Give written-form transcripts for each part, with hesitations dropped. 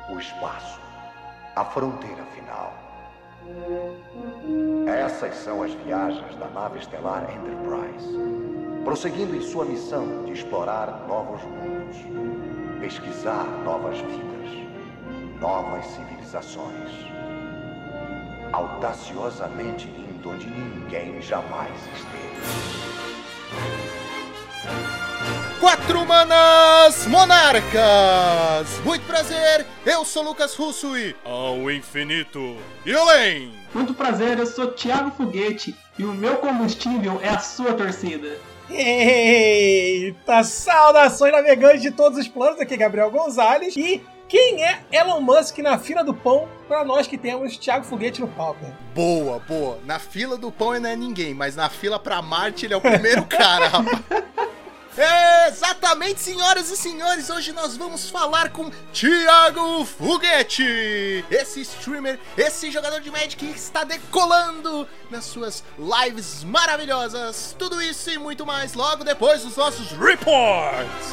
o espaço, a fronteira final. Essas são as viagens da nave estelar Enterprise, prosseguindo em sua missão de explorar novos mundos, pesquisar novas vidas, novas civilizações, audaciosamente indo onde ninguém jamais esteve. 4 Manas Monarcas! Muito prazer, eu sou Lucas Russo e ao infinito e além! Muito prazer, eu sou Thiago Foguete e o meu combustível é a sua torcida. Eita, saudações navegantes de todos os planos, aqui é Gabriel Gonzalez e quem é Elon Musk na fila do pão pra nós que temos Thiago Foguete no palco? Boa, boa. Na fila do pão ele não é ninguém, mas na fila pra Marte ele é o primeiro cara, rapaz. Exatamente, senhoras e senhores, hoje nós vamos falar com Thiago Foguete, esse streamer, esse jogador de Magic que está decolando nas suas lives maravilhosas. Tudo isso e muito mais logo depois dos nossos reports.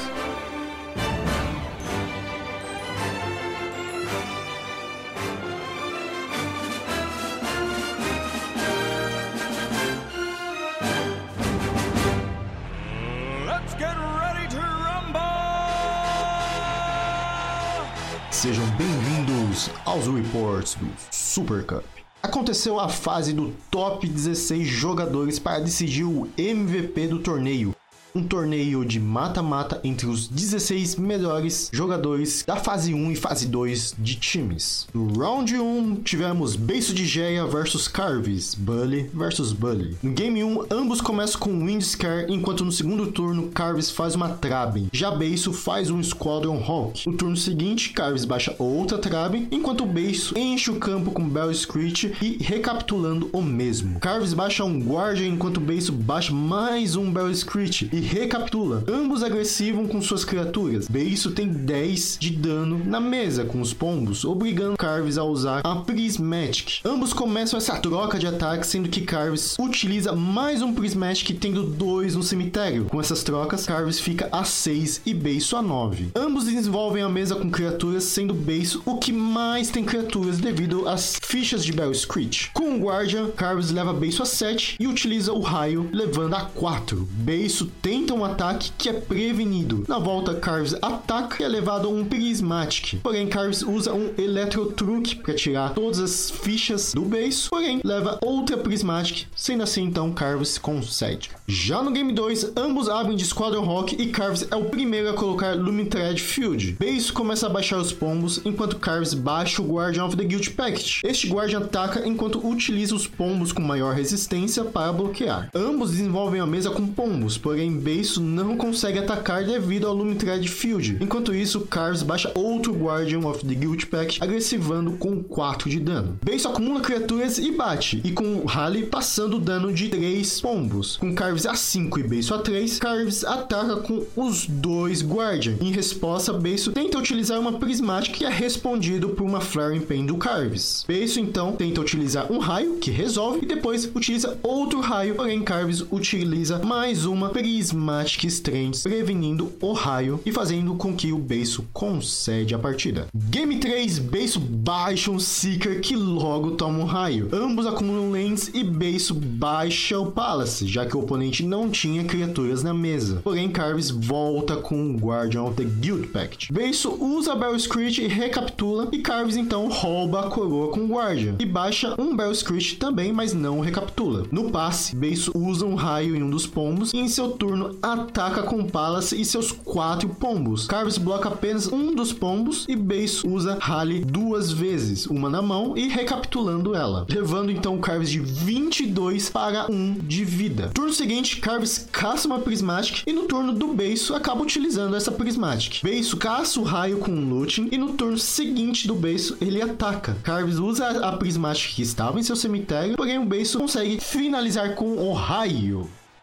Sejam bem-vindos aos reports do Super Cup. Aconteceu a fase do top 16 jogadores para decidir o MVP do torneio. Um torneio de mata-mata entre os 16 melhores jogadores da fase 1 e fase 2 de times. No round 1, tivemos Beiço de Geia versus Carves, Bully versus Bully. No game 1, ambos começam com Windscar, enquanto no segundo turno, Carves faz uma Traben. Já Beiço faz um Squadron Hawk. No turno seguinte, Carves baixa outra Traben, enquanto o Beiço enche o campo com Bell Screech e recapitulando o mesmo. Carves baixa um Guardian, enquanto o Beiço baixa mais um Bell Screech e recapitula. Ambos agressivam com suas criaturas. Beiço tem 10 de dano na mesa com os pombos, obrigando Carves a usar a Prismatic. Ambos começam essa troca de ataque, sendo que Carves utiliza mais um Prismatic, tendo 2 no cemitério. Com essas trocas, Carves fica a 6 e Beiço a 9. Ambos desenvolvem a mesa com criaturas, sendo Beiço o que mais tem criaturas devido às fichas de Bell Screech. Com o Guardian, Carves leva Beiço a 7 e utiliza o raio, levando a 4. Beiço tenta um ataque que é prevenido. Na volta, Carves ataca e é levado a um Prismatic. Porém, Carves usa um Electrotruque para tirar todas as fichas do Beiço, porém, leva outra Prismatic. Sendo assim, então, Carves concede. Já no Game 2, ambos abrem de Squadron Hawk e Carves é o primeiro a colocar Luminthread Field. Beiço começa a baixar os pombos, enquanto Carves baixa o Guardian of the Guild Pact. Este Guardian ataca enquanto utiliza os pombos com maior resistência para bloquear. Ambos desenvolvem a mesa com pombos, porém, Beiço não consegue atacar devido ao Luminthread Field. Enquanto isso, Carves baixa outro Guardian of the Guild Pact, agressivando com 4 de dano. Beiço acumula criaturas e bate, e com Rally passando o dano de 3 pombos. Com Carves a 5 e Beiço a 3, Carves ataca com os 2 Guardian. Em resposta, Beiço tenta utilizar uma Prismatic que é respondido por uma Flaring Pain do Carves. Beiço então tenta utilizar um raio, que resolve, e depois utiliza outro raio, porém Carves utiliza mais uma Prismatic Strength, prevenindo o raio e fazendo com que o Beiço concede a partida. Game 3, Beiço baixa um Seeker que logo toma um raio. Ambos acumulam lands e Beiço baixa o Palace, já que o oponente não tinha criaturas na mesa. Porém, Carves volta com o Guardian of the Guild Pact. Beiço usa a Bell Screech e recapitula, e Carves então rouba a coroa com o Guardian e baixa um Bell Screech também, mas não recapitula. No passe, Beiço usa um raio em um dos pombos e em seu turno ataca com o Palace e seus 4 pombos. Carves bloca apenas um dos pombos e Beiço usa Rally 2 vezes, uma na mão e recapitulando ela, levando então o Carves de 22 para 1 de vida. Turno seguinte, Carves caça uma Prismatic e no turno do Beiço acaba utilizando essa Prismatic. Beiço caça o raio com um Looting e no turno seguinte do Beiço ele ataca. Carves usa a Prismatic que estava em seu cemitério, porém o Beiço consegue finalizar com o raio.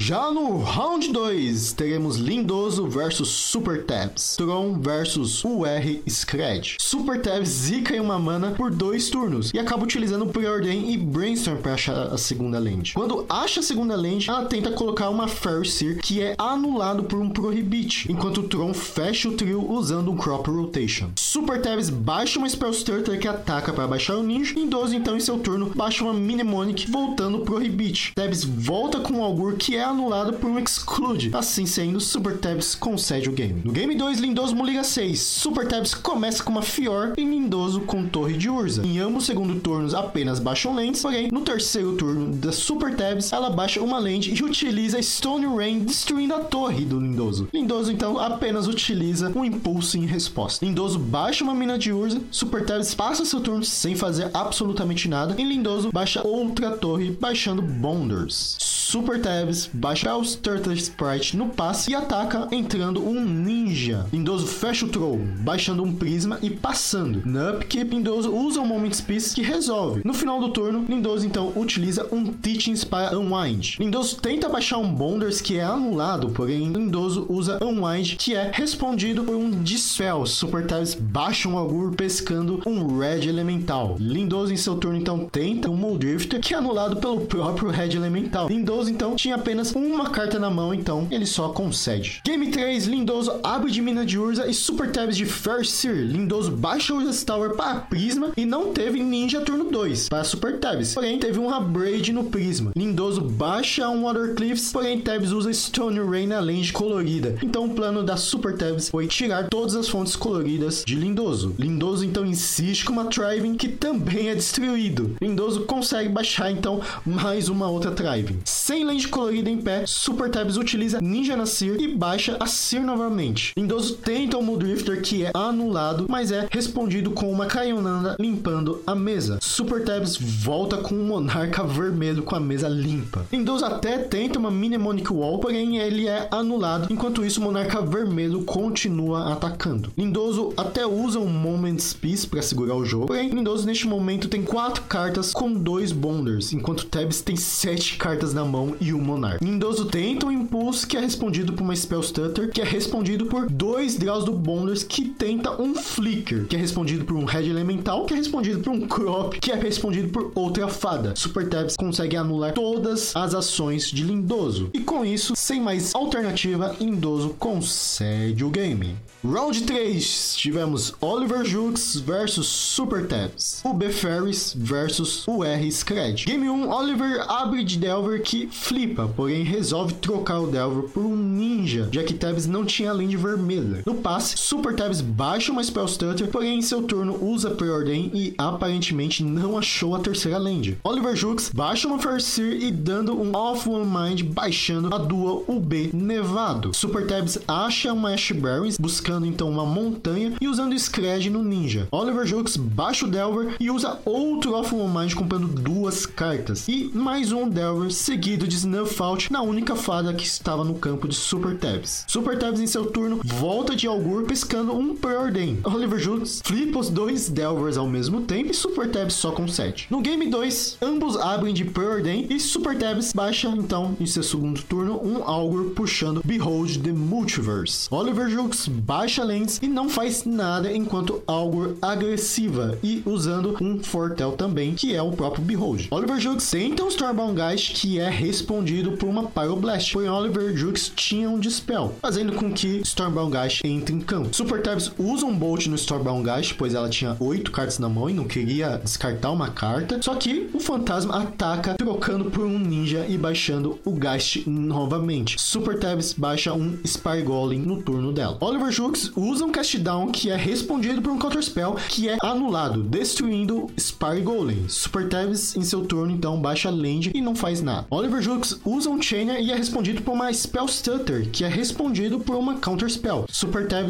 Já no Round 2, teremos Lindoso versus Super Tabs, Tron versus UR Scred. Super Tabs zica em uma mana por 2 turnos e acaba utilizando Preordain e Brainstorm para achar a segunda land. Quando acha a segunda land, ela tenta colocar uma Fairy Seer, que é anulado por um Prohibit, enquanto o Tron fecha o trio usando um Crop Rotation. Super Tabs baixa uma Spell Stutter que ataca para baixar o Ninja. Lindoso então em seu turno baixa uma Mnemonic voltando o Prohibit. Tabs volta com o Augur que é anulado por um Exclude. Assim sendo, Super Tabs concede o game. No game 2, Lindoso Muliga 6. Super Tabs começa com uma Fior e Lindoso com Torre de Urza. Em ambos segundos turnos apenas baixam lands, porém no terceiro turno da Super Tabs ela baixa uma land e utiliza Stone Rain destruindo a torre do Lindoso. Lindoso então apenas utiliza um impulso em resposta. Lindoso baixa uma mina de Urza, Super Tabs passa seu turno sem fazer absolutamente nada e Lindoso baixa outra torre baixando Bonders. Super Tabs baixa os Turtle Sprite no passe e ataca entrando um Ninja. Lindoso fecha o Troll, baixando um Prisma e passando. No upkeep, Lindoso usa um Moment's Peace que resolve. No final do turno, Lindoso então utiliza um Teachings para Unwind. Lindoso tenta baixar um Bonders que é anulado, porém Lindoso usa Unwind que é respondido por um Dispel. Super Tabs baixa um Augur pescando um Red Elemental. Lindoso em seu turno então tenta um Muldrifter que é anulado pelo próprio Red Elemental. Lindoso então tinha apenas uma carta na mão, então ele só concede. Game 3, Lindoso abre de mina de Urza e Super Tabs de Fairy Seer. Lindoso baixa Urza's Tower para Prisma e não teve Ninja turno 2 para Super Tabs, porém teve um Abrade no Prisma. Lindoso baixa um Water Cliffs, porém Tabs usa Stone Rain na land colorida. Então o plano da Super Tabs foi tirar todas as fontes coloridas de Lindoso. Lindoso então insiste com uma Thriving que também é destruído. Lindoso consegue baixar então mais uma outra Thriving. Sem land colorida em pé, Super Tabs utiliza Ninja na Seer e baixa a Seer novamente. Lindoso tenta um Muldrifter que é anulado, mas é respondido com uma Kayonanda limpando a mesa. Super Tabs volta com um Monarca vermelho com a mesa limpa. Lindoso até tenta uma Mnemonic Wall, porém ele é anulado. Enquanto isso, o Monarca vermelho continua atacando. Lindoso até usa um Moment's Peace para segurar o jogo, porém Lindoso neste momento tem 4 cartas com 2 Bonders, enquanto Tabs tem 7 cartas na mão e um Monarca. Lindoso tenta um Impulso que é respondido por uma Spell Stutter, que é respondido por 2 draws do Bonders, que tenta um Flicker, que é respondido por um Red Elemental, que é respondido por um Crop, que é respondido por outra Fada. Super Tabs consegue anular todas as ações de Lindoso. E com isso, sem mais alternativa, Lindoso concede o game. Round 3, tivemos Oliver Jukes versus Super Tabs, UB Ferris versus UR Scred. Game 1, Oliver abre de Delver que flipa, porém resolve trocar o Delver por um Ninja, já que Tabs não tinha land vermelha. No passe, Super Tabs baixa uma Spell Stutter, porém em seu turno usa Preordain e aparentemente não achou a terceira land. Oliver Jukes baixa uma Fairy Seer e dando um Off One Mind, baixando a dual UB Nevado. Super Tabs acha uma Ash Barrens, buscando então uma montanha e usando Scred no Ninja. Oliver Jukes baixa o Delver e usa outro Off One Mind comprando 2 cartas e mais um Delver seguido de Snuff Out na única fada que estava no campo de Super Tabs. Super Tabs em seu turno volta de Augur pescando um Preordain. Oliver Jukes flipa os 2 Delvers ao mesmo tempo e Super Tabs só concede. No game 2, ambos abrem de Preordain e Super Tabs baixa então em seu segundo turno um Augur puxando Behold the Multiverse. Oliver Jukes baixa lands e não faz nada enquanto Augur agressiva e usando um Fortel também, que é o próprio Behold. Oliver Jukes tenta um Stormbound Geist que é respondido por uma Pyroblast, porém Oliver Jukes tinha um Dispel, fazendo com que Stormbound Geist entre em campo. Super Tabs usa um Bolt no Stormbound Geist, pois ela tinha 8 cartas na mão e não queria descartar uma carta, só que o fantasma ataca trocando por um Ninja e baixando o Geist novamente. Super Tabs baixa um Spire Golem no turno dela. Oliver Jukes usa um Cast Down que é respondido por um Counter Spell que é anulado, destruindo Spire Golem. Super Tabs em seu turno então baixa land e não faz nada. Oliver Jukes usa um Chainer e é respondido por uma Spell Stutter que é respondido por uma Counter Spell. Super Tabs usa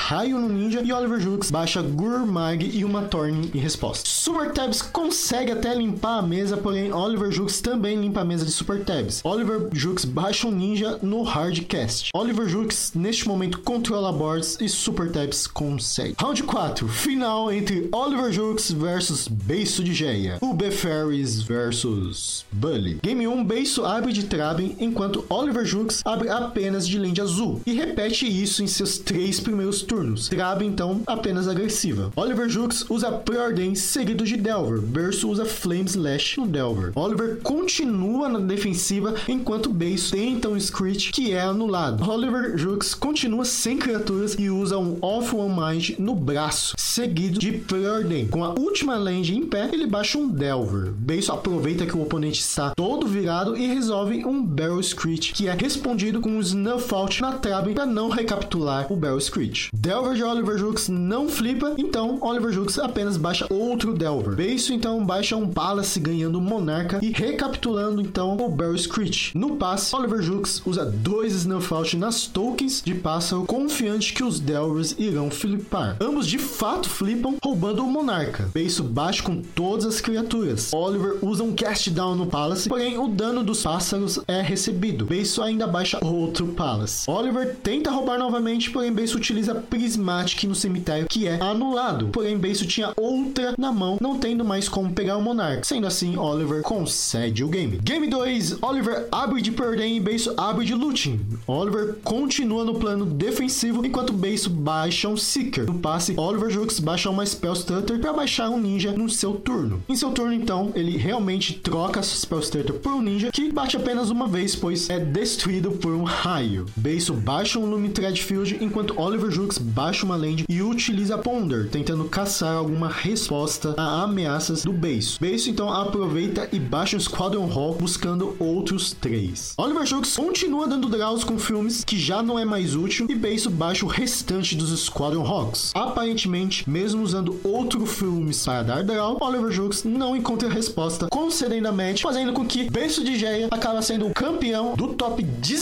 Raio no Ninja e Oliver Jukes baixa Gurmag e uma Thorn em resposta. Super Tabs consegue até limpar a mesa, porém Oliver Jukes também limpa a mesa de Super Tabs. Oliver Jukes baixa um Ninja no Hardcast. Oliver Jukes neste momento controla boards e Super Tabs consegue. Round 4, final entre Oliver Jukes versus Beiço de Geia. O Beferris versus Bully. Game 1, Beiço abre de Traben, enquanto Oliver Jukes abre apenas de Land Azul. E repete isso em seus 3 primeiros turnos. Traben, então, apenas agressiva. Oliver Jukes usa Preordain seguido de Delver. Berço usa Flame Slash no Delver. Oliver continua na defensiva, enquanto Beiço tenta um Screech que é anulado. Oliver Jukes continua sem criaturas e usa um Off One Mind no braço, seguido de Preordain. Com a última land em pé, ele baixa um Delver. Beiço aproveita que o oponente está todo virado e resolve um Barrel Screech, que é respondido com um Snuff Out na Traben para não recapitular o Barrel Screech. Delver de Oliver Jukes não flipa, então Oliver Jukes apenas baixa outro Delver. Beiço então baixa um Palace ganhando Monarca e recapitulando então o Barrel Screech. No passe, Oliver Jukes usa 2 Snuff Out nas tokens de pássaro, confiante que os Delvers irão flipar. Ambos de fato flipam, roubando o Monarca. Beiço baixa com todas as criaturas. Oliver usa um Cast Down no Palace, porém o dano dos pássaros é recebido. Beiço ainda baixa outro Palace. Oliver tenta roubar novamente, porém Beiço utiliza Prismatic no cemitério, que é anulado. Porém Beiço tinha outra na mão, não tendo mais como pegar o Monarca. Sendo assim, Oliver concede o game. Game 2, Oliver abre de Preordain e Beiço abre de Looting. Oliver continua no plano defensivo, enquanto Beiço baixa um Seeker. No passe, Oliver Jukes baixa uma Spell Stutter para baixar um Ninja no seu turno. Em seu turno, então, ele realmente troca a Spell Stutter por um Ninja, que bate apenas uma vez, pois é destruído por um raio. Beiço baixa um Lume Threadfield, enquanto Oliver Jukes baixa uma land e utiliza Ponder, tentando caçar alguma resposta a ameaças do Beiço. Beiço, então, aproveita e baixa um Squadron Hawk, buscando outros 3. Oliver Jukes continua dando draws com filmes, que já não é mais útil, e Beiço baixa o restante dos Squadron Hawks. Aparentemente, mesmo usando outro filmes para dar draw, Oliver Jukes não encontra resposta, concedendo a match, fazendo com que Beiço de Geia acaba sendo o campeão do top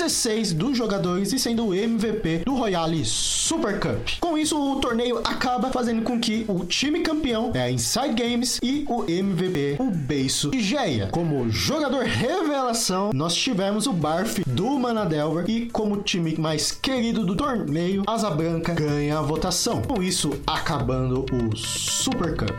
16 dos jogadores e sendo o MVP do Royale Super Cup. Com isso, o torneio acaba fazendo com que o time campeão é a Inside Games e o MVP, o Beiço de Geia. Como jogador revelação, nós tivemos o Barf do Manadelver e como time mais querido do torneio, Asa Branca ganha a votação. Com isso, acabando o Super Cup.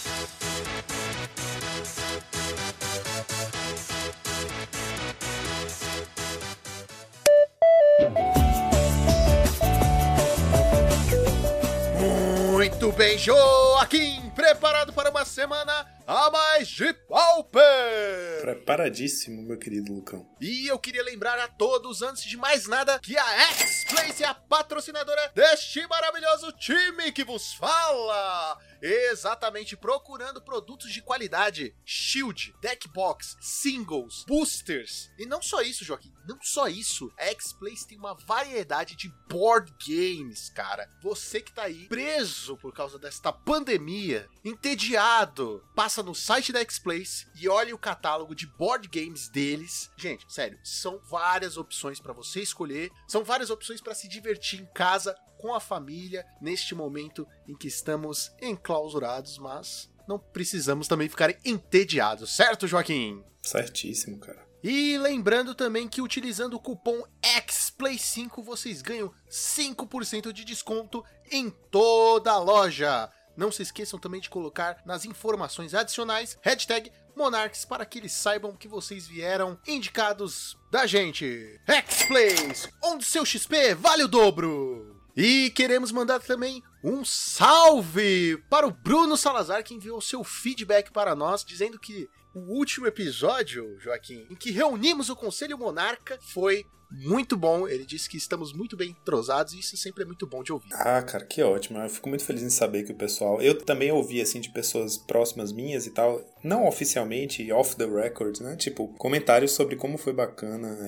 Muito bem, Joaquim, preparado para uma semana a mais de Pauper! Preparadíssimo, meu querido Lucão. E eu queria lembrar a todos, antes de mais nada, que a X-Place é a patrocinadora deste maravilhoso time que vos fala! Exatamente, procurando produtos de qualidade, shield, deckbox, singles, boosters. E não só isso, Joaquim, não só isso. A X-Place tem uma variedade de board games, cara. Você que tá aí preso por causa desta pandemia, entediado, passa no site da X-Place e olha o catálogo de board games deles. Gente, sério, são várias opções pra você escolher, são várias opções pra se divertir em casa, com a família, neste momento em que estamos enclausurados, mas não precisamos também ficar entediados, certo, Joaquim? Certíssimo, cara. E lembrando também que utilizando o cupom XPLAY5 vocês ganham 5% de desconto em toda a loja. Não se esqueçam também de colocar nas informações adicionais hashtag Monarchs para que eles saibam que vocês vieram indicados da gente. XPlays, onde seu XP vale o dobro. E queremos mandar também um salve para o Bruno Salazar, que enviou seu feedback para nós, dizendo que o último episódio, Joaquim, em que reunimos o Conselho Monarca, foi muito bom. Ele disse que estamos muito bem entrosados e isso sempre é muito bom de ouvir. Ah, cara, que ótimo. Eu fico muito feliz em saber que o pessoal... Eu também ouvi, assim, de pessoas próximas minhas e tal, não oficialmente, off the record, né? Tipo, comentários sobre como foi bacana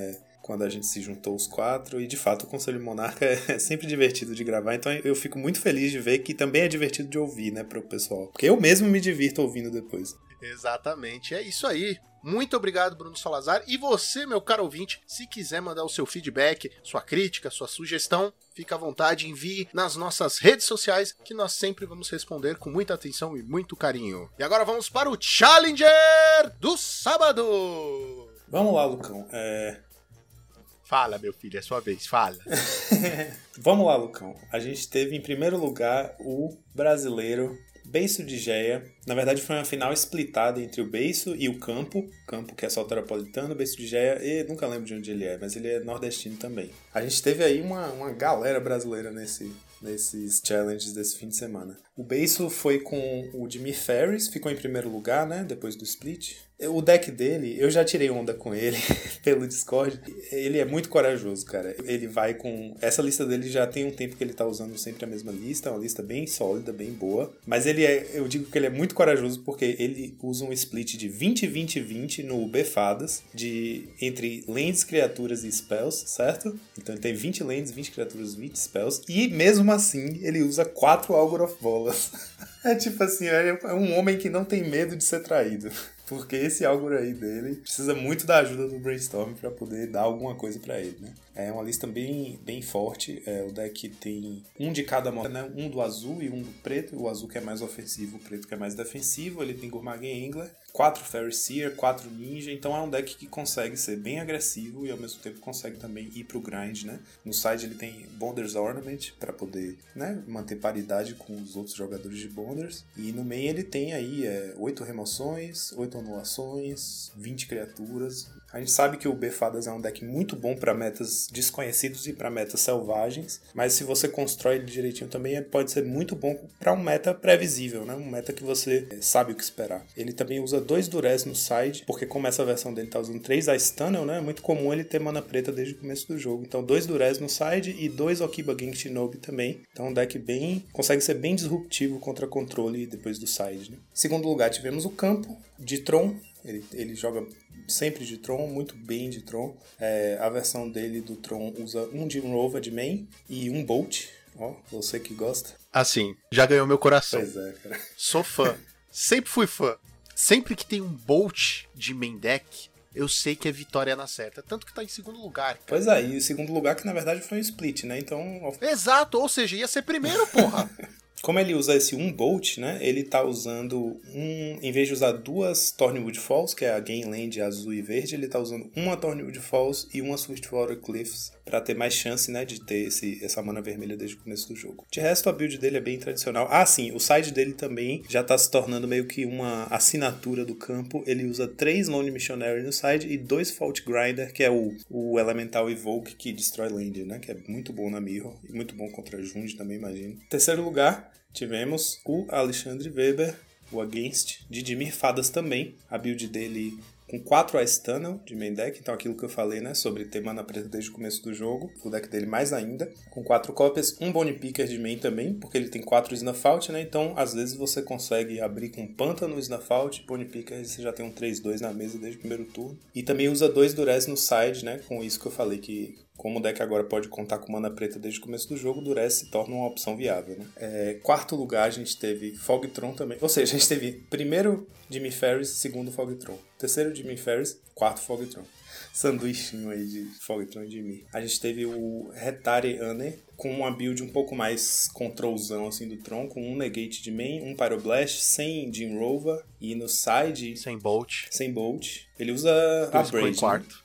quando a gente se juntou os 4, e de fato o Conselho Monarca é sempre divertido de gravar, então eu fico muito feliz de ver que também é divertido de ouvir, né, pro pessoal, porque eu mesmo me divirto ouvindo depois. Exatamente, é isso aí. Muito obrigado, Bruno Salazar. E você, meu caro ouvinte, se quiser mandar o seu feedback, sua crítica, sua sugestão, fica à vontade, envie nas nossas redes sociais, que nós sempre vamos responder com muita atenção e muito carinho. E agora vamos para o Challenger do sábado! Vamos lá, Lucão. Fala, meu filho, é sua vez, fala. Vamos lá, Lucão. A gente teve em primeiro lugar o brasileiro Beiço de Geia. Na verdade foi uma final splitada entre o Beiço e o Campo. Campo que é soteropolitano, o Beiço de Geia, e nunca lembro de onde ele é, mas ele é nordestino também. A gente teve aí uma galera brasileira nesses challenges desse fim de semana. O Beiço foi com o Jimmy Ferris, ficou em primeiro lugar, né, depois do split. O deck dele, eu já tirei onda com ele pelo Discord. Ele é muito corajoso, cara. Ele vai com... Essa lista dele já tem um tempo que ele tá usando sempre a mesma lista. É uma lista bem sólida, bem boa. Mas eu digo que ele é muito corajoso porque ele usa um split de 20-20-20 no Befadas, entre lands, criaturas e spells, certo? Então ele tem 20 lands, 20 criaturas, 20 spells. E mesmo assim, ele usa 4 Augur of Bolas. É tipo assim, é um homem que não tem medo de ser traído. Porque esse Augur aí dele precisa muito da ajuda do Brainstorm pra poder dar alguma coisa pra ele, né? É uma lista bem, bem forte. O deck tem um de cada moda, né? Um do azul e um do preto. O azul que é mais ofensivo, o preto que é mais defensivo. Ele tem Gurmagem Angler, 4 Fairy Seer, 4 Ninja. Então é um deck que consegue ser bem agressivo e ao mesmo tempo consegue também ir pro grind, né? No side ele tem Bonders Ornament pra poder, né, manter paridade com os outros jogadores de Bonders. E no main ele tem aí 8 remoções, 8 anulações, 20 criaturas. A gente sabe que o Befadas é um deck muito bom para metas desconhecidos e para metas selvagens, mas se você constrói ele direitinho também pode ser muito bom para um meta previsível, né? Um meta que você sabe o que esperar. Ele também usa 2 Durez no side, porque como essa versão dele tá usando 3 Ice Tunnel, né? É muito comum ele ter mana preta desde o começo do jogo. Então 2 Durez no side e 2 Okiba Genki Shinobi também. Então um deck consegue ser bem disruptivo contra controle depois do side, né? Em segundo lugar tivemos o Campo de Tron. Ele joga sempre de Tron, muito bem de Tron. A versão dele do Tron usa um Jim Rover de main e um Bolt. Ó, você que gosta. Assim, já ganhou meu coração. Pois é, cara. Sou fã. Sempre fui fã. Sempre que tem um Bolt de main deck, eu sei que é vitória na certa. Tanto que tá em segundo lugar, cara. Pois é, e o segundo lugar que na verdade foi um split, né? Então... Exato, ou seja, ia ser primeiro, porra. Como ele usa esse 1 Bolt, né? Ele tá usando em vez de usar 2 Thornwood Falls, que é a Game Land azul e verde, ele tá usando uma Thornwood Falls e uma Swiftwater Cliffs pra ter mais chance, né, de ter essa mana vermelha desde o começo do jogo. De resto, a build dele é bem tradicional. Ah, sim, o side dele também já tá se tornando meio que uma assinatura do campo. Ele usa 3 Lone Missionary no side e 2 Fault Grinder, que é o Elemental Evoke que destrói land, né? Que é muito bom na Mirror e muito bom contra Jund também, imagino. Terceiro lugar, tivemos o Alexandre Weber, o Against, de Dimir Fadas também. A build dele com 4 Ice Tunnel de main deck, então aquilo que eu falei, né, sobre ter mana preta desde o começo do jogo, o deck dele mais ainda, com 4 cópias, um Bone Picker de main também, porque ele tem 4 Snuff Out, né, então às vezes você consegue abrir com Pântano, Snuff Out, Bone Picker, e você já tem um 3-2 na mesa desde o primeiro turno. E também usa 2 Durez no side, né, com isso que eu falei que como o deck agora pode contar com mana preta desde o começo do jogo, o Durez se torna uma opção viável, né? Quarto lugar, a gente teve Fogtron também. Ou seja, a gente teve primeiro Jimmy Ferris, segundo Fogtron. Terceiro Jimmy Ferris, quarto Fogtron. Sanduichinho aí de Fogtron e Jimmy. A gente teve o Hetare Ane, com uma build um pouco mais controlzão assim do Tron, com um Negate de main, um Pyroblast, sem Jim Rover, e no side... Sem Bolt. Sem Bolt. Ele usa a Braid, quarto.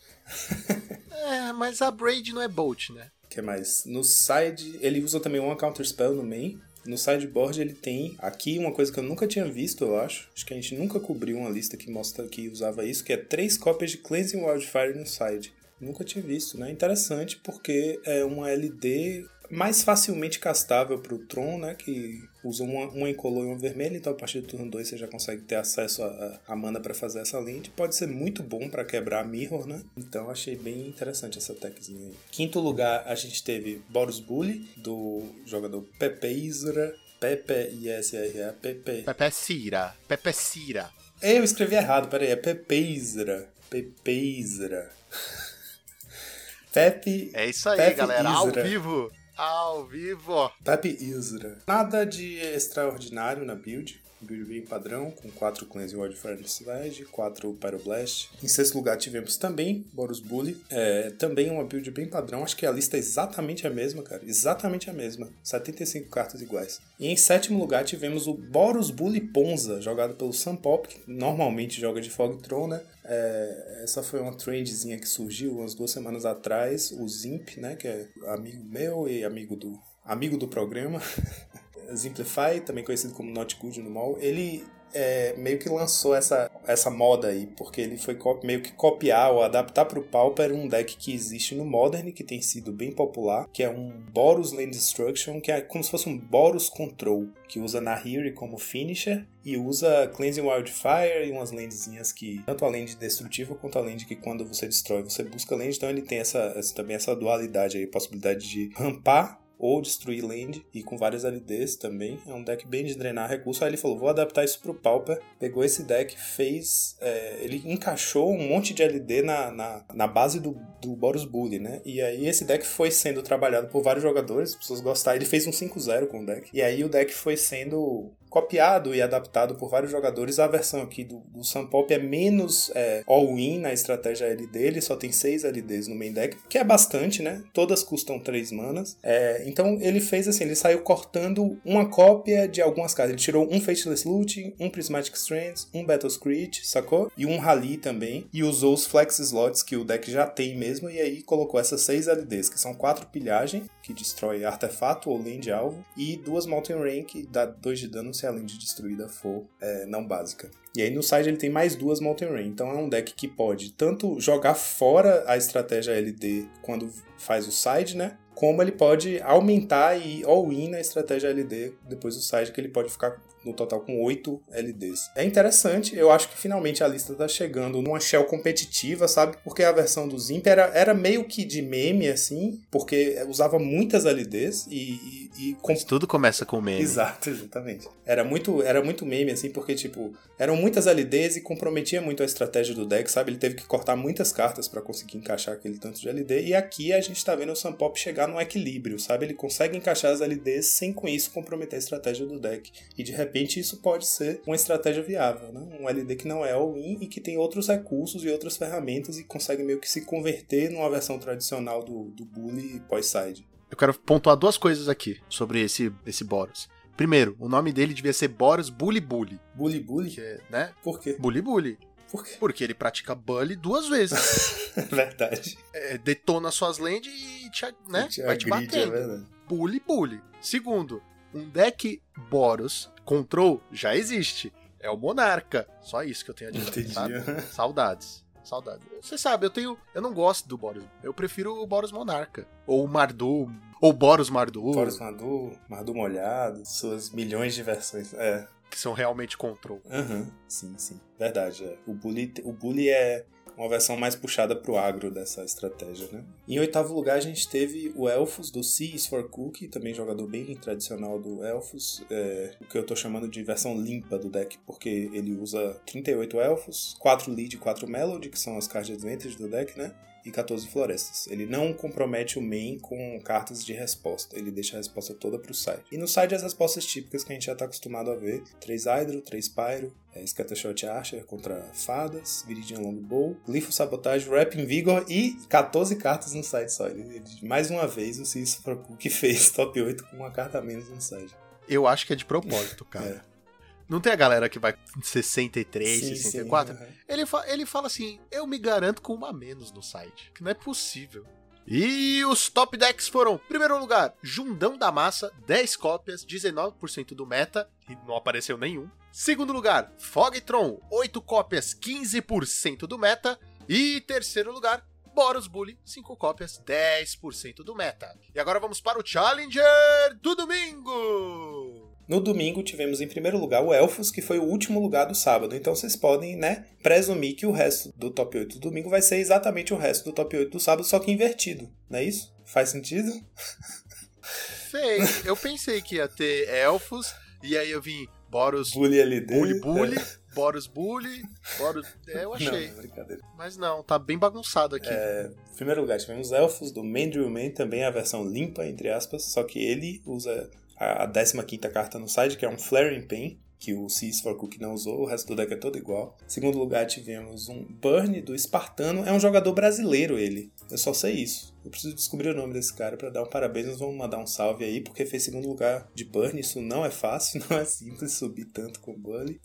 Mas a Braid não é Bolt, né? O que mais? No side, ele usa também uma Counter Spell no main. No sideboard ele tem aqui uma coisa que eu nunca tinha visto, eu acho. Acho que a gente nunca cobriu uma lista que mostra que usava isso, que é 3 cópias de Cleansing Wildfire no side. Nunca tinha visto, né? Interessante porque é uma LD mais facilmente castável para o Tron, né? Que usa uma incolor e uma vermelha, então a partir do turno 2 você já consegue ter acesso a mana para fazer essa lente. Pode ser muito bom para quebrar a Mirror, né? Então achei bem interessante essa techzinha aí. Quinto lugar, a gente teve Boros Bully, do jogador Pepe Isra. Pepe ISRA, Pepe. Pepe Cira. Eu escrevi errado, peraí, é Pepe Isra. Pepe Isra. Pepe. É isso aí, Pepe galera. Ao Isra. vivo. Ao vivo. Pepe Isra. Nada de extraordinário na build. Build bem padrão, com 4 Cleanse Wildfire Sludge, 4 Pyroblast. Em sexto lugar tivemos também Boros Bully. Também uma build bem padrão. Acho que a lista é exatamente a mesma, cara. Exatamente a mesma. 75 cartas iguais. E em sétimo lugar tivemos o Boros Bully Ponza, jogado pelo Sun Pop, que normalmente joga de Fog Throne, né? Essa foi uma trendzinha que surgiu umas 2 semanas atrás. O Zimp, né? Que é amigo meu e amigo do programa. Simplify, também conhecido como Not Good no mall, ele meio que lançou essa moda aí, porque ele foi meio que copiar ou adaptar para o Pauper um deck que existe no Modern, que tem sido bem popular, que é um Boros Land Destruction, que é como se fosse um Boros Control, que usa Nahiri como finisher e usa Cleansing Wildfire e umas landzinhas que, tanto a land destrutiva quanto a land que quando você destrói, você busca land, então ele tem também essa dualidade aí, possibilidade de rampar ou destruir land, e com várias LDs também. É um deck bem de drenar recurso. Aí ele falou, vou adaptar isso pro Pauper. Pegou esse deck, ele encaixou um monte de LD na base do Boros Bully, né? E aí esse deck foi sendo trabalhado por vários jogadores, as pessoas gostaram. Ele fez um 5-0 com o deck. E aí o deck foi sendo copiado e adaptado por vários jogadores. A versão aqui do Sun Pop é menos all-in na estratégia LD, ele só tem 6 LDs no main deck, que é bastante, né? Todas custam 3 manas. Então ele fez assim, ele saiu cortando uma cópia de algumas cartas. Ele tirou um Faceless Looting, um Prismatic Strands, um Battle Screech, sacou? E um Rally também. E usou os Flex Slots que o deck já tem mesmo, e aí colocou essas 6 LDs, que são 4 pilhagem, que destrói artefato ou land alvo, e 2 Mountain Rain, que dá 2 de dano se a land destruída for não básica. E aí no side ele tem mais 2 Mountain Rain. Então é um deck que pode tanto jogar fora a estratégia LD quando faz o side, né? Como ele pode aumentar e all-in na estratégia LD depois do side, que ele pode ficar no total com 8 LDs. É interessante, eu acho que finalmente a lista tá chegando numa shell competitiva, sabe? Porque a versão do Zimp era meio que de meme, assim, porque usava muitas LDs Mas tudo começa com meme. Exato, exatamente. Era muito meme, assim, porque, tipo, eram muitas LDs e comprometia muito a estratégia do deck, sabe? Ele teve que cortar muitas cartas pra conseguir encaixar aquele tanto de LD, e aqui a gente tá vendo o Sun Pop chegar num equilíbrio, sabe? Ele consegue encaixar as LDs sem com isso comprometer a estratégia do deck. E de repente isso pode ser uma estratégia viável, né? Um LD que não é all-in e que tem outros recursos e outras ferramentas e consegue meio que se converter numa versão tradicional do Bully pós-side. Eu quero pontuar 2 coisas aqui sobre esse Boros. Primeiro, o nome dele devia ser Boros Bully Bully. Bully Bully? Que, né? Por quê? Bully Bully. Por quê? Porque ele pratica bully 2 vezes. Verdade. Detona suas lands e vai te batendo. É verdade. Bully Bully. Segundo, um deck Boros Control já existe. É o Monarca. Só isso que eu tenho a dizer, sabe? Saudades. Você sabe, eu não gosto do Boros. Eu prefiro o Boros Monarca. Ou o Mardu. Ou Boros Mardu. Boros Mardu molhado. Suas milhões de versões. Que são realmente Control. Sim. Verdade. O Bully é uma versão mais puxada pro agro dessa estratégia, né? Em 8º lugar a gente teve o Elfos do C is for Cookie, também jogador bem tradicional do Elfos, o que eu tô chamando de versão limpa do deck, porque ele usa 38 Elfos, 4 Lead e 4 Melody, que são as card advantage do deck, né? E 14 florestas. Ele não compromete o main com cartas de resposta. Ele deixa a resposta toda pro side. E no side as respostas típicas que a gente já tá acostumado a ver. 3 Hydro, 3 Pyro, Scattershot Archer contra Fadas, Viridian Longbow, Glifo Sabotage, Rapping Vigor e 14 cartas no side só. Mais uma vez o Cis que fez top 8 com uma carta a menos no side. Eu acho que é de propósito, cara. Não tem a galera que vai 63, 64? Sim, Ele fala assim, eu me garanto com uma a menos no site. Que não é possível. E os top decks foram, primeiro lugar, Jundão da Massa, 10 cópias, 19% do meta, e não apareceu nenhum. Segundo lugar, Fogtron, 8 cópias, 15% do meta. E terceiro lugar, Boros Bully, 5 cópias, 10% do meta. E agora vamos para o Challenger do domingo! No domingo tivemos em primeiro lugar o Elfos, que foi o último lugar do sábado. Então vocês podem, presumir que o resto do top 8 do domingo vai ser exatamente o resto do top 8 do sábado, só que invertido. Não é isso? Faz sentido? Fez. Eu pensei que ia ter Elfos, e aí eu vim Boros Bully LD. Bully, Boros Bully, eu achei. Não, brincadeira. Mas não, tá bem bagunçado aqui. Em primeiro lugar, tivemos Elfos, do Mandrill Man, também a versão limpa, entre aspas, só que ele usa a 15ª carta no side, que é um Flaring Pain, que o Seas for Cook não usou, o resto do deck é todo igual. Em segundo lugar, tivemos um Burn, do Espartano, é um jogador brasileiro ele, eu só sei isso. Eu preciso descobrir o nome desse cara pra dar um parabéns, nós vamos mandar um salve aí, porque fez segundo lugar de Burn, isso não é fácil, não é simples subir tanto com Burn,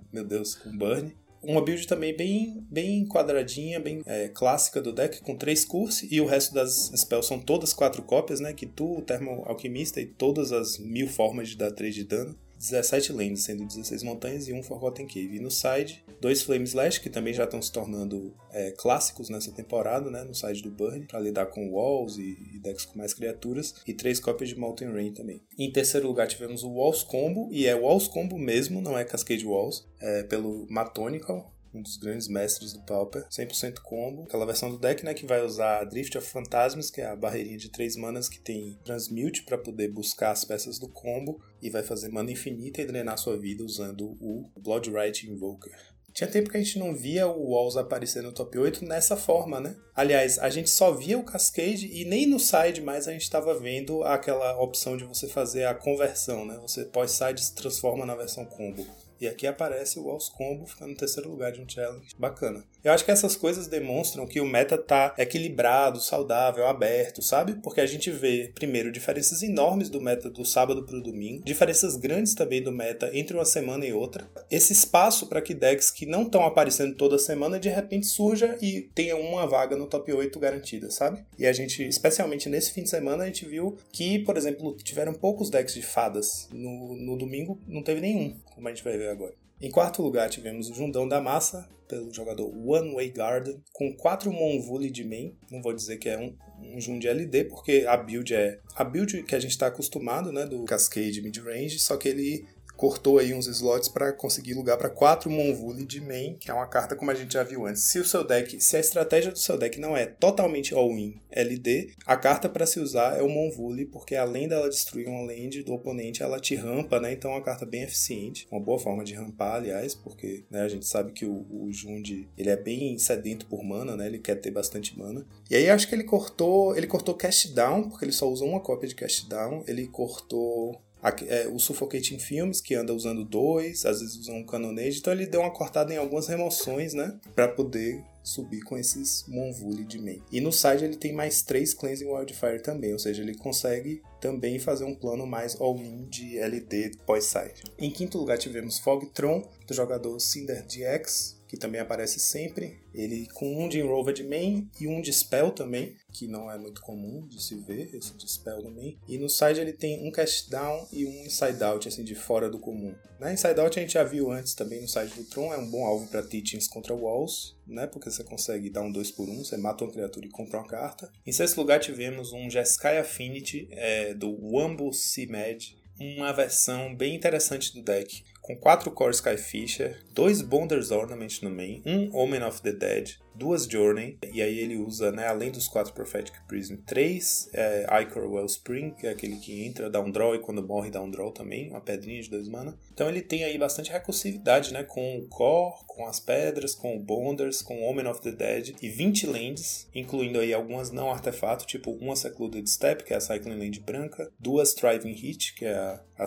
com Burn. Uma build também bem quadradinha, bem clássica do deck, com 3 curse, e o resto das spells são todas 4 cópias, né? Kitu, Thermal Alquimista e todas as 1000 formas de dar 3 de dano. 17 lands, sendo 16 montanhas e 1 Forgotten Cave. E no side, 2 Flame Slash, que também já estão se tornando clássicos nessa temporada, né? No side do Burn, para lidar com walls e decks com mais criaturas. E 3 cópias de Molten Rain também. Em terceiro lugar, tivemos o Walls Combo, e é Walls Combo mesmo, não é Cascade Walls, pelo Matonical, um dos grandes mestres do Pauper, 100% combo. Aquela versão do deck, né, que vai usar a Drift of Phantasms, que é a barreirinha de 3 manas que tem Transmute para poder buscar as peças do combo, e vai fazer mana infinita e drenar sua vida usando o Bloodrite Invoker. Tinha tempo que a gente não via o Walls aparecer no top 8 nessa forma, né? Aliás, a gente só via o Cascade e nem no side mais a gente estava vendo aquela opção de você fazer a conversão, né? Você pós-side se transforma na versão combo. E aqui aparece o Walls Combo ficando no terceiro lugar de um challenge. Bacana. Eu acho que essas coisas demonstram que o meta tá equilibrado, saudável, aberto, sabe? Porque a gente vê, primeiro, diferenças enormes do meta do sábado pro domingo, diferenças grandes também do meta entre uma semana e outra. Esse espaço para que decks que não estão aparecendo toda semana, de repente surja e tenha uma vaga no top 8 garantida, sabe? E a gente, especialmente nesse fim de semana, a gente viu que, por exemplo, tiveram poucos decks de fadas. No domingo não teve nenhum, como a gente vai ver agora. Em quarto lugar tivemos o Jundão da Massa, pelo jogador One Way Garden, com 4 Monvuli de main. Não vou dizer que é um Jund LD, porque a build é a build que a gente está acostumado, né, do Cascade Midrange, só que ele cortou aí uns slots para conseguir lugar para 4 Monvuli de main, que é uma carta como a gente já viu antes. Se a estratégia do seu deck não é totalmente all-in LD, a carta para se usar é o Monvuli, porque além dela destruir uma land do oponente, ela te rampa, né? Então é uma carta bem eficiente, uma boa forma de rampar, aliás, porque, né, a gente sabe que o Jund, ele é bem sedento por mana, né? Ele quer ter bastante mana. E aí acho que ele cortou Cast Down, porque ele só usa uma cópia de Cast Down. Ele cortou o Suffocating Films, que anda usando 2, às vezes usa um Cannonade, então ele deu uma cortada em algumas remoções, né, pra poder subir com esses Monvuli de main. E no side ele tem mais 3 Cleansing Wildfire também, ou seja, ele consegue também fazer um plano mais all-in de LD pós-side. Em quinto lugar tivemos Fogtron, do jogador Cinder DX, que também aparece sempre. Ele com um de Enroved main e um de Spell também, que não é muito comum de se ver, esse de Spell no main. E no side ele tem um Cast Down e um Inside Out, assim, de fora do comum. Na Inside Out a gente já viu antes também no side do Tron, é um bom alvo para Teachings contra Walls, né? Porque você consegue dar um 2x1, você mata uma criatura e compra uma carta. Em sexto lugar tivemos um Jeskai Affinity, do Wumble Sea Mad, uma versão bem interessante do deck, com 4 Core Skyfisher, 2 Bonders Ornament no main, 1 Omen of the Dead, 2 Journey, e aí ele usa, né, além dos 4 Prophetic Prism, 3 Ichor Wellspring, que é aquele que entra, dá um draw e quando morre dá um draw também, uma pedrinha de 2 mana. Então ele tem aí bastante recursividade, né, com o Core, com as pedras, com o Bonders, com o Omen of the Dead e 20 lands, incluindo aí algumas não artefato, tipo uma Secluded Steppe, que é a Cycling Land branca, 2 Thriving Hit, que é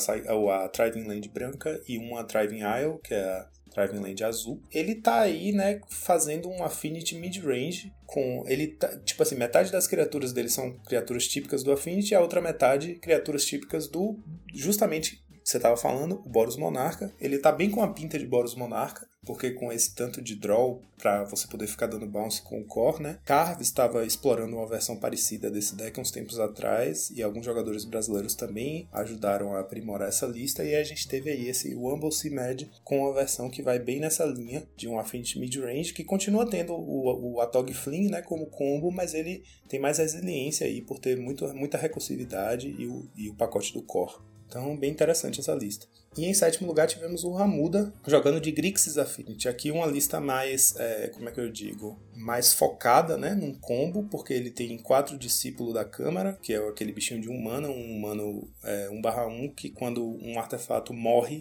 a Thriving Land branca, e uma Thriving Isle, que é a Thriving Land azul. Ele tá aí, né, fazendo um Affinity mid-range, tipo assim, metade das criaturas dele são criaturas típicas do Affinity, e a outra metade criaturas típicas do, justamente, você tava falando, o Boros Monarca. Ele tá bem com a pinta de Boros Monarca, porque com esse tanto de draw pra você poder ficar dando bounce com o core, né? Carve estava explorando uma versão parecida desse deck uns tempos atrás, e alguns jogadores brasileiros também ajudaram a aprimorar essa lista, e a gente teve aí esse Wumble Sea Mad com uma versão que vai bem nessa linha de um Affinity Mid-Range, que continua tendo o Atog Fling, né, como combo, mas ele tem mais resiliência aí por ter muita recursividade e o pacote do core. Então, bem interessante essa lista. E em 7º lugar tivemos o Ramuda jogando de Grixis Affinity. Aqui uma lista mais, mais focada, né, num combo, porque ele tem 4 discípulos da Câmara, que é aquele bichinho de um mana 1/1, que quando um artefato morre,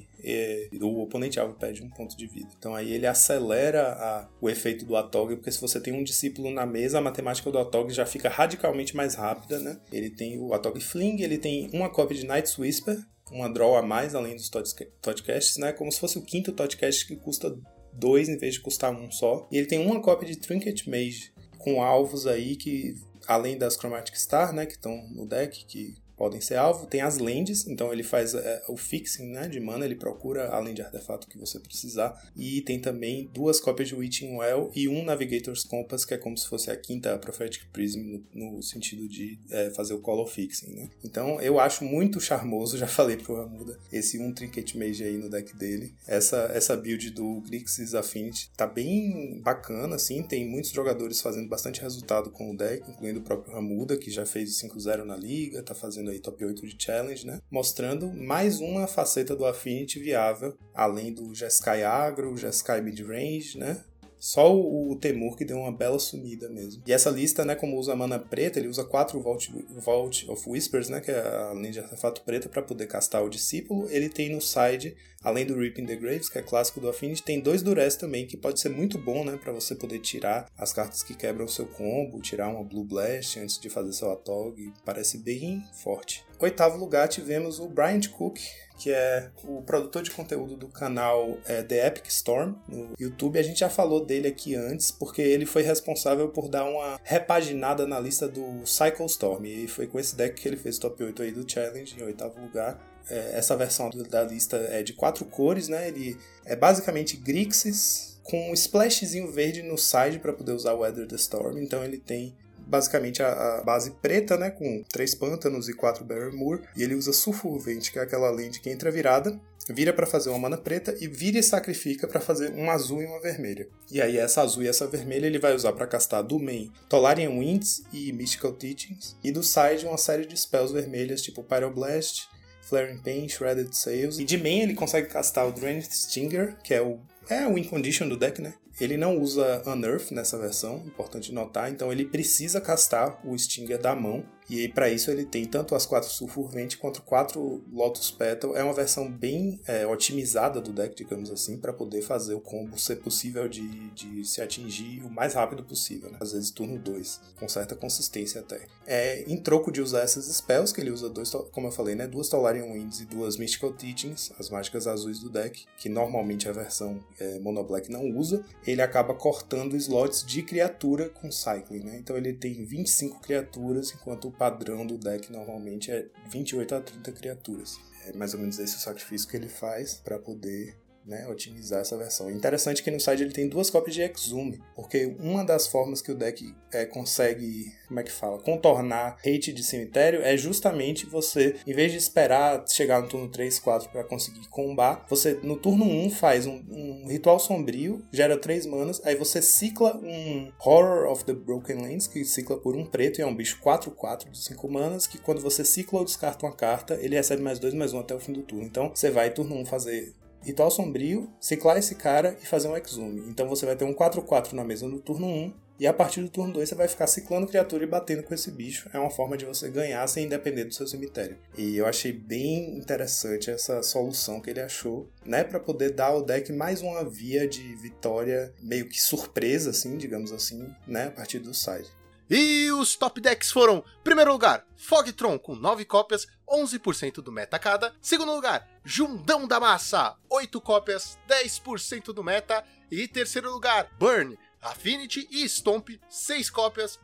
o oponente alvo perde 1 ponto de vida. Então aí ele acelera o efeito do Atog, porque se você tem um discípulo na mesa, a matemática do Atog já fica radicalmente mais rápida, né? Ele tem o Atog Fling, ele tem uma cópia de Night's Whisper, uma draw a mais, além dos Toddcasts, né? Como se fosse o 5º Toddcast que custa 2 em vez de custar 1 só. E ele tem uma cópia de Trinket Mage, com alvos aí que, além das Chromatic Star, né? Que estão no deck, que podem ser alvo, tem as lands, então ele faz o fixing, né, de mana, ele procura a land de artefato que você precisar, e tem também 2 cópias de Witching Well e um Navigator's Compass, que é como se fosse a 5ª Prophetic Prism no sentido de fazer o color fixing, né. Então eu acho muito charmoso, já falei pro Ramuda, esse Trinket Mage aí no deck dele. Essa build do Grixis Affinity tá bem bacana, assim, tem muitos jogadores fazendo bastante resultado com o deck, incluindo o próprio Ramuda, que já fez 5-0 na liga, tá fazendo aí top 8 de challenge, né? Mostrando mais uma faceta do Affinity viável, além do Jeskai Agro, Jeskai Midrange, né? Só o Temur que deu uma bela sumida mesmo. E essa lista, né, como usa mana preta, ele usa 4 Vault of Whispers, né, que é a linha de artefato preta, para poder castar o discípulo. Ele tem no side, além do Reaping the Graves, que é clássico do Affinity, tem 2 Duress também, que pode ser muito bom, né, para você poder tirar as cartas que quebram o seu combo, tirar uma Blue Blast antes de fazer seu Atog. Parece bem forte. 8º lugar tivemos o Bryant Cook, que é o produtor de conteúdo do canal The Epic Storm no YouTube. A gente já falou dele aqui antes, porque ele foi responsável por dar uma repaginada na lista do Cycle Storm, e foi com esse deck que ele fez o top 8 aí do Challenge, em 8º lugar. Essa versão da lista é de 4 cores, né? Ele é basicamente Grixis com um splashzinho verde no side para poder usar o Weather the Storm. Então ele tem basicamente a base preta, né, com 3 pântanos e 4 Barrymore, e ele usa Sulfurvente, que é aquela land que entra virada, vira para fazer uma mana preta e vira e sacrifica para fazer um azul e uma vermelha. E aí essa azul e essa vermelha ele vai usar para castar do main Tolarian Winds e Mystical Teachings, e do side uma série de spells vermelhas tipo Pyroblast, Flaring Pain, Shredded Sails, e de main ele consegue castar o Drained Stinger, que é o win condition do deck, né? Ele não usa Unearth nessa versão, importante notar, então ele precisa castar o Stinger da mão. E aí, para isso ele tem tanto as 4 Sulfurvente quanto 4 Lotus Petal. É uma versão bem otimizada do deck, digamos assim, para poder fazer o combo ser possível de se atingir o mais rápido possível, né? Às vezes turno 2, com certa consistência até. Em troco de usar essas spells, que ele usa 2, como eu falei, né, 2 Tolarian Winds e 2 Mystical Teachings, as mágicas azuis do deck, que normalmente a versão Mono Black não usa, ele acaba cortando slots de criatura com Cycling, né? Então ele tem 25 criaturas, enquanto o padrão do deck normalmente é 28 a 30 criaturas. É mais ou menos esse o sacrifício que ele faz para poder, né, otimizar essa versão. Interessante que no side ele tem 2 cópias de Exhume, porque uma das formas que o deck consegue, contornar hate de cemitério é justamente você, em vez de esperar chegar no turno 3, 4 para conseguir combar, você no turno 1 faz um ritual sombrio, gera 3 manas, aí você cicla um Horror of the Broken Lands, que cicla por um preto e é um bicho 4/4 de 5 manas, que quando você cicla ou descarta uma carta, ele recebe +2/+1 até o fim do turno. Então você vai turno 1 fazer Ritual Sombrio, ciclar esse cara e fazer um Exhume. Então você vai ter um 4/4 na mesa no turno 1, e a partir do turno 2 você vai ficar ciclando criatura e batendo com esse bicho. É uma forma de você ganhar sem depender do seu cemitério. E eu achei bem interessante essa solução que ele achou, né, para poder dar ao deck mais uma via de vitória meio que surpresa, assim, digamos assim, né, a partir do side. E os top decks foram: primeiro lugar, Fogtron com 9 cópias, 11% do meta cada. Segundo lugar, Jundão da Massa, 8 cópias, 10% do meta. E terceiro lugar, Burn, Affinity e Stomp, 6 cópias,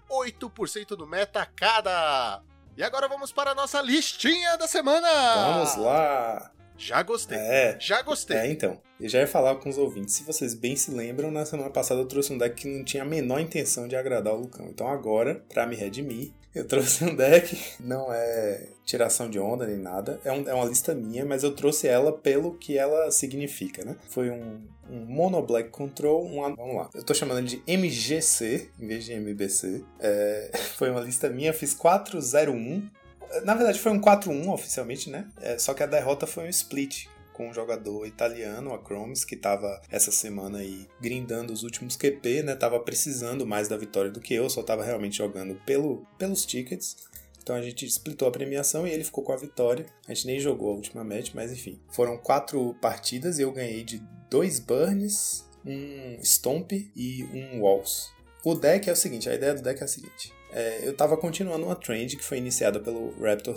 8% do meta cada. E agora vamos para a nossa listinha da semana. Vamos lá! Já gostei. Já gostei. Então, eu já ia falar com os ouvintes. Se vocês bem se lembram, na semana passada eu trouxe um deck que não tinha a menor intenção de agradar o Lucão. Então agora, pra me redimir, eu trouxe um deck, não é tiração de onda nem nada, é uma lista minha, mas eu trouxe ela pelo que ela significa, né? Foi um Mono Black Control, vamos lá, eu tô chamando ele de MGC, em vez de MBC. Foi uma lista minha, fiz 401. Na verdade foi um 4-1 oficialmente, né? Só que a derrota foi um split com um jogador italiano, a Chromes, que tava essa semana aí grindando os últimos QP, né? Tava precisando mais da vitória do que eu, só tava realmente jogando pelos tickets. Então a gente splitou a premiação e ele ficou com a vitória. A gente nem jogou a última match, mas enfim. Foram 4 partidas e eu ganhei de 2 Burns, um Stomp e um Walls. O deck é o seguinte, a ideia do deck é a seguinte. Eu tava continuando uma trend que foi iniciada pelo Raptor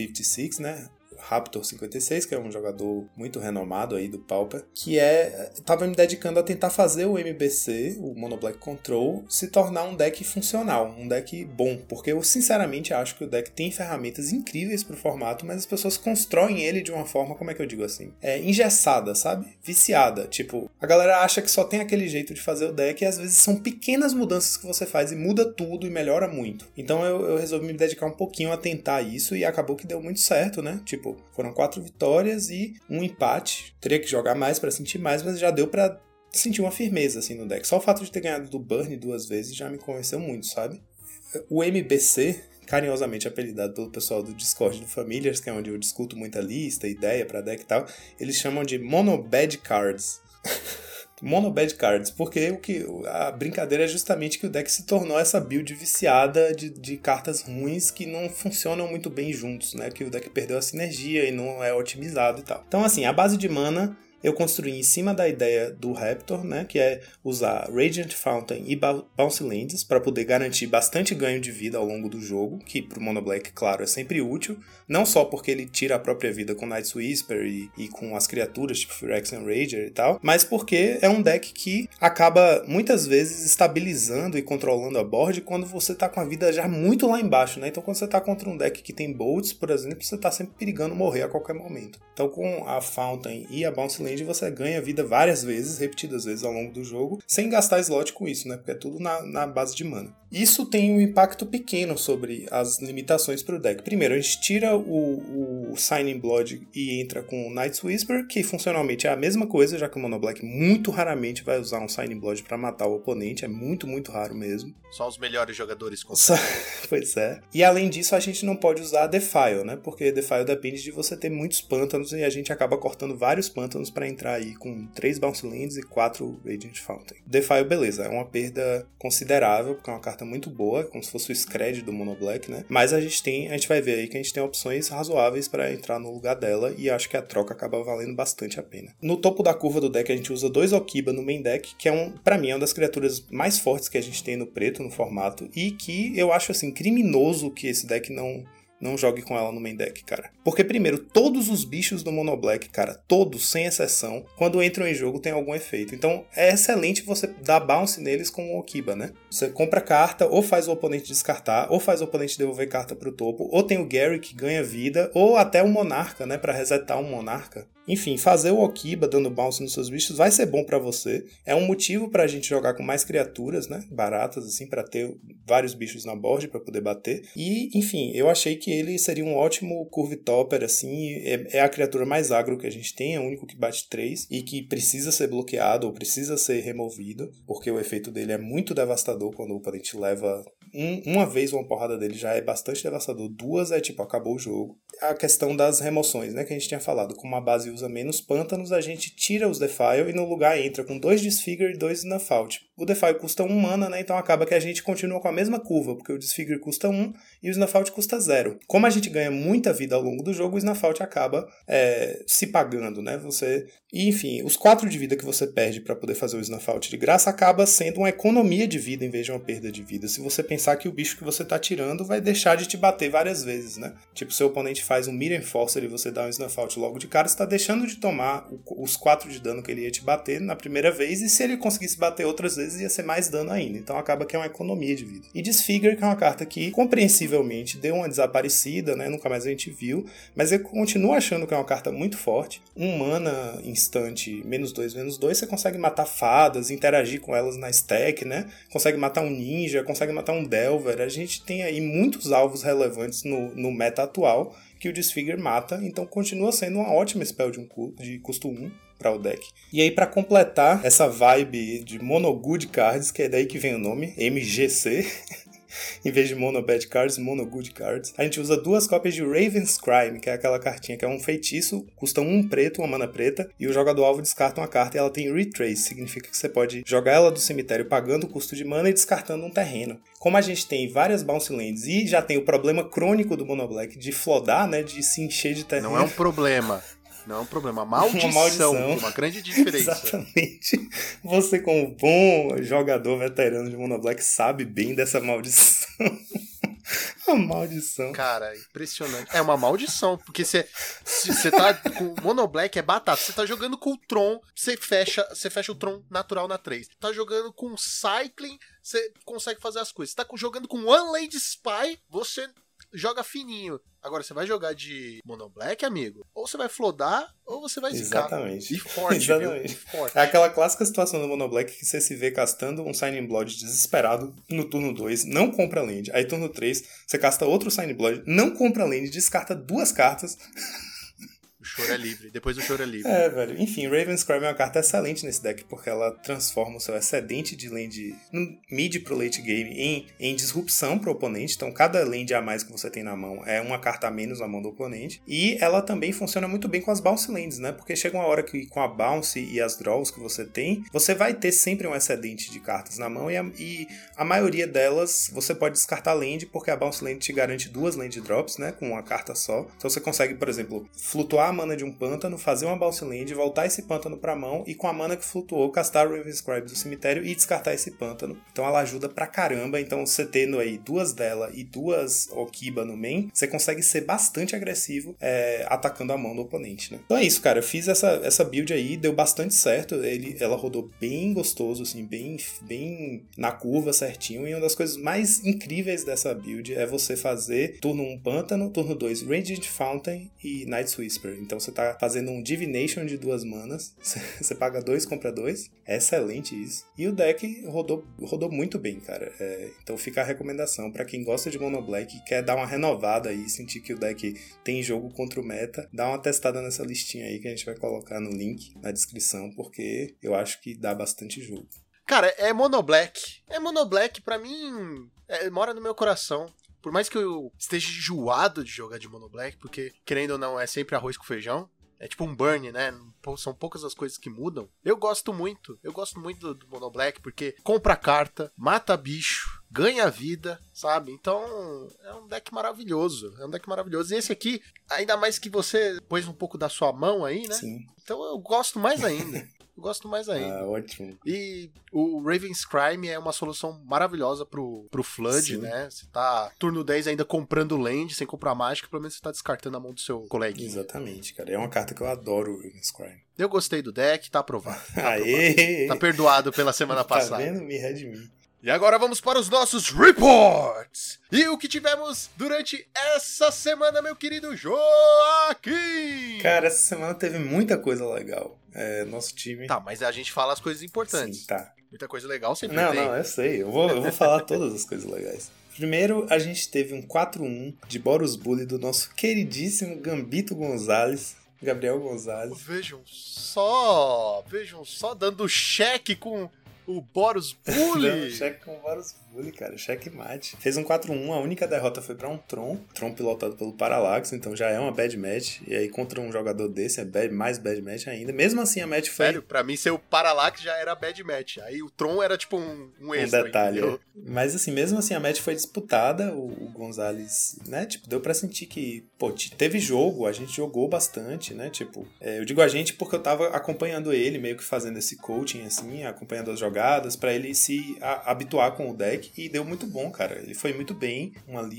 56, né? Raptor 56, que é um jogador muito renomado aí do Pauper, que tava me dedicando a tentar fazer o MBC, o Mono Black Control, se tornar um deck funcional, um deck bom, porque eu sinceramente acho que o deck tem ferramentas incríveis pro formato, mas as pessoas constroem ele de uma forma, como é que eu digo assim, engessada, sabe? Viciada, tipo, a galera acha que só tem aquele jeito de fazer o deck e às vezes são pequenas mudanças que você faz e muda tudo e melhora muito. Então eu resolvi me dedicar um pouquinho a tentar isso e acabou que deu muito certo, né? Tipo, foram 4 vitórias e um empate. Teria que jogar mais pra sentir mais, mas já deu pra sentir uma firmeza assim no deck. Só o fato de ter ganhado do Burn 2 vezes já me convenceu muito, sabe? O MBC, carinhosamente apelidado pelo pessoal do Discord do Familiars, que é onde eu discuto muita lista, ideia pra deck e tal, eles chamam de Mono Bad Cards. Mono Bad Cards, porque a brincadeira é justamente que o deck se tornou essa build viciada de cartas ruins que não funcionam muito bem juntos, né? Que o deck perdeu a sinergia e não é otimizado e tal. Então, assim, a base de mana eu construí em cima da ideia do Raptor, né? Que é usar Radiant Fountain e Bouncy Lands para poder garantir bastante ganho de vida ao longo do jogo, que pro Mono Black, claro, é sempre útil. Não só porque ele tira a própria vida com Night's Whisper e com as criaturas tipo Phyrexian Rager e tal, mas porque é um deck que acaba muitas vezes estabilizando e controlando a board quando você tá com a vida já muito lá embaixo, né? Então quando você tá contra um deck que tem bolts, por exemplo, você tá sempre perigando morrer a qualquer momento. Então com a Fountain e a Bouncy Land você ganha vida várias vezes, repetidas vezes ao longo do jogo, sem gastar slot com isso, né? Porque é tudo na base de mana. Isso tem um impacto pequeno sobre as limitações para o deck. Primeiro, a gente tira o Signing Blood e entra com o Night's Whisper, que funcionalmente é a mesma coisa, já que o Mono Black muito raramente vai usar um Signing Blood para matar o oponente, é muito, muito raro mesmo. Só os melhores jogadores conseguem. Pois é. E além disso, a gente não pode usar Defile, né? Porque Defile depende de você ter muitos pântanos e a gente acaba cortando vários pântanos para entrar aí com 3 Bouncy Lands e 4 Radiant Fountain. Defile, beleza, é uma perda considerável, porque é uma carta muito boa, como se fosse o Scred do Mono Black, né? Mas a gente vai ver aí que a gente tem opções razoáveis para entrar no lugar dela e acho que a troca acaba valendo bastante a pena. No topo da curva do deck a gente usa 2 Okiba no main deck, que pra mim é uma das criaturas mais fortes que a gente tem no preto, no formato, e que eu acho assim criminoso que esse deck não jogue com ela no main deck, cara. Porque, primeiro, todos os bichos do Mono Black, cara, todos, sem exceção, quando entram em jogo tem algum efeito. Então, é excelente você dar bounce neles com o Okiba, né? Você compra carta, ou faz o oponente descartar, ou faz o oponente devolver carta pro topo, ou tem o Gary que ganha vida, ou até o Monarca, né? Pra resetar um Monarca. Enfim, fazer o Okiba dando bounce nos seus bichos vai ser bom pra você. É um motivo pra gente jogar com mais criaturas, né? Baratas, assim, pra ter vários bichos na board pra poder bater. E, enfim, eu achei que ele seria um ótimo curve topper, assim. É a criatura mais agro que a gente tem, é o único que bate 3 e que precisa ser bloqueado ou precisa ser removido, porque o efeito dele é muito devastador quando o oponente leva uma vez uma porrada dele já é bastante devastador, 2 é tipo, acabou o jogo. A questão das remoções, né, que a gente tinha falado, como a base usa menos pântanos, a gente tira os Defile e no lugar entra com 2 Disfigure e 2 Snuff Out. O Defile custa 1 mana, né, então acaba que a gente continua com a mesma curva, porque o Disfigure custa 1 e o Snuff Out custa 0. Como a gente ganha muita vida ao longo do jogo, o Snuff Out acaba se pagando, né, E, enfim, os 4 de vida que você perde para poder fazer o Snuff Out de graça acaba sendo uma economia de vida em vez de uma perda de vida. Se você pensar que o bicho que você tá tirando vai deixar de te bater várias vezes, né? Tipo, seu oponente faz um Mirror Enforcer e você dá um Snuff Out logo de cara, você tá deixando de tomar os 4 de dano que ele ia te bater na primeira vez, e se ele conseguisse bater outras vezes ia ser mais dano ainda. Então acaba que é uma economia de vida. E Disfigure, que é uma carta que compreensivelmente deu uma desaparecida, né? Nunca mais a gente viu, mas eu continuo achando que é uma carta muito forte. 1 mana instante, -2/-2, você consegue matar fadas, interagir com elas na stack, né? Consegue matar um ninja, consegue matar um Delver. A gente tem aí muitos alvos relevantes no meta atual que o Disfigure mata, então continua sendo uma ótima spell de custo 1 para o deck. E aí, para completar essa vibe de Mono Good Cards, que é daí que vem o nome, MGC, em vez de Mono Bad Cards, Mono Good Cards. A gente usa 2 cópias de Raven's Crime, que é aquela cartinha que é um feitiço, custa 1 preto, 1 mana preta, e o jogador alvo descarta uma carta e ela tem Retrace, significa que você pode jogar ela do cemitério pagando o custo de mana e descartando um terreno. Como a gente tem várias Bounce Lands e já tem o problema crônico do Mono Black de flodar, né, de se encher de terreno. Não é um problema. Não é um problema, maldição. Uma grande diferença. Exatamente. Você, como bom jogador veterano de Mono Black, sabe bem dessa maldição. A maldição. Cara, impressionante. É uma maldição, porque você tá com Mono Black é batata. Você tá jogando com o Tron, você fecha o Tron natural na 3. Tá jogando com Cycling, você consegue fazer as coisas. Você tá jogando com One Land Spy, você joga fininho. Agora, você vai jogar de Mono Black, amigo? Ou você vai flodar, ou você vai zicar. Exatamente. E forte, exatamente. Viu? Forte. É aquela clássica situação do Mono Black que você se vê castando um Sign Blood desesperado no turno 2, não compra land. Aí turno 3, você casta outro Sign Blood, não compra land, descarta 2 cartas. O choro é livre, depois o choro é livre. É, velho. Enfim, Raven's Crime é uma carta excelente nesse deck, porque ela transforma o seu excedente de land no mid pro late game em disrupção pro oponente. Então, cada land a mais que você tem na mão é uma carta a menos na mão do oponente. E ela também funciona muito bem com as bounce lands, né? Porque chega uma hora que com a bounce e as draws que você tem, você vai ter sempre um excedente de cartas na mão e a maioria delas você pode descartar land, porque a bounce land te garante 2 land drops, né? Com uma carta só. Então, você consegue, por exemplo, flutuar a mana de um pântano, fazer uma bounce land, voltar esse pântano pra mão e com a mana que flutuou, castar Raven's Crime do cemitério e descartar esse pântano. Então ela ajuda pra caramba. Então você tendo aí 2 dela e 2 Okiba no main, você consegue ser bastante agressivo atacando a mão do oponente, né? Então é isso, cara. Eu fiz essa build aí, deu bastante certo. Ela rodou bem gostoso, assim, bem na curva certinho. E uma das coisas mais incríveis dessa build é você fazer turno 1 pântano, turno 2 Radiant Fountain e Night's Whisper. Então você tá fazendo um Divination de 2 manas, você paga 2, compra 2, é excelente isso. E o deck rodou muito bem, cara. Então fica a recomendação pra quem gosta de Mono Black e quer dar uma renovada aí, sentir que o deck tem jogo contra o meta, dá uma testada nessa listinha aí que a gente vai colocar no link na descrição, porque eu acho que dá bastante jogo. Cara, é Mono Black. É Mono Black, pra mim, mora no meu coração. Por mais que eu esteja enjoado de jogar de Mono Black, porque, querendo ou não, é sempre arroz com feijão. É tipo um burn, né? São poucas as coisas que mudam. Eu gosto muito do Mono Black, porque compra carta, mata bicho, ganha vida, sabe? Então, é um deck maravilhoso. E esse aqui, ainda mais que você pôs um pouco da sua mão aí, né? Sim. Então eu gosto mais ainda. Ah, ótimo. E o Raven's Crime é uma solução maravilhosa pro Flood, Sim. né? Você tá turno 10 ainda comprando land, sem comprar mágica, pelo menos você tá descartando a mão do seu coleguinha. Exatamente, cara. É uma carta que eu adoro, o Raven's Crime. Eu gostei do deck, tá aprovado. Aê! Tá perdoado pela semana passada. Tá vendo? Me redimi. E agora vamos para os nossos reports! E o que tivemos durante essa semana, meu querido Joaquim? Cara, essa semana teve muita coisa legal. Nosso time... Tá, mas a gente fala as coisas importantes. Sim, tá. Muita coisa legal sempre Não, tem. não, eu sei. Eu vou falar todas as coisas legais. Primeiro, a gente teve um 4-1 de Boros Bully do nosso queridíssimo Gambito Gonzalez, Gabriel Gonzalez. Vejam só, dando cheque com o Boros Bully. Dando cheque com o Boros Bully, cara. Cheque mate. Fez um 4-1, a única derrota foi pra um Tron pilotado pelo Parallax, então já é uma bad match. E aí contra um jogador desse mais bad match ainda. Mesmo assim a match foi... Sério, pra mim ser o Parallax já era bad match. Aí o Tron era tipo um extra. Um detalhe. Mas assim, mesmo assim a match foi disputada. O Gonzalez, né, tipo, deu pra sentir que, pô, teve jogo, a gente jogou bastante, né, tipo, eu digo a gente porque eu tava acompanhando ele, meio que fazendo esse coaching, assim, acompanhando as jogadas, pra ele se habituar com o deck, e deu muito bom, cara. Ele foi muito bem,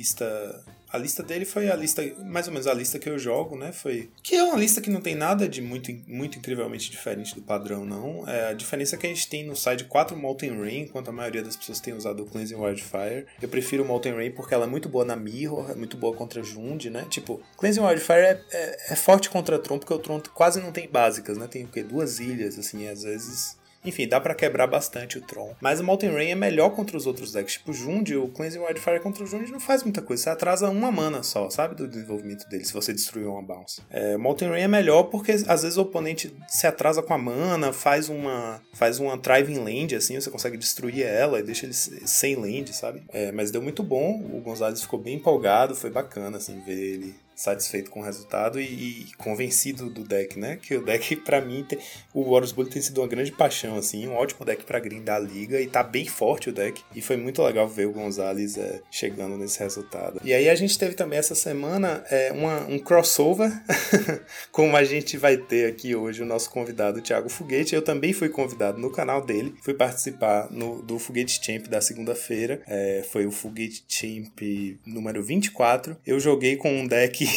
a lista dele foi a lista, mais ou menos a lista que eu jogo, né? Que é uma lista que não tem nada de muito incrivelmente diferente do padrão, não. A diferença é que a gente tem no side 4 Molten Rain, enquanto a maioria das pessoas tem usado o Cleansing Wildfire. Eu prefiro o Molten Rain porque ela é muito boa na Mirror, é muito boa contra Jund, né? Tipo, Cleansing Wildfire é forte contra Tron, porque o Tron quase não tem básicas, né? Tem o quê? 2 ilhas, assim, às vezes... Enfim, dá pra quebrar bastante o Tron. Mas o Molten Rain é melhor contra os outros decks. Tipo, o Jund, o Cleansing Wildfire contra o Jund não faz muita coisa. Você atrasa uma mana só, sabe? Do desenvolvimento dele, se você destruir uma bounce. Molten Rain é melhor porque às vezes o oponente se atrasa com a mana, faz uma Thriving Land, assim, você consegue destruir ela e deixa ele sem land, sabe? Mas deu muito bom, o Gonzalez ficou bem empolgado, foi bacana, assim, ver ele satisfeito com o resultado e convencido do deck, né? Que o deck, pra mim, o Warriors Bullet tem sido uma grande paixão, assim, um ótimo deck pra grindar a liga e tá bem forte o deck. E foi muito legal ver o Gonzalez chegando nesse resultado. E aí a gente teve também essa semana um crossover, como a gente vai ter aqui hoje o nosso convidado, o Thiago Foguete. Eu também fui convidado no canal dele, fui participar do Foguete Champ da segunda-feira, foi o Foguete Champ número 24. Eu joguei com um deck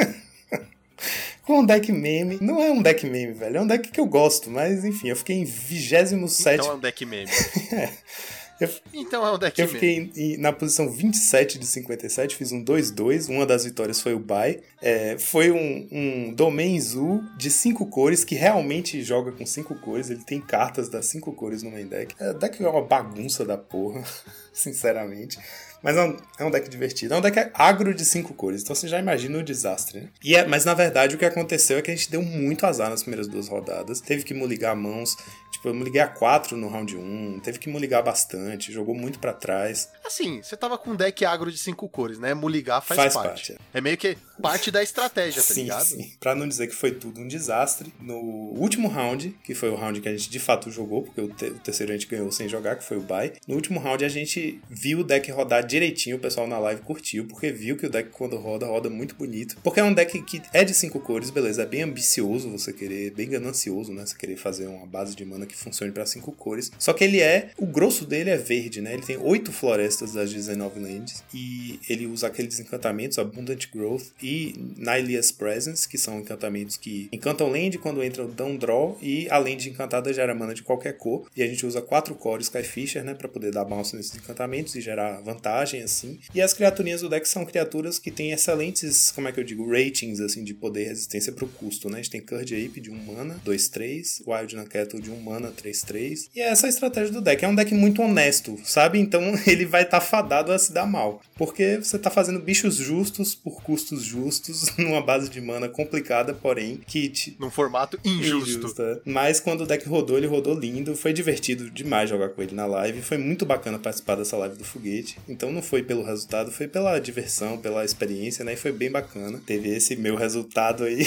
com um deck meme. Não é um deck meme, velho. É um deck que eu gosto, mas enfim, eu fiquei em 27º. Então é um deck meme. Então é um deck Eu fiquei na posição 27 de 57, fiz um 2-2, uma das vitórias foi o bye. Foi um Domain Zoo de 5 cores, que realmente joga com 5 cores, ele tem cartas das 5 cores no main deck. O deck é uma bagunça da porra, sinceramente. Mas é um deck divertido. É um deck agro de 5 cores. Então você já imagina o desastre, né? Mas na verdade o que aconteceu é que a gente deu muito azar nas primeiras 2 rodadas. Teve que muligar mãos. Tipo, eu muliguei a 4 no round 1. Teve que muligar bastante. Jogou muito pra trás. Assim, você tava com um deck agro de 5 cores, né? Muligar faz parte. É meio que parte da estratégia, tá ligado? Sim. Pra não dizer que foi tudo um desastre. No último round, que foi o round que a gente de fato jogou, porque o terceiro a gente ganhou sem jogar, que foi o bye. No último round a gente viu o deck rodar direitinho, o pessoal na live curtiu, porque viu que o deck quando roda muito bonito. Porque é um deck que é de 5 cores, beleza, é bem ambicioso você querer, bem ganancioso, né? Você querer fazer uma base de mana que funcione pra 5 cores. Só que o grosso dele é verde, né? Ele tem 8 florestas das 19 lands e ele usa aqueles encantamentos, Abundant Growth e Nylia's Presence, que são encantamentos que encantam land quando entram, dão draw, e a land encantada gera mana de qualquer cor. E a gente usa 4 cores Skyfisher, né? Pra poder dar bounce nesses encantamentos e gerar vantagem, assim. E as criaturinhas do deck são criaturas que têm excelentes, como é que eu digo, ratings, assim, de poder e resistência pro custo, né? A gente tem Curd Ape de 1 mana, 2/3, Wild Nacatl de 1 mana, 3/3. E essa é a estratégia do deck. É um deck muito honesto, sabe? Então ele vai estar fadado a se dar mal. Porque você tá fazendo bichos justos por custos justos numa base de mana complicada, porém kit. Num formato injusto. Mas quando o deck rodou, ele rodou lindo. Foi divertido demais jogar com ele na live. Foi muito bacana participar dessa live do Foguete. Então não foi pelo resultado, foi pela diversão, pela experiência, né? E foi bem bacana. Teve esse meu resultado aí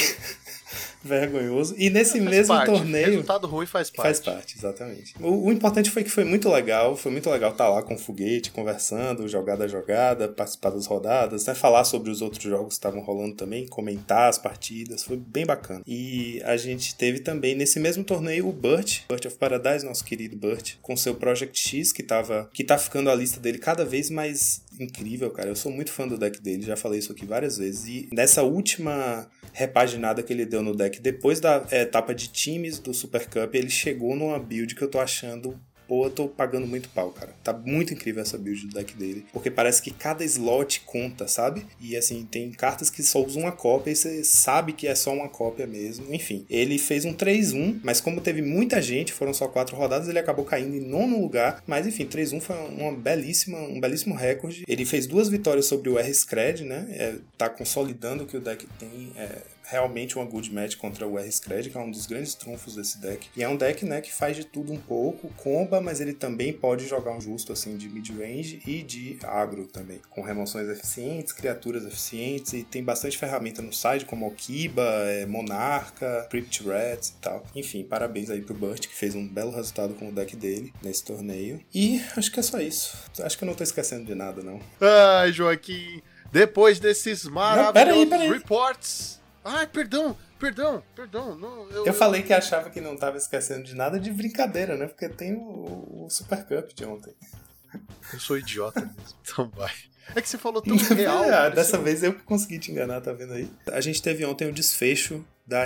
vergonhoso. E nesse mesmo torneio... Resultado ruim faz parte. Faz parte, exatamente. O importante foi que foi muito legal estar lá com o Foguete, conversando, jogada a jogada, participar das rodadas, né? Falar sobre os outros jogos que estavam rolando também, comentar as partidas, foi bem bacana. E a gente teve também, nesse mesmo torneio, o Burt of Paradise, nosso querido Burt, com seu Project X, que tá ficando a lista dele cada vez mais incrível, cara. Eu sou muito fã do deck dele, já falei isso aqui várias vezes. E nessa última repaginada que ele deu no deck, depois da etapa de times do Super Cup, ele chegou numa build que eu tô achando... Pô, eu tô pagando muito pau, cara. Tá muito incrível essa build do deck dele. Porque parece que cada slot conta, sabe? E assim, tem cartas que só usam uma cópia e você sabe que é só uma cópia mesmo. Enfim, ele fez um 3-1, mas como teve muita gente, foram só 4 rodadas, ele acabou caindo em 9º lugar. Mas enfim, 3-1 foi um belíssimo recorde. Ele fez 2 vitórias sobre o R-Scred, né? Tá consolidando que o deck tem... realmente uma good match contra o R-Scred, que é um dos grandes trunfos desse deck. E é um deck, né, que faz de tudo um pouco, comba, mas ele também pode jogar um justo, assim, de mid-range e de agro também, com remoções eficientes, criaturas eficientes, e tem bastante ferramenta no side, como Okiba, Monarca, Crypt Rats e tal. Enfim, parabéns aí pro Burt, que fez um belo resultado com o deck dele nesse torneio. E acho que é só isso. Acho que eu não tô esquecendo de nada, não. Ai, Joaquim, depois desses maravilhosos peraí. reports... Ai, perdão. Não, eu falei que achava que não tava esquecendo de nada de brincadeira, né? Porque tem o Super Cup de ontem. Eu sou idiota mesmo. Então vai. É que você falou tão real. Dessa vez eu consegui te enganar, tá vendo aí? A gente teve ontem o desfecho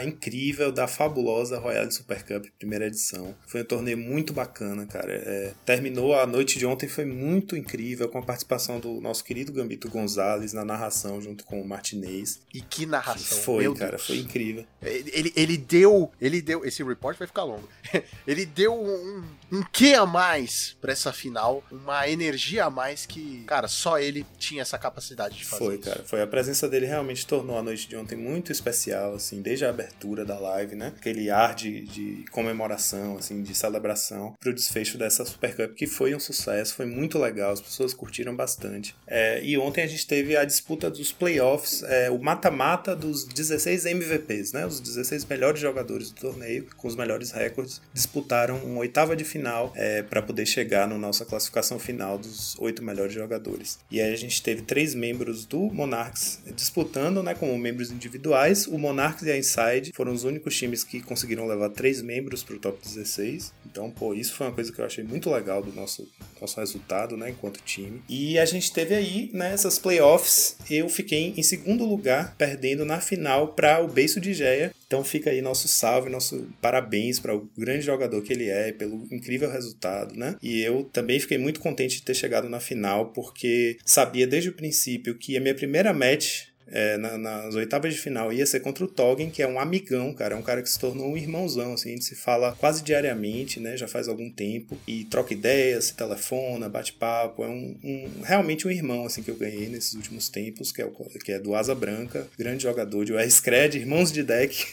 da fabulosa Royale Super Cup, primeira edição. Foi um torneio muito bacana, cara. Terminou a noite de ontem, foi muito incrível, com a participação do nosso querido Gambito Gonzalez na narração, junto com o Martinez. E que narração. Foi, cara, foi incrível. Ele deu, esse report vai ficar longo, ele deu um quê a mais pra essa final, uma energia a mais que, cara, só ele tinha essa capacidade de fazer. Foi, cara, foi. A presença dele realmente tornou a noite de ontem muito especial, assim, desde a abertura da live, né? Aquele ar de comemoração, assim, de celebração pro desfecho dessa Super Cup, que foi um sucesso, foi muito legal, as pessoas curtiram bastante. E ontem a gente teve a disputa dos playoffs, o mata-mata dos 16 MVPs, né? Os 16 melhores jogadores do torneio, com os melhores recordes, disputaram uma oitava de final para poder chegar na nossa classificação final dos 8 melhores jogadores. E aí a gente teve 3 membros do Monarchs disputando, né, como membros individuais. O Monarchs e a Inside foram os únicos times que conseguiram levar 3 membros pro top 16. Então, isso foi uma coisa que eu achei muito legal do nosso resultado, né, enquanto time. E a gente teve aí, né, essas playoffs. Eu fiquei em segundo lugar, perdendo na final para o Beiso de Geia. Então fica aí nosso salve, nosso parabéns para o grande jogador que ele é, pelo incrível resultado, né? E eu também fiquei muito contente de ter chegado na final, porque sabia desde o princípio que a minha primeira match nas oitavas de final ia ser contra o Toggen, que é um amigão, cara, é um cara que se tornou um irmãozão, assim, a gente se fala quase diariamente, né, já faz algum tempo, e troca ideias, se telefona, bate papo, realmente um irmão, assim, que eu ganhei nesses últimos tempos, que é do Asa Branca, grande jogador de UR-Scred, irmãos de deck,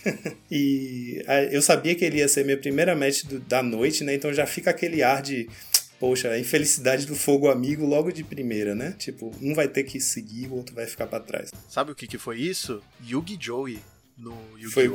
e eu sabia que ele ia ser minha primeira match da noite, né, então já fica aquele ar de... Poxa, a infelicidade do fogo amigo logo de primeira, né? Tipo, um vai ter que seguir, o outro vai ficar pra trás. Sabe o que foi isso? Yugi Joey no Yu-Gi-Oh! Foi...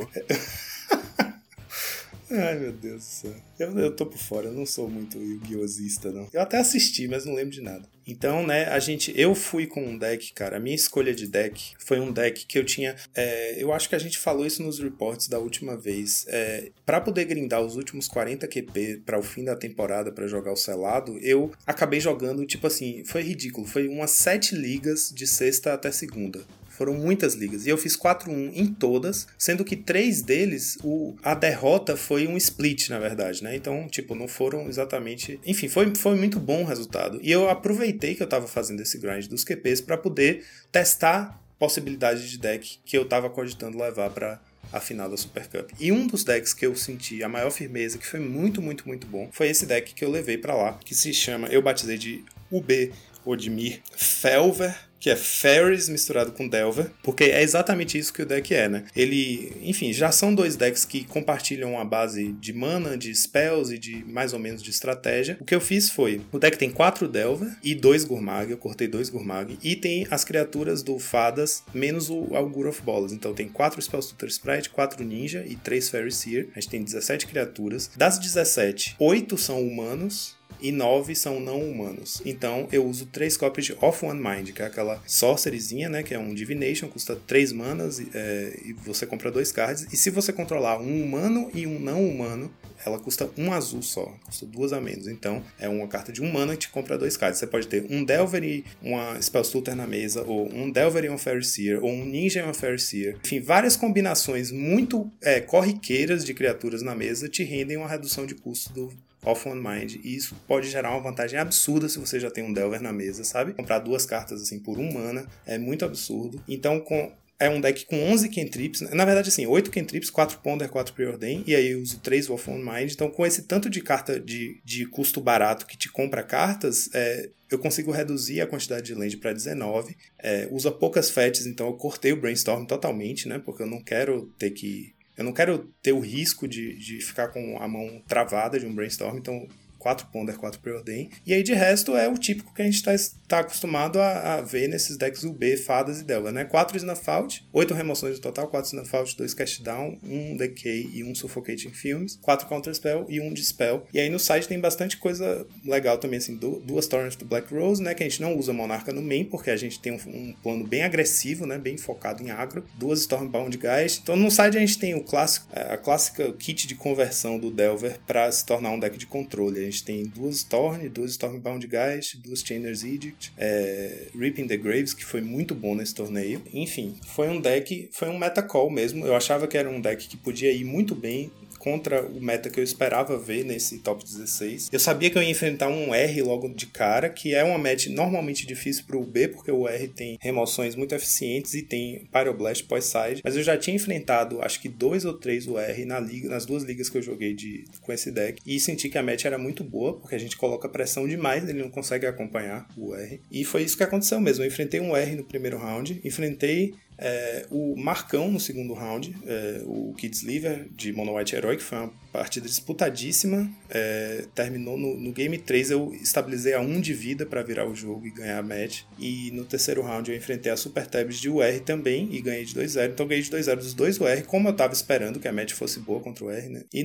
Ai, meu Deus do céu. Eu tô por fora, eu não sou muito Yu-Gi-Ohzista, não. Eu até assisti, mas não lembro de nada. Então, né, eu fui com um deck, cara. A minha escolha de deck foi um deck que eu tinha... eu acho que a gente falou isso nos reports da última vez. Pra poder grindar os últimos 40 QP pra o fim da temporada, pra jogar o selado, eu acabei jogando, tipo assim, foi ridículo. Foi umas 7 ligas de sexta até segunda. Foram muitas ligas. E eu fiz 4-1 em todas, sendo que 3 deles, a derrota foi um split, na verdade, né? Então, tipo, não foram exatamente... Enfim, foi muito bom o resultado. E eu aproveitei que eu tava fazendo esse grind dos QPs para poder testar possibilidades de deck que eu tava cogitando levar para a final da Super Cup. E um dos decks que eu senti a maior firmeza, que foi muito, muito, muito bom, foi esse deck que eu levei para lá, que se chama, eu batizei de UB Odmir Felver, que é Fairies misturado com Delver, porque é exatamente isso que o deck é, né? Ele, enfim, já são 2 decks que compartilham a base de mana, de spells e de mais ou menos de estratégia. O que eu fiz foi, o deck tem 4 Delver e 2 Gurmag, eu cortei 2 Gurmag, e tem as criaturas do Fadas, menos o Augur of Bolas. Então tem 4 Spellstutter Sprite, 4 Ninja e 3 Fairy Seer. A gente tem 17 criaturas. Das 17, 8 são humanos e 9 são não humanos. Então eu uso 3 cópias de Of One Mind, que é aquela sorceryzinha, né, que é um Divination, custa 3 manas e você compra 2 cards. E se você controlar um humano e um não humano, ela custa 1 azul só, custa 2 a menos. Então é uma carta de 1 mana que te compra 2 cards. Você pode ter um Delver e uma Spellstutter na mesa, ou um Delver e uma Fairy Seer, ou um Ninja e uma Fairy Seer. Enfim, várias combinações muito corriqueiras de criaturas na mesa te rendem uma redução de custo do Of One Mind, e isso pode gerar uma vantagem absurda se você já tem um Delver na mesa, sabe? Comprar 2 cartas assim por 1 mana é muito absurdo. Então é um deck com 11 cantrips, na verdade assim, 8 cantrips, 4 Ponder, 4 Preordain, e aí eu uso 3 Of One Mind. Então com esse tanto de carta de custo barato que te compra cartas, eu consigo reduzir a quantidade de land para 19, usa poucas fetches, então eu cortei o Brainstorm totalmente, né? Porque eu não quero ter o risco de ficar com a mão travada de um Brainstorm, então 4 Ponder, 4 Preordain. E aí de resto é o típico que a gente tá acostumado a ver nesses decks UB, Fadas e Delver, né? 4 Snuff Out, 8 remoções no total, 4 Snuff Out, 2 Cast Down, 1 Decay e 1 Suffocating Fumes, 4 Counter Spell e 1 Dispel. E aí no site tem bastante coisa legal também, assim, 2 Torrent do Black Rose, né? Que a gente não usa Monarca no main, porque a gente tem um plano bem agressivo, né? Bem focado em agro. 2 Stormbound Geist. Então no site a gente tem a clássica kit de conversão do Delver para se tornar um deck de controle. gente tem duas Stormbound Geist, duas Chainer's Edict, Reaping the Graves, que foi muito bom nesse torneio. Enfim, foi um meta call mesmo. Eu achava que era um deck que podia ir muito bem contra o meta que eu esperava ver nesse top 16. Eu sabia que eu ia enfrentar um R logo de cara, que é uma match normalmente difícil pro B, porque o R tem remoções muito eficientes e tem Pyroblast pós-side, mas eu já tinha enfrentado, acho que 2 ou 3 o R nas duas ligas que eu joguei com esse deck, e senti que a match era muito boa, porque a gente coloca pressão demais, ele não consegue acompanhar o R, e foi isso que aconteceu mesmo. Eu enfrentei um R no primeiro round, enfrentei o Marcão no segundo round, o Kidsliver de Mono White Heroic, foi uma partida disputadíssima, terminou no Game 3, eu estabilizei a 1 de vida para virar o jogo e ganhar a match, e no terceiro round eu enfrentei a Super Tabs de UR também e ganhei de 2-0, então ganhei de 2-0 dos dois UR, como eu tava esperando que a match fosse boa contra o R, né? E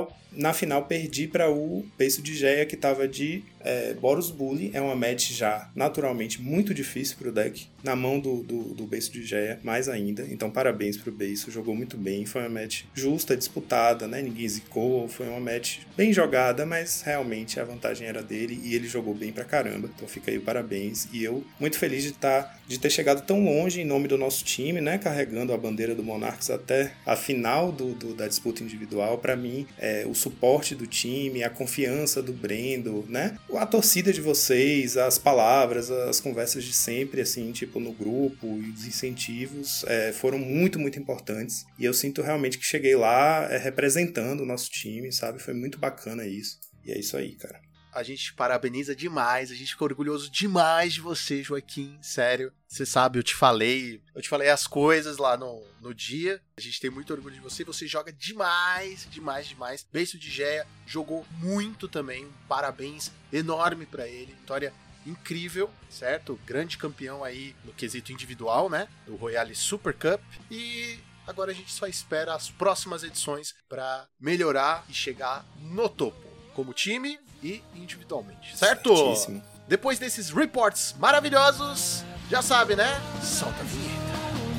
na final perdi para o Beiço de Geia, que tava de Boros Bully, é uma match já naturalmente muito difícil pro deck, na mão do Beiço de Geia mais ainda, então parabéns pro Beiço, jogou muito bem, foi uma match justa, disputada, né? Ninguém zicou, foi uma match bem jogada, mas realmente a vantagem era dele e ele jogou bem pra caramba, então fica aí o parabéns, e eu muito feliz de ter chegado tão longe em nome do nosso time, né? Carregando a bandeira do Monarchs até a final da disputa individual. Pra mim, o suporte do time, a confiança do Brendo, né? A torcida de vocês, as palavras, as conversas de sempre, assim, tipo, no grupo, e os incentivos foram muito, muito importantes. E eu sinto realmente que cheguei lá representando o nosso time, sabe? Foi muito bacana isso. E é isso aí, cara. A gente parabeniza demais, a gente fica orgulhoso demais de você, Joaquim, sério. Você sabe, eu te falei as coisas lá no dia. A gente tem muito orgulho de você, você joga demais, demais, demais. Beiço de Geia jogou muito também, parabéns enorme pra ele, vitória incrível, certo? Grande campeão aí no quesito individual, né? Do Royale Super Cup. E agora a gente só espera as próximas edições pra melhorar e chegar no topo, como time e individualmente, certo? Certíssimo. Depois desses reports maravilhosos, já sabe, né? Solta a vinheta.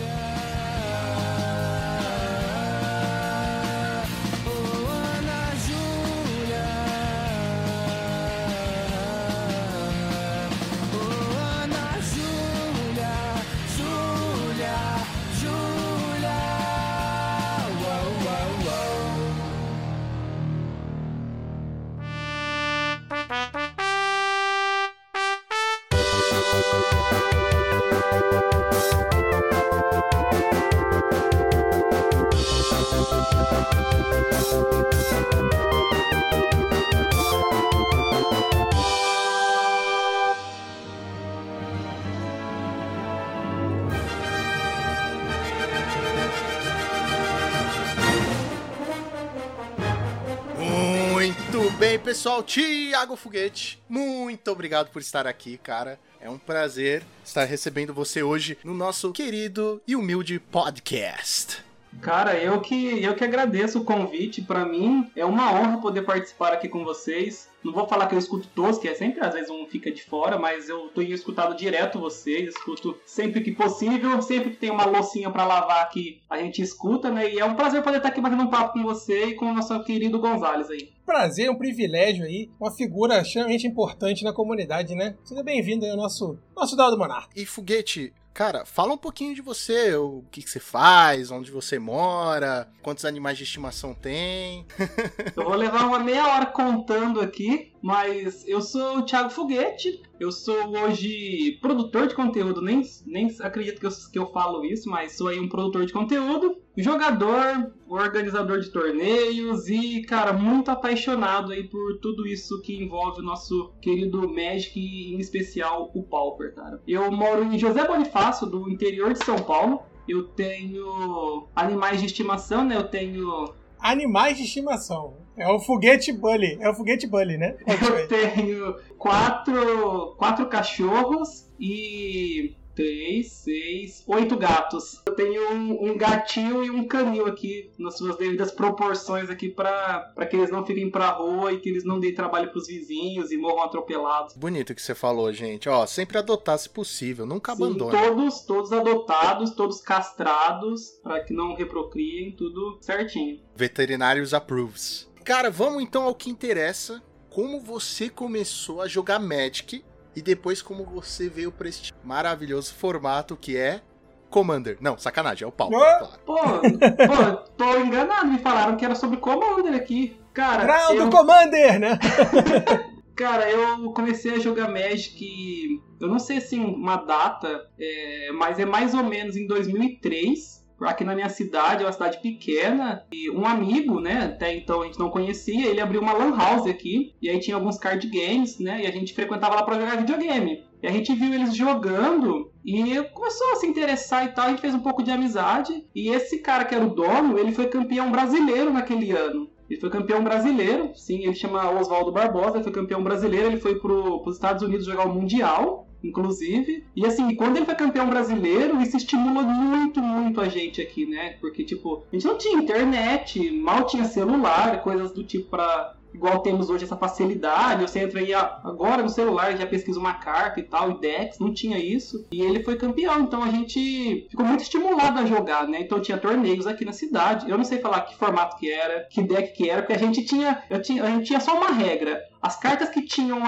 Muito bem, pessoal. Thiago Foguete, muito obrigado por estar aqui, cara. É um prazer estar recebendo você hoje no nosso querido e humilde podcast. Cara, eu que agradeço o convite. Pra mim é uma honra poder participar aqui com vocês. Não vou falar que eu escuto todos, que é sempre, às vezes um fica de fora, mas eu tenho escutado direto vocês, escuto sempre que possível, sempre que tem uma loucinha pra lavar aqui, a gente escuta, né? E é um prazer poder estar aqui batendo um papo com você e com o nosso querido Gonzalez aí. Prazer, um privilégio aí, uma figura extremamente importante na comunidade, né? Seja bem-vindo aí ao nosso Dado Monarca. E Foguete, cara, fala um pouquinho de você, o que você faz, onde você mora, quantos animais de estimação tem. Eu vou levar uma meia hora contando aqui, mas eu sou o Thiago Foguete, eu sou hoje produtor de conteúdo, nem acredito que eu falo isso, mas sou aí um produtor de conteúdo, jogador, organizador de torneios e, cara, muito apaixonado aí por tudo isso que envolve o nosso querido Magic e, em especial, o Pauper, cara. Eu moro em José Bonifácio, do interior de São Paulo. Eu tenho animais de estimação, né? Eu tenho... Animais de estimação. É o Foguete Bully, né? Eu tenho quatro cachorros e 3, 6, 8 gatos. Eu tenho um gatinho e um canil aqui, nas suas devidas proporções aqui, pra que eles não fiquem pra rua e que eles não deem trabalho pros vizinhos e morram atropelados. Bonito o que você falou, gente. Ó, sempre adotar se possível, nunca abandone. Todos adotados, todos castrados, pra que não reprocriem, tudo certinho. Veterinários approves. Cara, vamos então ao que interessa. como você começou a jogar Magic e depois como você veio pra este maravilhoso formato que é Commander. Não, sacanagem, é o Pauper, claro. Pô, tô enganado, me falaram que era sobre Commander aqui. Cara, Grau do Commander, né? Cara, eu comecei a jogar Magic, eu não sei assim uma data, mas é mais ou menos em 2003. Aqui na minha cidade, é uma cidade pequena, e um amigo, né, até então a gente não conhecia, ele abriu uma lan house aqui, e aí tinha alguns card games, né, e a gente frequentava lá pra jogar videogame. E a gente viu eles jogando e começou a se interessar e tal, a gente fez um pouco de amizade, e esse cara que era o dono, ele foi campeão brasileiro naquele ano. Ele foi campeão brasileiro, sim, ele chama Oswaldo Barbosa, ele foi campeão brasileiro, ele foi pros Estados Unidos jogar o Mundial, inclusive. E assim, quando ele foi campeão brasileiro, isso estimulou muito, muito a gente aqui, né? Porque, tipo, a gente não tinha internet, mal tinha celular, coisas do tipo pra... Igual temos hoje essa facilidade, você entra aí agora no celular, já pesquisa uma carta e tal, e decks, não tinha isso. E ele foi campeão, então a gente ficou muito estimulado a jogar, né? Então tinha torneios aqui na cidade. Eu não sei falar que formato que era, que deck que era, porque a gente tinha só uma regra. As cartas que tinham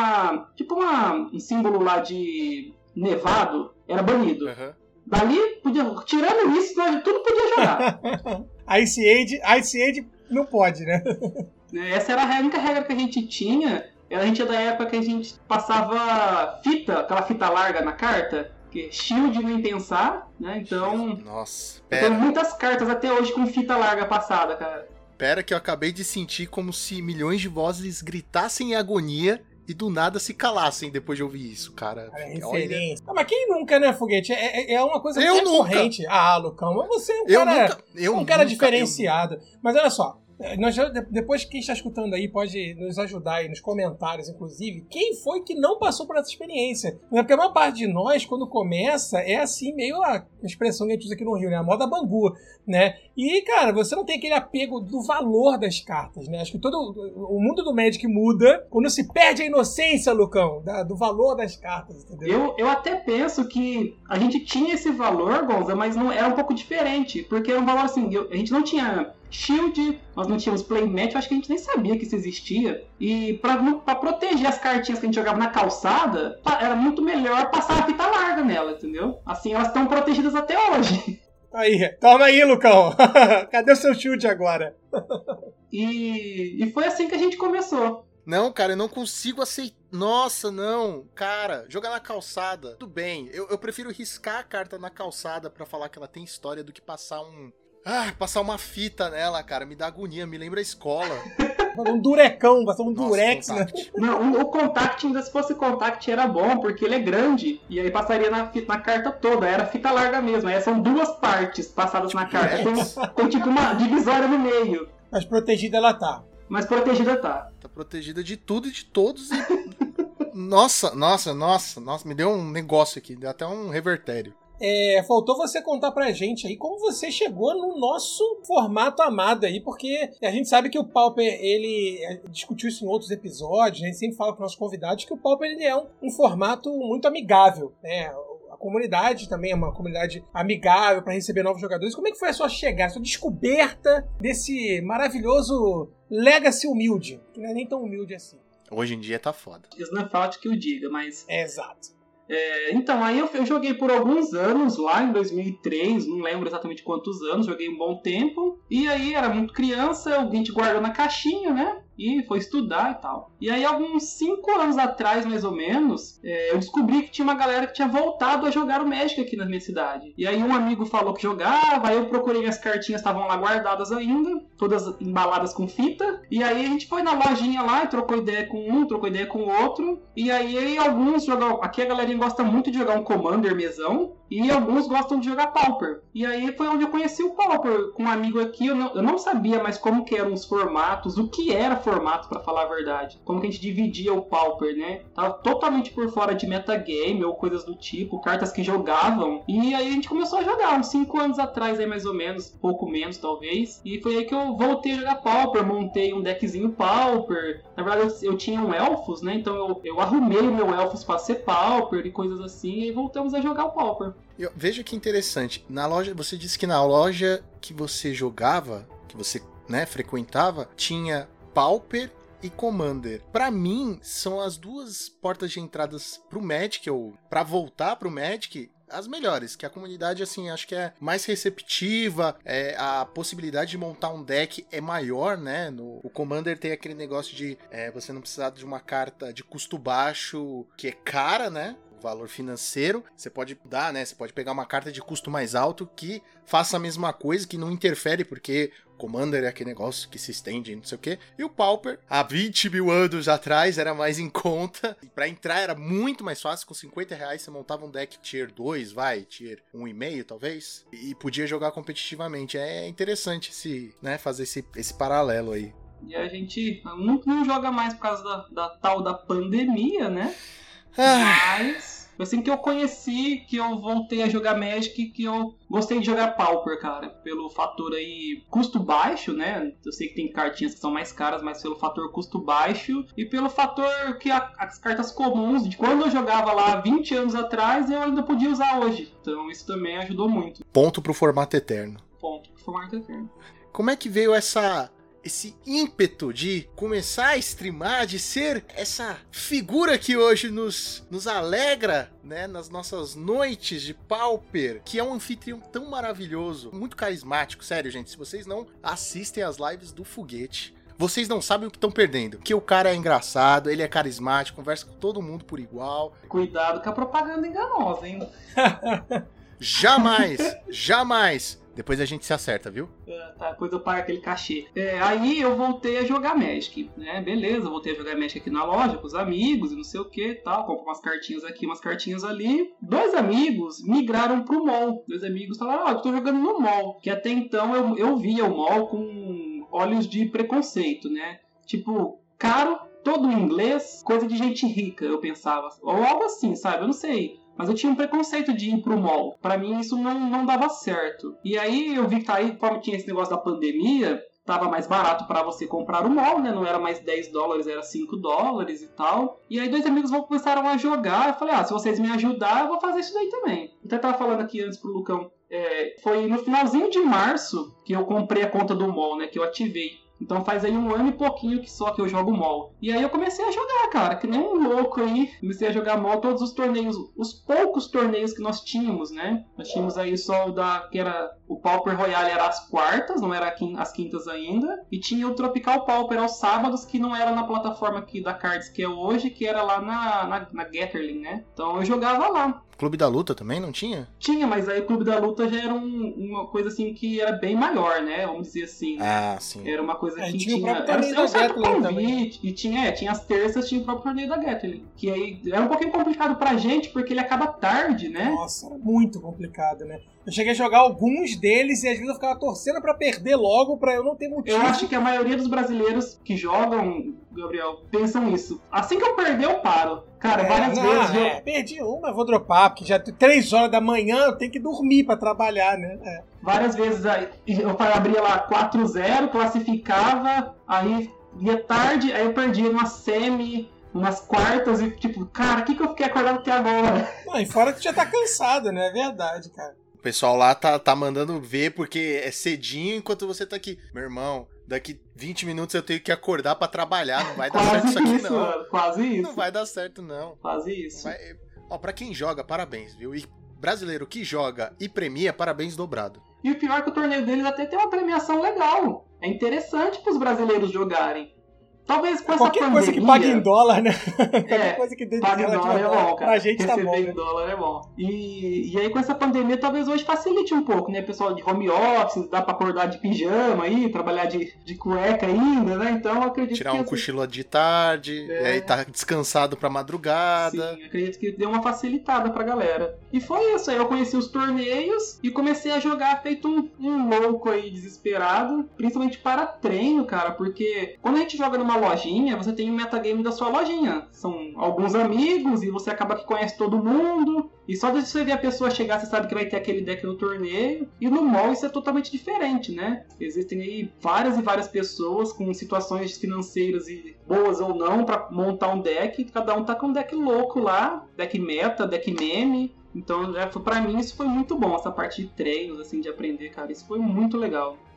um símbolo lá de nevado, era banido. Uhum. Dali, tirando isso, tudo podia jogar. Ice Age não pode, né? Essa era a única regra que a gente tinha. A gente é da época que a gente passava fita, aquela fita larga na carta, que shield nem pensar, né? Então. Nossa, eu tenho muitas cartas até hoje com fita larga passada, cara. Pera que eu acabei de sentir como se milhões de vozes gritassem em agonia e do nada se calassem depois de ouvir isso, cara. É referência. Mas quem nunca, né, Foguete? É uma coisa eu recorrente. Nunca. Ah, Lucão, mas você é um cara diferenciado. Mas olha só. Depois quem está escutando aí pode nos ajudar aí nos comentários, inclusive, quem foi que não passou por essa experiência? Porque a maior parte de nós, quando começa, é assim, meio a expressão que a gente usa aqui no Rio, né? A moda Bangu, né? E, cara, você não tem aquele apego do valor das cartas, né? Acho que todo o mundo do Magic muda quando se perde a inocência, Lucão, do valor das cartas, entendeu? Eu até penso que a gente tinha esse valor, Gonza, mas não era um pouco diferente, porque era um valor assim, a gente não tinha Shield, nós não tínhamos Playmat, eu acho que a gente nem sabia que isso existia. E pra proteger as cartinhas que a gente jogava na calçada, era muito melhor passar a fita larga nela, entendeu? Assim elas estão protegidas até hoje. Aí, toma aí, Lucão. Cadê o seu Shield agora? E foi assim que a gente começou. Não, cara, eu não consigo aceitar. Nossa, não. Cara, jogar na calçada, tudo bem. Eu prefiro riscar a carta na calçada pra falar que ela tem história do que passar uma fita nela, cara, me dá agonia, me lembra a escola. Um durecão, passou um durex, né? Não, o Contact, ainda se fosse Contact era bom, porque ele é grande, e aí passaria na carta toda, era fita larga mesmo, aí são duas partes passadas na carta, com tipo uma divisória no meio. Mas protegida ela tá. Mas protegida tá. Tá protegida de tudo e de todos e... Nossa, me deu um negócio aqui, deu até um revertério. Faltou você contar pra gente aí como você chegou no nosso formato amado aí, porque a gente sabe que o Pauper, ele discutiu isso em outros episódios, a gente sempre fala para os nossos convidados que o Pauper ele é um formato muito amigável, né? A comunidade também é uma comunidade amigável para receber novos jogadores. Como é que foi a sua chegada, a sua descoberta desse maravilhoso Legacy humilde, que não é nem tão humilde assim? Hoje em dia tá foda. Isso não é falta que eu diga, mas... Exato. Então, aí eu joguei por alguns anos lá em 2003, não lembro exatamente quantos anos, joguei um bom tempo. E aí era muito criança, a gente guardou na caixinha, né? E foi estudar e tal. E aí, alguns 5 anos atrás, mais ou menos, eu descobri que tinha uma galera que tinha voltado a jogar o Magic aqui na minha cidade. E aí um amigo falou que jogava, aí eu procurei minhas cartinhas, estavam lá guardadas ainda, todas embaladas com fita. E aí a gente foi na lojinha lá e trocou ideia com um, trocou ideia com o outro. E aí alguns jogam... Aqui a galerinha gosta muito de jogar um Commander mesão. E alguns gostam de jogar Pauper. E aí foi onde eu conheci o Pauper. Com um amigo aqui, eu não sabia mais como que eram os formatos, o que era formato, pra falar a verdade. Como que a gente dividia o Pauper, né? Tava totalmente por fora de metagame ou coisas do tipo, cartas que jogavam. E aí a gente começou a jogar, uns 5 anos atrás aí mais ou menos, pouco menos talvez. E foi aí que eu voltei a jogar Pauper, montei um deckzinho Pauper. Na verdade eu tinha um Elfos, né? Então eu arrumei o meu Elfos pra ser Pauper e coisas assim. E aí voltamos a jogar o Pauper. Veja que interessante, na loja, você disse que na loja que você jogava, que você, né, frequentava, tinha Pauper e Commander, pra mim, são as duas portas de entradas pro Magic, ou pra voltar pro Magic, as melhores, que a comunidade, assim, acho que é mais receptiva, a possibilidade de montar um deck é maior, né? O Commander tem aquele negócio de você não precisar de uma carta de custo baixo, que é cara, né? Valor financeiro, você pode dar, né? Você pode pegar uma carta de custo mais alto que faça a mesma coisa, que não interfere, porque Commander é aquele negócio que se estende, não sei o quê. E o Pauper, há 20 mil anos atrás, era mais em conta. E pra entrar era muito mais fácil. Com 50 reais você montava um deck Tier 2, Tier 1,5 talvez. E podia jogar competitivamente. É interessante fazer esse paralelo aí. E a gente não joga mais por causa da tal da pandemia, né? Mas assim que eu conheci, que eu voltei a jogar Magic, que eu gostei de jogar Pauper, cara. Pelo fator aí custo baixo, né? Eu sei que tem cartinhas que são mais caras, mas pelo fator custo baixo e pelo fator que as cartas comuns, de quando eu jogava lá 20 anos atrás, eu ainda podia usar hoje. Então isso também ajudou muito. Ponto pro formato eterno. Ponto pro formato eterno. Como é que veio esse ímpeto de começar a streamar, de ser essa figura que hoje nos alegra, né, nas nossas noites de Pauper, que é um anfitrião tão maravilhoso, muito carismático. Sério, gente, se vocês não assistem as lives do Foguete, vocês não sabem o que estão perdendo. Que o cara é engraçado, ele é carismático, conversa com todo mundo por igual. Cuidado com a propaganda enganosa, hein? Jamais. Depois a gente se acerta, viu? Tá, depois eu pago aquele cachê. Aí eu voltei a jogar Magic, né? Beleza, voltei a jogar Magic aqui na loja com os amigos e não sei o que tal. Compro umas cartinhas aqui, umas cartinhas ali. 2 amigos migraram pro mall. 2 amigos falaram, eu tô jogando no mall. Que até então eu via o mall com olhos de preconceito, né? Tipo, caro, todo em inglês, coisa de gente rica, eu pensava. Ou algo assim, sabe? Eu não sei. Mas eu tinha um preconceito de ir pro mall. Pra mim isso não dava certo. E aí eu vi que aí, como tinha esse negócio da pandemia, tava mais barato pra você comprar o mall, né? Não era mais $10, era $5 e tal. E aí 2 amigos começaram a jogar. Eu falei, se vocês me ajudarem, eu vou fazer isso daí também. Eu até tava falando aqui antes pro Lucão. Foi no finalzinho de março que eu comprei a conta do mall, né? Que eu ativei. Então faz aí 1 ano e pouquinho que só que eu jogo mall. E aí eu comecei a jogar, cara, que nem um louco aí. Comecei a jogar mall, todos os torneios, os poucos torneios que nós tínhamos, né? Nós tínhamos aí só que era o Pauper Royale, era às quartas, não era as quintas ainda. E tinha o Tropical Pauper aos sábados, que não era na plataforma aqui da Cards que é hoje, que era lá na Gatherling, né? Então eu jogava lá. Clube da Luta também não tinha? Tinha, mas aí o Clube da Luta já era uma coisa assim que era bem maior, né? Vamos dizer assim, né? Sim. Era uma coisa que tinha... Era um certo convite. E tinha as terças, tinha o próprio torneio da Gatling. Que aí era um pouquinho complicado pra gente, porque ele acaba tarde, né? Nossa, era muito complicado, né? Eu cheguei a jogar alguns deles e às vezes eu ficava torcendo pra perder logo, pra eu não ter motivo. Eu acho que a maioria dos brasileiros que jogam, Gabriel, pensam isso. Assim que eu perder, eu paro. Cara, várias vezes... Perdi uma, vou dropar, porque já 3 horas da manhã eu tenho que dormir pra trabalhar, né? Várias vezes eu abria lá 4-0, classificava, aí ia tarde, aí eu perdia uma semi... umas quartas e tipo, cara, o que eu fiquei acordado até agora? Não, e fora que já tá cansado, né? É verdade, cara. O pessoal lá tá mandando ver porque é cedinho enquanto você tá aqui. Meu irmão, daqui 20 minutos eu tenho que acordar pra trabalhar. Não vai dar certo isso aqui, não. Mano, quase isso. Não vai dar certo, não. Quase isso. Pra quem joga, parabéns, viu? E brasileiro que joga e premia, parabéns dobrado. E o pior é que o torneio deles até tem uma premiação legal. É interessante pros brasileiros jogarem. Talvez com essa pandemia... Qualquer coisa que pague em dólar, né? Qualquer coisa que dê pague em dólar é bom, cara. Pra gente tá bom. Receber em dólar é bom. E aí com essa pandemia talvez hoje facilite um pouco, né? Pessoal de home office, dá pra acordar de pijama aí, trabalhar de cueca ainda, né? Então eu acredito tirar um cochilo de tarde, e aí tá descansado pra madrugada. Sim, acredito que deu uma facilitada pra galera. E foi isso aí, eu conheci os torneios e comecei a jogar feito um louco aí, desesperado, principalmente para treino, cara, porque quando a gente joga numa lojinha, você tem o metagame da sua lojinha. São alguns amigos e você acaba que conhece todo mundo. E só de você ver a pessoa chegar, você sabe que vai ter aquele deck no torneio. E no mall isso é totalmente diferente, né? Existem aí várias e várias pessoas com situações financeiras e boas ou não pra montar um deck. Cada um tá com um deck louco lá. Deck meta, deck meme. Então, pra mim, isso foi muito bom. Essa parte de treinos, assim, de aprender, cara. Isso foi muito legal.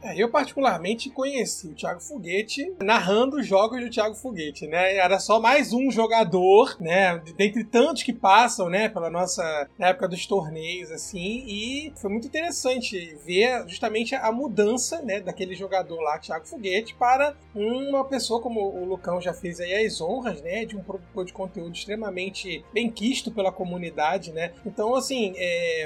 Eu particularmente conheci o Thiago Foguete narrando os jogos do Thiago Foguete, né? Era só mais um jogador, né? Dentre tantos que passam, né? Pela nossa na época dos torneios, assim. E foi muito interessante ver justamente a mudança, né? Daquele jogador lá, Thiago Foguete, para uma pessoa como o Lucão já fez aí as honras, né? De um produtor de conteúdo extremamente benquisto pela comunidade, né? Então, assim,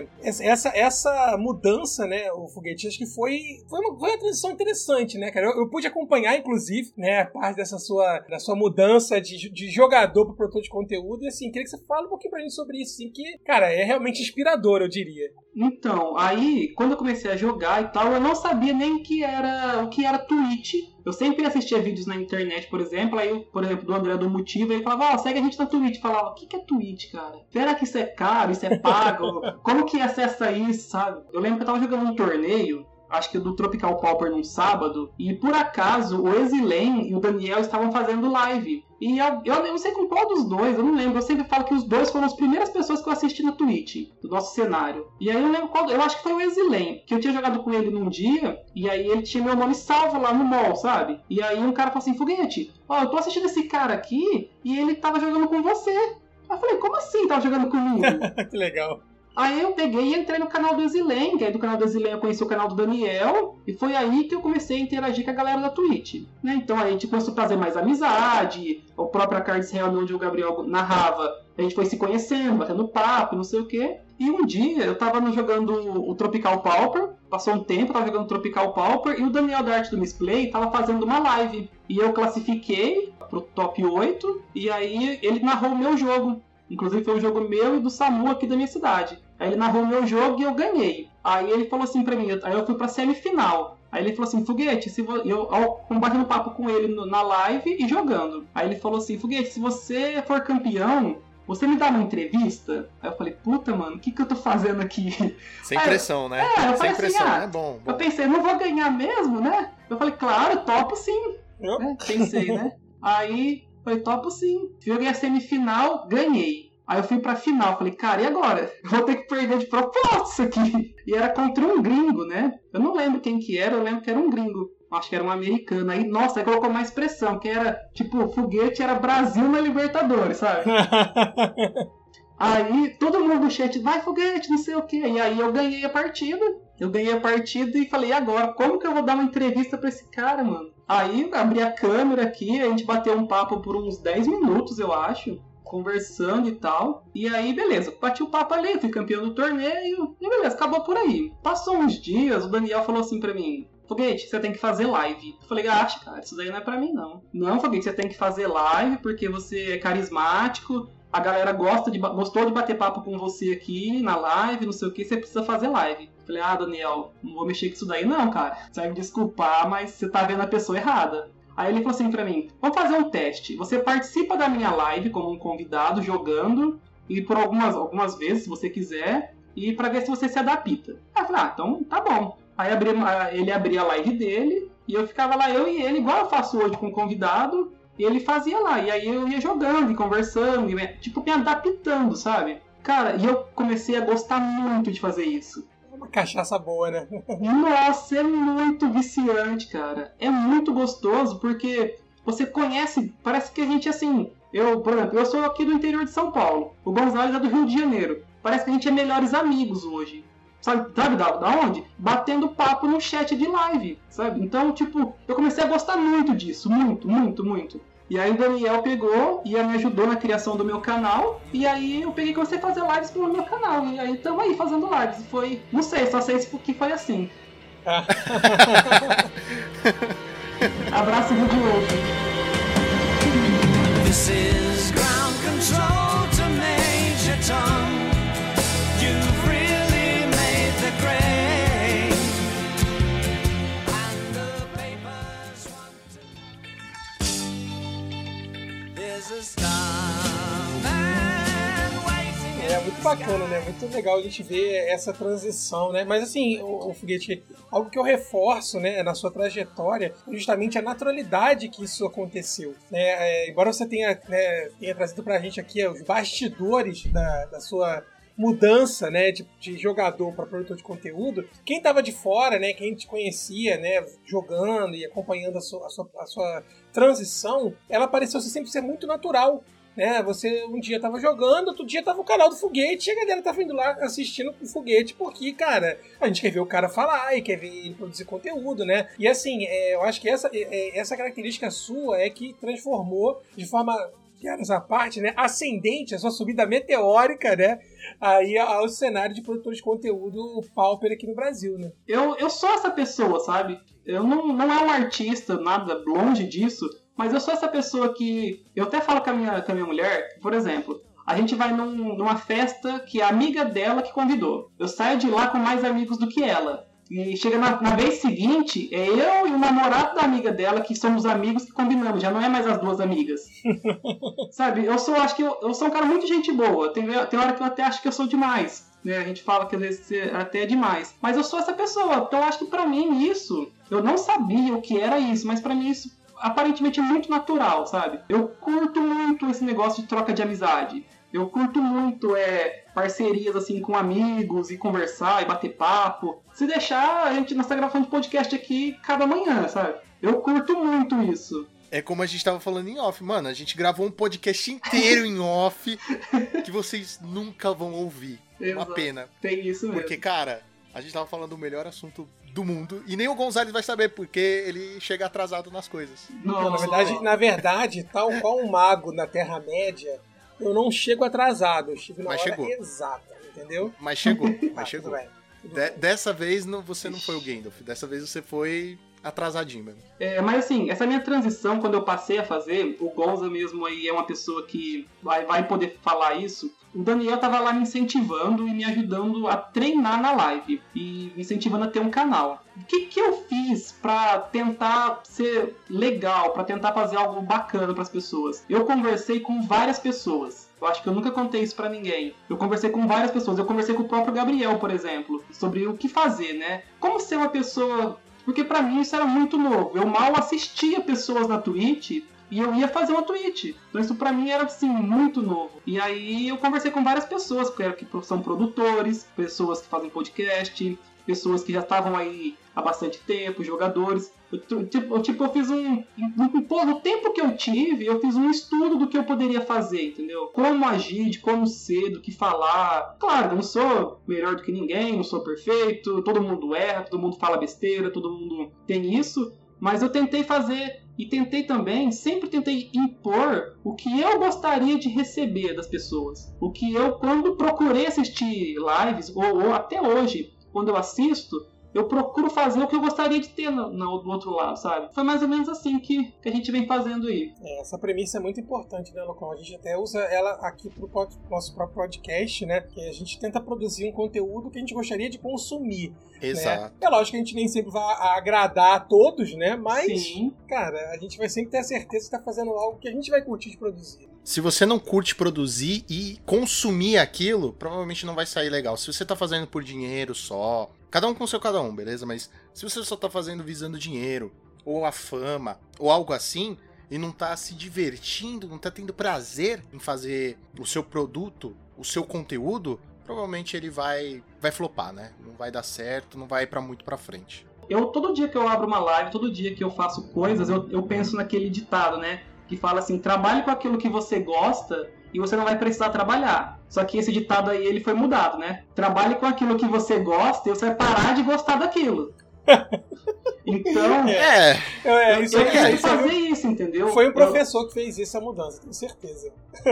essa mudança, né? O Foguete, acho que foi uma transição interessante, né, cara? Eu pude acompanhar, inclusive, né, a parte da sua mudança de jogador para produtor de conteúdo e, assim, queria que você fale um pouquinho pra gente sobre isso, assim, que, cara, é realmente inspirador, eu diria. Então, aí, quando eu comecei a jogar e tal, eu não sabia nem o que era Twitch. Eu sempre assistia vídeos na internet, por exemplo, aí, por exemplo, do André do Motivo, ele falava, segue a gente na Twitch. Eu falava, o que é Twitch, cara? Será que isso é caro? Isso é pago? Como que acessa isso, sabe? Eu lembro que eu tava jogando um torneio, acho que do Tropical Pauper num sábado, e por acaso o Exilen e o Daniel estavam fazendo live. E eu não sei com qual dos dois, eu não lembro. Eu sempre falo que os dois foram as primeiras pessoas que eu assisti na Twitch, do nosso cenário. E aí eu lembro qual, eu acho que foi o Exilen, que eu tinha jogado com ele num dia, e aí ele tinha meu nome salvo lá no mall, sabe? E aí um cara falou assim, Foguete, eu tô assistindo esse cara aqui, e ele tava jogando com você. Eu falei, como assim tava jogando comigo? Que legal. Aí eu peguei e entrei no canal do Exilen, que aí do canal do Exilen eu conheci o canal do Daniel, e foi aí que eu comecei a interagir com a galera da Twitch, né? Então aí a gente começou a fazer mais amizade, o próprio Cards Real, onde o Gabriel narrava, a gente foi se conhecendo, batendo papo, não sei o quê. E um dia eu tava jogando o Tropical Pauper, passou um tempo, eu tava jogando Tropical Pauper, e o Daniel da Arte do Misplay tava fazendo uma live. E eu classifiquei pro top 8, e aí ele narrou o meu jogo. Inclusive foi um jogo meu e do Samu aqui da minha cidade. Aí ele narrou o meu jogo e eu ganhei. Aí ele falou assim pra mim, aí eu fui pra semifinal. Aí ele falou assim, Foguete, eu batendo papo com ele na live e jogando. Aí ele falou assim, Foguete, se você for campeão, você me dá uma entrevista? Aí eu falei, puta, mano, o que eu tô fazendo aqui? Sem pressão, né? Eu Sem falei pressão, assim, é bom. Eu pensei, não vou ganhar mesmo, né? Eu falei, claro, topo sim. Né? Pensei, né? Aí, falei, topo sim. Joguei a semifinal, ganhei. Aí eu fui pra final, falei, cara, e agora? Eu vou ter que perder de propósito isso aqui. E era contra um gringo, né? Eu não lembro quem que era, eu lembro que era um gringo. Acho que era um americano. Aí, nossa, aí colocou mais pressão, que era, tipo, Foguete era Brasil na Libertadores, sabe? Aí todo mundo no chat, vai Foguete, não sei o quê. E aí eu ganhei a partida. E falei, e agora? Como que eu vou dar uma entrevista pra esse cara, mano? Aí eu abri a câmera aqui, a gente bateu um papo por uns 10 minutos, eu acho. Conversando e tal. E aí, beleza, bati o papo ali, fui campeão do torneio. E beleza, acabou por aí. Passou uns dias, o Daniel falou assim pra mim, Foguete, você tem que fazer live. Eu falei, cara, isso daí não é pra mim, não. Não, Foguete, você tem que fazer live porque você é carismático. A galera gostou de bater papo com você aqui na live, não sei o que, você precisa fazer live. Eu falei, Daniel, não vou mexer com isso daí não, cara. Você vai me desculpar, mas você tá vendo a pessoa errada. Aí ele falou assim pra mim, vamos fazer um teste. Você participa da minha live como um convidado, jogando, e por algumas vezes, se você quiser, e pra ver se você se adapta. Aí eu falei, então tá bom. Aí ele abria a live dele, e eu ficava lá, eu e ele, igual eu faço hoje com o convidado, e ele fazia lá. E aí eu ia jogando e conversando, e, tipo, me adaptando, sabe? Cara, e eu comecei a gostar muito de fazer isso. Uma cachaça boa, né? Nossa, é muito viciante, cara. É muito gostoso, porque você conhece, parece que a gente, assim... por exemplo, eu sou aqui do interior de São Paulo. O Gonzalo é do Rio de Janeiro. Parece que a gente é melhores amigos hoje. Sabe da onde? Batendo papo no chat de live, sabe? Então, tipo, eu comecei a gostar muito disso. Muito, muito, muito. E aí o Daniel pegou e me ajudou na criação do meu canal. E aí eu peguei e comecei a fazer lives pelo meu canal. E aí estamos aí fazendo lives. Foi, não sei, só sei que foi assim. Abraço do Diogo. This is ground control to Major Tom. You've really made the grade. And the papers want to... There's a starman waiting. É muito bacana, né? Muito legal a gente ver essa transição, né? Mas assim, o Foguete, algo que eu reforço, né, na sua trajetória, é justamente a naturalidade que isso aconteceu, né? Embora você tenha trazido pra gente aqui os bastidores da sua mudança, né, de jogador para produtor de conteúdo, quem tava de fora, né, quem te conhecia, né, jogando e acompanhando a sua transição, ela pareceu sempre ser muito natural. Né, você um dia tava jogando, outro dia tava o canal do Foguete, e a galera tava indo lá assistindo o Foguete, porque, cara, a gente quer ver o cara falar e quer ver ele produzir conteúdo, né? E assim, eu acho que essa característica sua é que transformou de forma, piadas à parte, né, ascendente, a sua subida meteórica, né, aí ao cenário de produtor de conteúdo pauper aqui no Brasil, né? Eu sou essa pessoa, sabe? Eu não é um artista, nada longe disso, mas eu sou essa pessoa que... Eu até falo com a minha mulher, por exemplo, a gente vai numa festa que a amiga dela que convidou. Eu saio de lá com mais amigos do que ela. E chega na vez seguinte, é eu e o namorado da amiga dela que somos amigos que combinamos. Já não é mais as duas amigas. Sabe, acho que eu sou um cara muito gente boa. Tem hora que eu até acho que eu sou demais. Né? A gente fala que às vezes até é demais. Mas eu sou essa pessoa. Então eu acho que pra mim isso... Eu não sabia o que era isso, mas pra mim isso... aparentemente é muito natural, sabe? Eu curto muito esse negócio de troca de amizade. Eu curto muito parcerias assim com amigos e conversar e bater papo. Se deixar, nós tá gravando podcast aqui cada manhã, sabe? Eu curto muito isso. É como a gente tava falando em off, mano. A gente gravou um podcast inteiro em off que vocês nunca vão ouvir. Uma pena. Tem isso mesmo. Porque, cara, a gente tava falando do melhor assunto do mundo. E nem o Gonzalez vai saber, porque ele chega atrasado nas coisas. Não, na verdade, tal qual um mago na Terra-média, eu não chego atrasado, eu chego na hora exata, entendeu? Mas chegou. Tudo bem. Dessa vez você não foi o Gandalf, dessa vez você foi atrasadinho mesmo. Mas assim, essa minha transição, quando eu passei a fazer, o Gonza mesmo aí é uma pessoa que vai poder falar isso. O Daniel tava lá me incentivando e me ajudando a treinar na live e me incentivando a ter um canal. O que eu fiz pra tentar ser legal, pra tentar fazer algo bacana pras pessoas? Eu conversei com várias pessoas. Eu acho que eu nunca contei isso pra ninguém. Eu conversei com várias pessoas. Eu conversei com o próprio Gabriel, por exemplo, sobre o que fazer, né? Como ser uma pessoa... Porque pra mim isso era muito novo. Eu mal assistia pessoas na Twitch e eu ia fazer uma Twitch. Então isso pra mim era, assim, muito novo. E aí eu conversei com várias pessoas, que são produtores, pessoas que fazem podcast, pessoas que já estavam aí há bastante tempo, jogadores. Eu fiz no tempo que eu tive, eu fiz um estudo do que eu poderia fazer, entendeu? Como agir, de como ser, do que falar. Claro, eu não sou melhor do que ninguém, não sou perfeito, todo mundo erra, todo mundo fala besteira, todo mundo tem isso. Mas eu tentei fazer e sempre tentei impor o que eu gostaria de receber das pessoas. O que eu, quando procurei assistir lives, ou até hoje, quando eu assisto, eu procuro fazer o que eu gostaria de ter do outro lado, sabe? Foi mais ou menos assim que a gente vem fazendo aí. Essa premissa é muito importante, né, Lucão? A gente até usa ela aqui pro nosso próprio podcast, né? Que a gente tenta produzir um conteúdo que a gente gostaria de consumir. Exato. Né? É lógico que a gente nem sempre vai agradar a todos, né? Mas, sim, cara, a gente vai sempre ter a certeza que tá fazendo algo que a gente vai curtir de produzir. Se você não curte produzir e consumir aquilo, provavelmente não vai sair legal. Se você tá fazendo por dinheiro só, cada um com seu cada um, beleza? Mas se você só tá fazendo visando dinheiro, ou a fama, ou algo assim, e não tá se divertindo, não tá tendo prazer em fazer o seu produto, o seu conteúdo, provavelmente ele vai flopar, né? Não vai dar certo, não vai ir muito pra frente. Todo dia que eu abro uma live, todo dia que eu faço coisas, eu penso naquele ditado, né? Que fala assim, trabalhe com aquilo que você gosta e você não vai precisar trabalhar. Só que esse ditado aí, ele foi mudado, né? Trabalhe com aquilo que você gosta e você vai parar de gostar daquilo. Então, eu quero fazer isso, entendeu? Foi um professor que fez isso, a mudança, tenho certeza.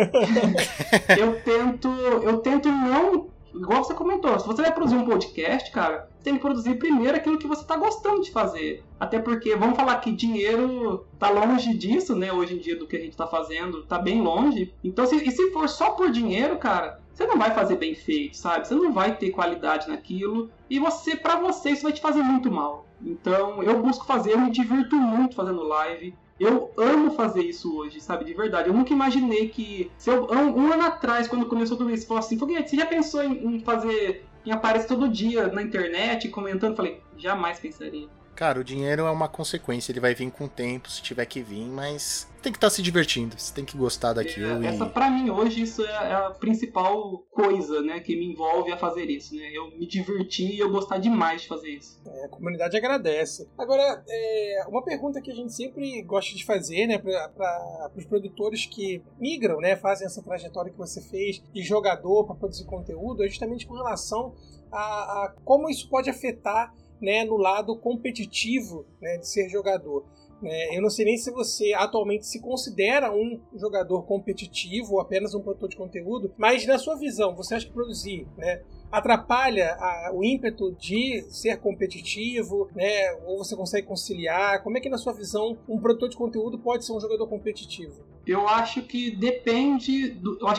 eu tento não... Igual você comentou, se você vai produzir um podcast, cara, tem que produzir primeiro aquilo que você tá gostando de fazer. Até porque, vamos falar que dinheiro tá longe disso, né? Hoje em dia, do que a gente tá fazendo, tá bem longe. Então, se for só por dinheiro, cara, você não vai fazer bem feito, sabe? Você não vai ter qualidade naquilo. E pra você, isso vai te fazer muito mal. Então, eu busco fazer, eu me divirto muito fazendo live. Eu amo fazer isso hoje, sabe? De verdade. Eu nunca imaginei que... um ano atrás, quando começou tudo isso, falou assim, Foguete, você já pensou em aparecer todo dia na internet, comentando? Falei, jamais pensaria. Cara, o dinheiro é uma consequência, ele vai vir com o tempo, se tiver que vir, mas tem que estar se divertindo, você tem que gostar daquilo. Essa, pra mim, hoje, isso é a principal coisa, né, que me envolve a fazer isso, né? Eu me divertir e eu gostar demais de fazer isso. A comunidade agradece. Agora, uma pergunta que a gente sempre gosta de fazer, né, para os produtores que migram, né, fazem essa trajetória que você fez de jogador para produzir conteúdo, é justamente com relação a como isso pode afetar, né, no lado competitivo, né, de ser jogador. Eu não sei nem se você atualmente se considera um jogador competitivo ou apenas um produtor de conteúdo, mas na sua visão, você acha que produzir, né, atrapalha o ímpeto de ser competitivo, né, ou você consegue conciliar? Como é que, na sua visão, um produtor de conteúdo pode ser um jogador competitivo? Eu acho que depende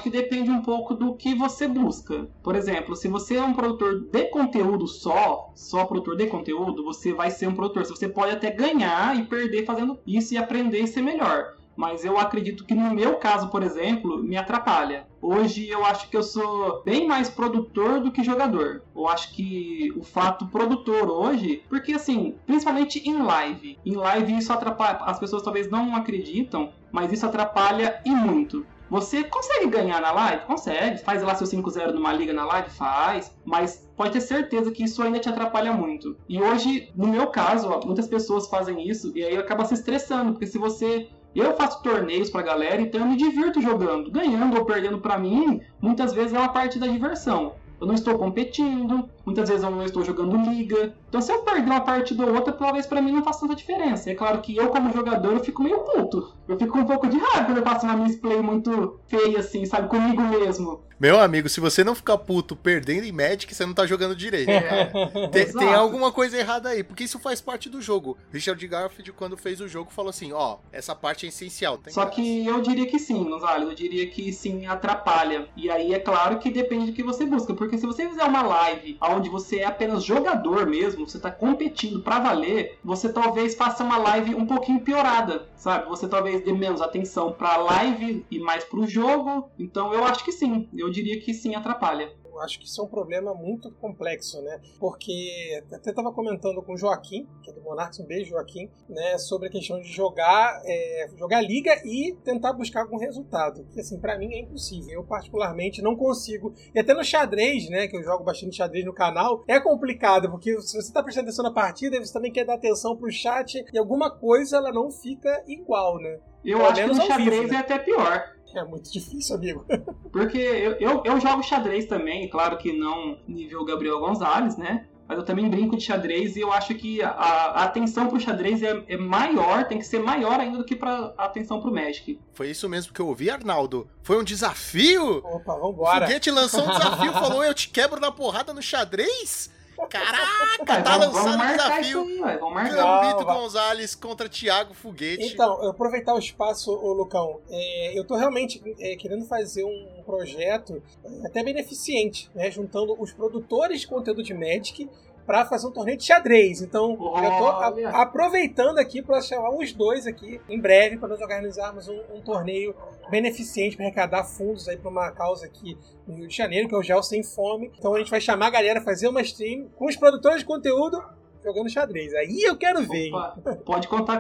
um pouco do que você busca. Por exemplo, se você é um produtor de conteúdo só produtor de conteúdo, você vai ser um produtor. Você pode até ganhar e perder fazendo isso e aprender e ser melhor. Mas eu acredito que no meu caso, por exemplo, me atrapalha. Hoje eu acho que eu sou bem mais produtor do que jogador. Eu acho que o fato produtor hoje, porque assim, principalmente em live isso atrapalha, as pessoas talvez não acreditam, mas isso atrapalha e muito. Você consegue ganhar na live? Consegue. Faz lá seu 5-0 numa liga na live? Faz. Mas pode ter certeza que isso ainda te atrapalha muito. E hoje, no meu caso, muitas pessoas fazem isso e aí acaba se estressando, porque se você... Eu faço torneios pra galera, então eu me divirto jogando. Ganhando ou perdendo pra mim, muitas vezes é uma parte da diversão. Eu não estou competindo, muitas vezes eu não estou jogando liga. Então se eu perder uma partida ou outra, talvez pra mim não faça tanta diferença. É claro que eu, como jogador, eu fico meio puto. Eu fico um pouco de raiva quando eu faço uma misplay muito feia, assim, sabe? Comigo mesmo. Meu amigo, se você não ficar puto perdendo em Magic, você não tá jogando direito, cara. Tem alguma coisa errada aí, porque isso faz parte do jogo. Richard Garfield, quando fez o jogo, falou assim, essa parte é essencial. Só que eu diria que sim, Gonzalo, eu diria que sim, atrapalha. E aí é claro que depende do que você busca, porque se você fizer uma live onde você é apenas jogador mesmo, você tá competindo pra valer, você talvez faça uma live um pouquinho piorada, sabe? Você talvez dê menos atenção pra live e mais pro jogo, então eu acho que sim. Eu diria que sim, atrapalha. Eu acho que isso é um problema muito complexo, né? Porque até estava comentando com o Joaquim, que é do Monarchs, um beijo, Joaquim, né? Sobre a questão de jogar liga e tentar buscar algum resultado. Que, assim, pra mim é impossível. Eu, particularmente, não consigo. E até no xadrez, né? Que eu jogo bastante xadrez no canal, é complicado, porque se você tá prestando atenção na partida, você também quer dar atenção pro chat, e alguma coisa ela não fica igual, né? Eu acho que no xadrez é até pior. É muito difícil, amigo. Porque eu jogo xadrez também, claro que não nível Gabriel Gonzalez, né? Mas eu também brinco de xadrez e eu acho que a atenção pro xadrez é maior, tem que ser maior ainda do que a atenção pro Magic. Foi isso mesmo que eu ouvi, Arnaldo. Foi um desafio? Opa, vambora. O Foguete lançou um desafio, falou, eu te quebro na porrada no xadrez? Caraca, tá lançando o desafio. Gambito Gonzalez contra Thiago Foguete. Então, eu aproveitar o espaço, Lucão. Eu tô realmente querendo fazer um projeto até beneficente, né? Juntando os produtores de conteúdo de Magic para fazer um torneio de xadrez. Então, eu tô aproveitando aqui para chamar os dois aqui em breve para nós organizarmos um torneio beneficente para arrecadar fundos aí para uma causa aqui no Rio de Janeiro, que é o Gel Sem Fome. Então a gente vai chamar a galera a fazer uma stream com os produtores de conteúdo jogando xadrez. Aí eu quero ver. Pode contar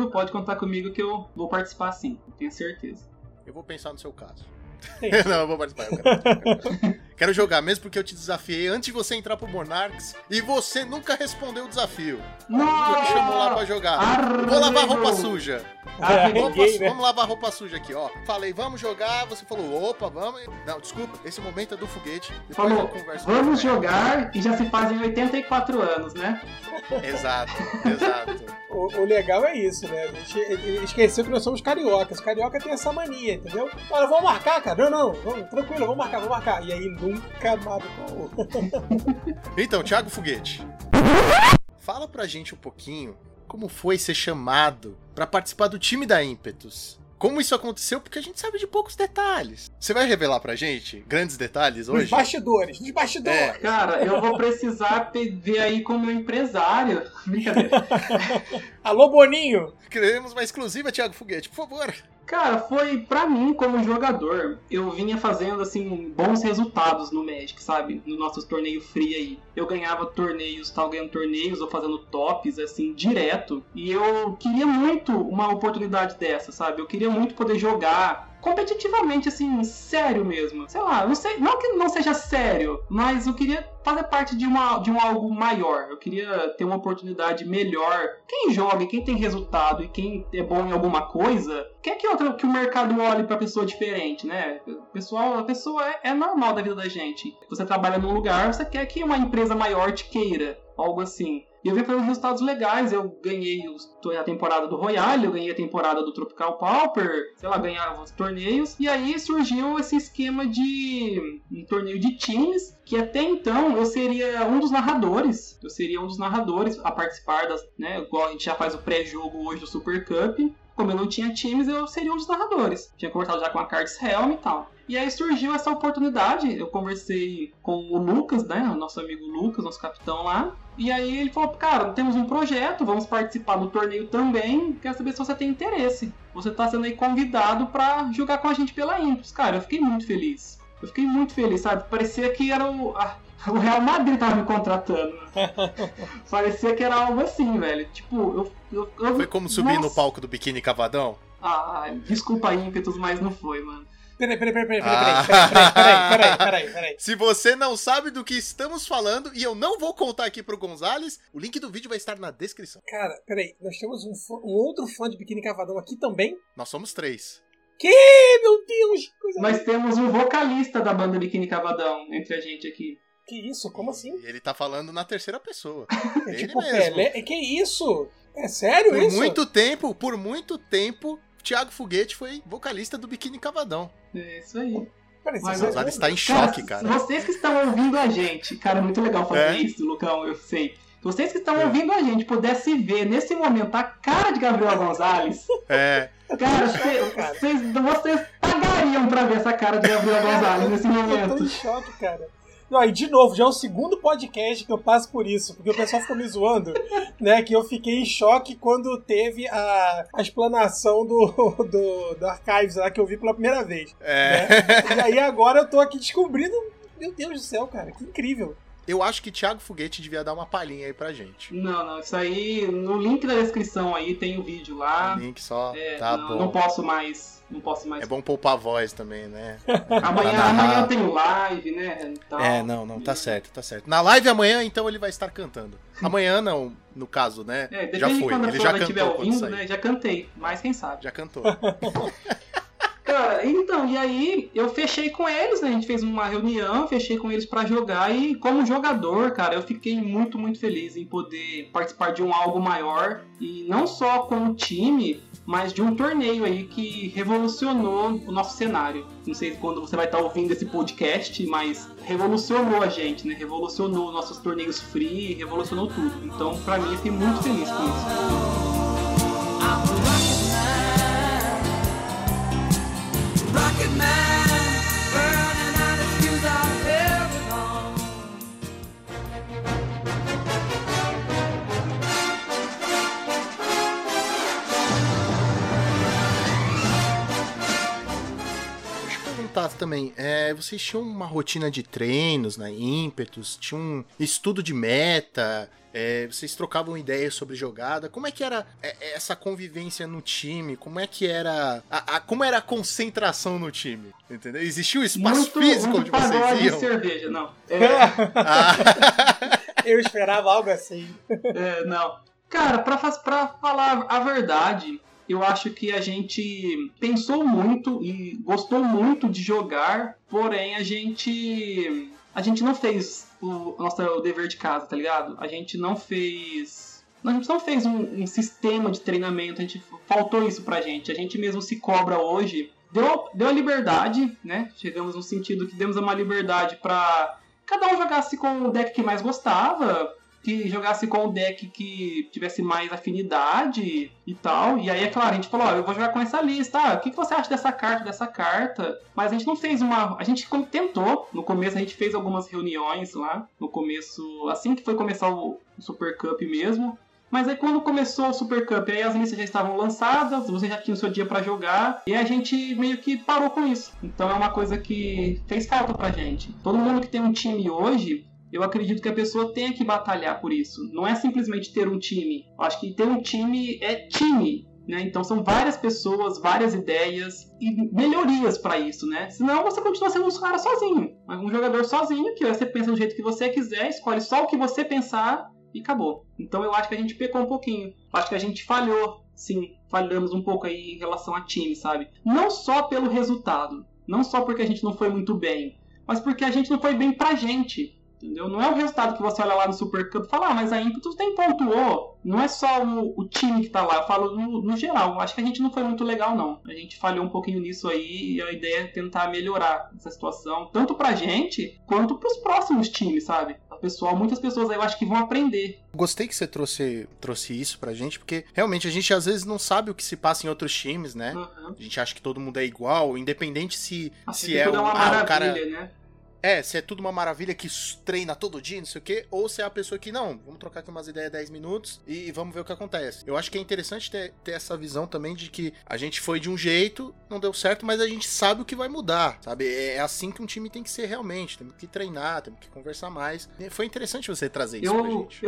comigo que eu vou participar sim, tenho certeza. Eu vou pensar no seu caso. Não, eu vou participar. Quero jogar, mesmo porque eu te desafiei antes de você entrar pro Monarchs e você nunca respondeu o desafio. Não me chamou lá pra jogar. Vou lavar roupa suja. Vamos lavar roupa suja aqui, ó. Falei, vamos jogar, você falou, opa, vamos. Não, desculpa, esse momento é do Foguete. Falou, vamos jogar e já se fazem 84 anos, né? Exato. O legal é isso, né? A gente esqueceu que nós somos cariocas. Carioca tem essa mania, entendeu? Olha, vamos marcar, cara. Não, vamos, tranquilo, vamos marcar. E aí nunca marcou. Então, Thiago Foguete, fala pra gente um pouquinho como foi ser chamado pra participar do time da Ímpetus. Como isso aconteceu, porque a gente sabe de poucos detalhes. Você vai revelar pra gente grandes detalhes hoje? Nos bastidores. Cara, eu vou precisar ver aí com o meu empresário. Brincadeira. Alô, Boninho. Queremos uma exclusiva, Thiago Foguete, por favor. Cara, foi pra mim, como jogador, eu vinha fazendo, assim, bons resultados no Magic, sabe? No nosso torneio free aí. Eu ganhava torneios, tava ganhando torneios ou fazendo tops, assim, direto. E eu queria muito uma oportunidade dessa, sabe? Eu queria muito poder jogar competitivamente, assim, sério mesmo. Sei lá, não que não seja sério, mas eu queria fazer parte de um algo maior. Eu queria ter uma oportunidade melhor. Quem joga, quem tem resultado e quem é bom em alguma coisa, quer que o mercado olhe pra pessoa diferente, né? A pessoa é normal da vida da gente. Você trabalha num lugar, você quer que uma empresa maior te queira, algo assim. E eu vi fazendo resultados legais. Eu ganhei a temporada do Royale, eu ganhei a temporada do Tropical Pauper, sei lá, ganhava os torneios. E aí surgiu esse esquema de um torneio de times, que até então eu seria um dos narradores. Eu seria um dos narradores a participar das, né, igual a gente já faz o pré-jogo hoje do Super Cup. Como eu não tinha times, eu seria um dos narradores. Tinha conversado já com a Cards Helm e tal. E aí surgiu essa oportunidade, eu conversei com o Lucas, né, o nosso amigo Lucas, nosso capitão lá. E aí ele falou, cara, temos um projeto, vamos participar do torneio também, quero saber se você tem interesse. Você tá sendo aí convidado pra jogar com a gente pela Impus. Cara, eu fiquei muito feliz. Sabe? Parecia que era o Real Madrid tava me contratando. Parecia que era algo assim, velho. Tipo, eu Foi como subir no palco do Biquíni Cavadão? Ah, desculpa aí, ímpetos, mas não foi, mano. Peraí. Se você não sabe do que estamos falando, e eu não vou contar aqui pro Gonzalez, o link do vídeo vai estar na descrição. Cara, peraí, nós temos um outro fã de Biquíni Cavadão aqui também? Nós somos 3. Que? Meu Deus! Nós temos um vocalista da banda Biquíni Cavadão entre a gente aqui. Que isso? Como assim? E ele tá falando na terceira pessoa. É ele tipo mesmo. Pelé? Que isso? É sério isso? Por muito tempo, Thiago Foguete foi vocalista do Biquíni Cavadão. É isso aí. Mas o Gonzalez tá em choque, cara. Vocês que estão ouvindo a gente, cara, é muito legal fazer isso, Lucão, eu sei. Se vocês que estão ouvindo a gente pudessem ver nesse momento a cara de Gabriel Gonzalez. Cara, vocês pagariam pra ver essa cara de Gabriel Gonzalez nesse momento. Eu tô em choque, cara. Não, e de novo, já é o segundo podcast que eu passo por isso, porque o pessoal ficou me zoando, né, que eu fiquei em choque quando teve a explanação do Archives lá, que eu vi pela primeira vez. Né? E aí agora eu tô aqui descobrindo, meu Deus do céu, cara, que incrível. Eu acho que Thiago Foguete devia dar uma palhinha aí pra gente. Não, isso aí, no link da descrição aí tem o vídeo lá. O link só, bom. Não posso mais. É bom poupar a voz também, né? Amanhã eu tenho live, né? Então, não, tá certo. Na live amanhã, então, ele vai estar cantando. Amanhã não, no caso, né? Depende já foi, de quando ele já cantou estiver ouvindo, quando né? Já cantei, mas quem sabe. Já cantou. Cara, então, e aí eu fechei com eles, né? A gente fez uma reunião, fechei com eles pra jogar e como jogador, cara, eu fiquei muito, muito feliz em poder participar de algo maior e não só com o time, mas de um torneio aí que revolucionou o nosso cenário. Não sei quando você vai estar ouvindo esse podcast, mas revolucionou a gente, né? Revolucionou nossos torneios free, revolucionou tudo. Então, pra mim, eu fiquei muito feliz com isso. Também, vocês tinham uma rotina de treinos na Ímpetus, tinha um estudo de meta, vocês trocavam ideias sobre jogada, como é que era essa convivência no time, como é que era como era a concentração no time, entendeu? Existia o espaço físico onde vocês iam? De cerveja, não. Eu esperava algo assim. Não. Cara, pra falar a verdade, eu acho que a gente pensou muito e gostou muito de jogar, porém a gente não fez o nosso dever de casa, tá ligado? A gente não fez um sistema de treinamento, faltou isso pra gente. A gente mesmo se cobra hoje. Deu a liberdade, né? Chegamos no sentido que demos uma liberdade pra cada um jogasse com o deck que mais gostava, que jogasse com o deck que tivesse mais afinidade e tal. E aí, é claro, a gente falou, eu vou jogar com essa lista. O que você acha dessa carta? Mas a gente não fez a gente tentou. No começo a gente fez algumas reuniões lá. No começo, assim que foi começar o Super Cup mesmo. Mas aí quando começou o Super Cup, aí as listas já estavam lançadas, você já tinha o seu dia pra jogar, e a gente meio que parou com isso. Então é uma coisa que fez falta pra gente. Todo mundo que tem um time hoje, eu acredito que a pessoa tenha que batalhar por isso. Não é simplesmente ter um time. Eu acho que ter um time é time, né? Então são várias pessoas, várias ideias e melhorias para isso, né? Senão você continua sendo um cara sozinho. Um jogador sozinho, que você pensa do jeito que você quiser, escolhe só o que você pensar e acabou. Então eu acho que a gente pecou um pouquinho. Acho que a gente falhou, sim. Falhamos um pouco aí em relação a time, sabe? Não só pelo resultado. Não só porque a gente não foi muito bem. Mas porque a gente não foi bem pra gente. Entendeu? Não é o resultado que você olha lá no Super Cup e fala, mas a Impetus nem pontuou. Não é só o time que tá lá, eu falo no geral. Acho que a gente não foi muito legal, não. A gente falhou um pouquinho nisso aí e a ideia é tentar melhorar essa situação, tanto pra gente, quanto pros próximos times, sabe? Muitas pessoas aí eu acho que vão aprender. Gostei que você trouxe isso pra gente, porque realmente a gente às vezes não sabe o que se passa em outros times, né? Uhum. A gente acha que todo mundo é igual, independente se é o cara... né? Se é tudo uma maravilha que treina todo dia, não sei o quê, ou se é a pessoa que, não, vamos trocar aqui umas ideias 10 minutos e vamos ver o que acontece. Eu acho que é interessante ter essa visão também de que a gente foi de um jeito, não deu certo, mas a gente sabe o que vai mudar, sabe? É assim que um time tem que ser realmente, temos que treinar, temos que conversar mais. E foi interessante você trazer isso pra gente.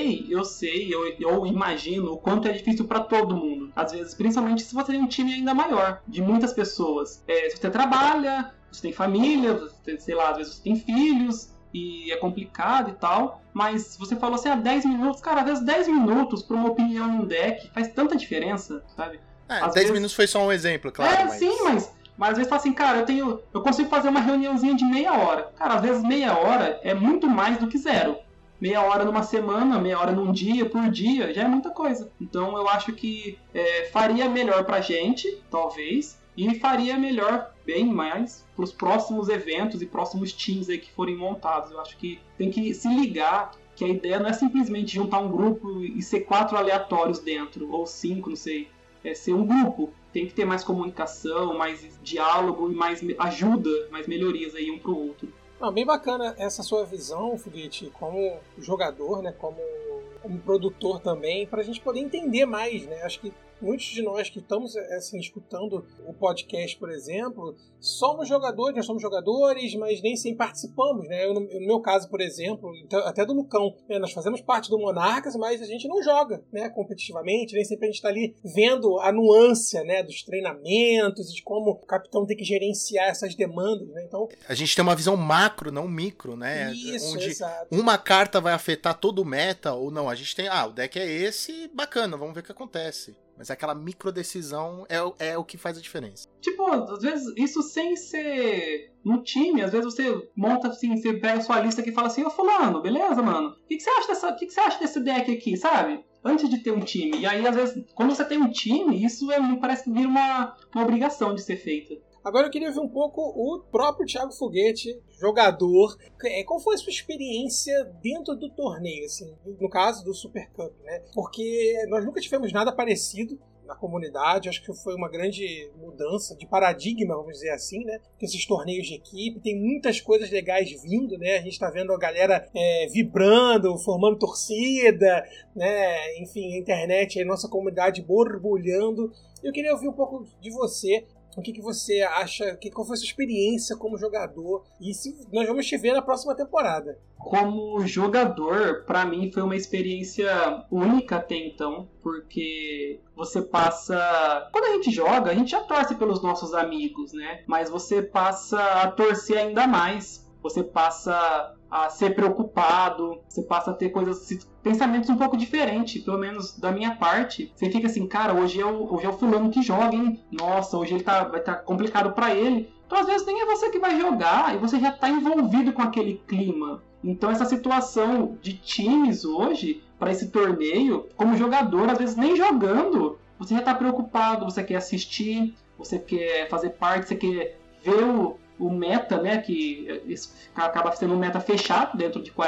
Eu imagino o quanto é difícil pra todo mundo. Às vezes, principalmente se você tem um time ainda maior, de muitas pessoas. Se você trabalha... Você tem família, você, sei lá, às vezes você tem filhos e é complicado e tal, mas você falou assim, 10 minutos, cara, às vezes 10 minutos pra uma opinião em um deck faz tanta diferença, sabe? 10 minutos foi só um exemplo, claro. Sim, mas às vezes fala assim, cara, eu consigo fazer uma reuniãozinha de meia hora. Cara, às vezes meia hora é muito mais do que zero. Meia hora numa semana, meia hora num dia, por dia, já é muita coisa. Então eu acho que faria melhor pra gente, talvez, e faria melhor, bem mais, para os próximos eventos e próximos times aí que forem montados. Eu acho que tem que se ligar que a ideia não é simplesmente juntar um grupo e ser 4 aleatórios dentro, ou 5, não sei. É ser um grupo. Tem que ter mais comunicação, mais diálogo e mais ajuda, mais melhorias aí um pro outro. Não, bem bacana essa sua visão, Foguete, como jogador, né, como produtor também, para a gente poder entender mais, né? Acho que muitos de nós que estamos assim, escutando o podcast, por exemplo, nós somos jogadores, mas nem sempre participamos, né? No meu caso, por exemplo, até do Lucão, nós fazemos parte do Monarcas, mas a gente não joga, né, competitivamente, nem sempre a gente está ali vendo a nuance, né, dos treinamentos e de como o capitão tem que gerenciar essas demandas, né? Então, a gente tem uma visão macro, não micro, né? Isso, onde exato. Uma carta vai afetar todo o meta ou não. A gente tem, o deck é esse, bacana, vamos ver o que acontece. Mas aquela micro decisão é o que faz a diferença. Tipo, às vezes, isso sem ser no time, às vezes você monta assim, você pega a sua lista aqui e fala assim, ô fulano, beleza, mano? O que você acha desse deck aqui, sabe? Antes de ter um time. E aí, às vezes, quando você tem um time, isso parece que vira uma obrigação de ser feita. Agora eu queria ouvir um pouco o próprio Thiago Foguete, jogador. Qual foi a sua experiência dentro do torneio, assim, no caso do Super Cup, né? Porque nós nunca tivemos nada parecido na comunidade, acho que foi uma grande mudança de paradigma, vamos dizer assim, né? Porque esses torneios de equipe, tem muitas coisas legais vindo, né? A gente tá vendo a galera vibrando, formando torcida, né? Enfim, a internet, a nossa comunidade borbulhando. Eu queria ouvir um pouco de você. O que você acha? Qual foi a sua experiência como jogador? E se nós vamos te ver na próxima temporada? Como jogador, pra mim foi uma experiência única até então, porque você passa... Quando a gente joga, a gente já torce pelos nossos amigos, né? Mas você passa a torcer ainda mais. Você passa a ser preocupado, você passa a ter pensamentos um pouco diferentes, pelo menos da minha parte. Você fica assim, cara, hoje é o fulano que joga, hein? Nossa, hoje vai estar complicado pra ele. Então, às vezes, nem é você que vai jogar e você já tá envolvido com aquele clima. Então, essa situação de times hoje, para esse torneio, como jogador, às vezes nem jogando, você já tá preocupado, você quer assistir, você quer fazer parte, você quer ver o meta, né, que acaba sendo um meta fechado dentro de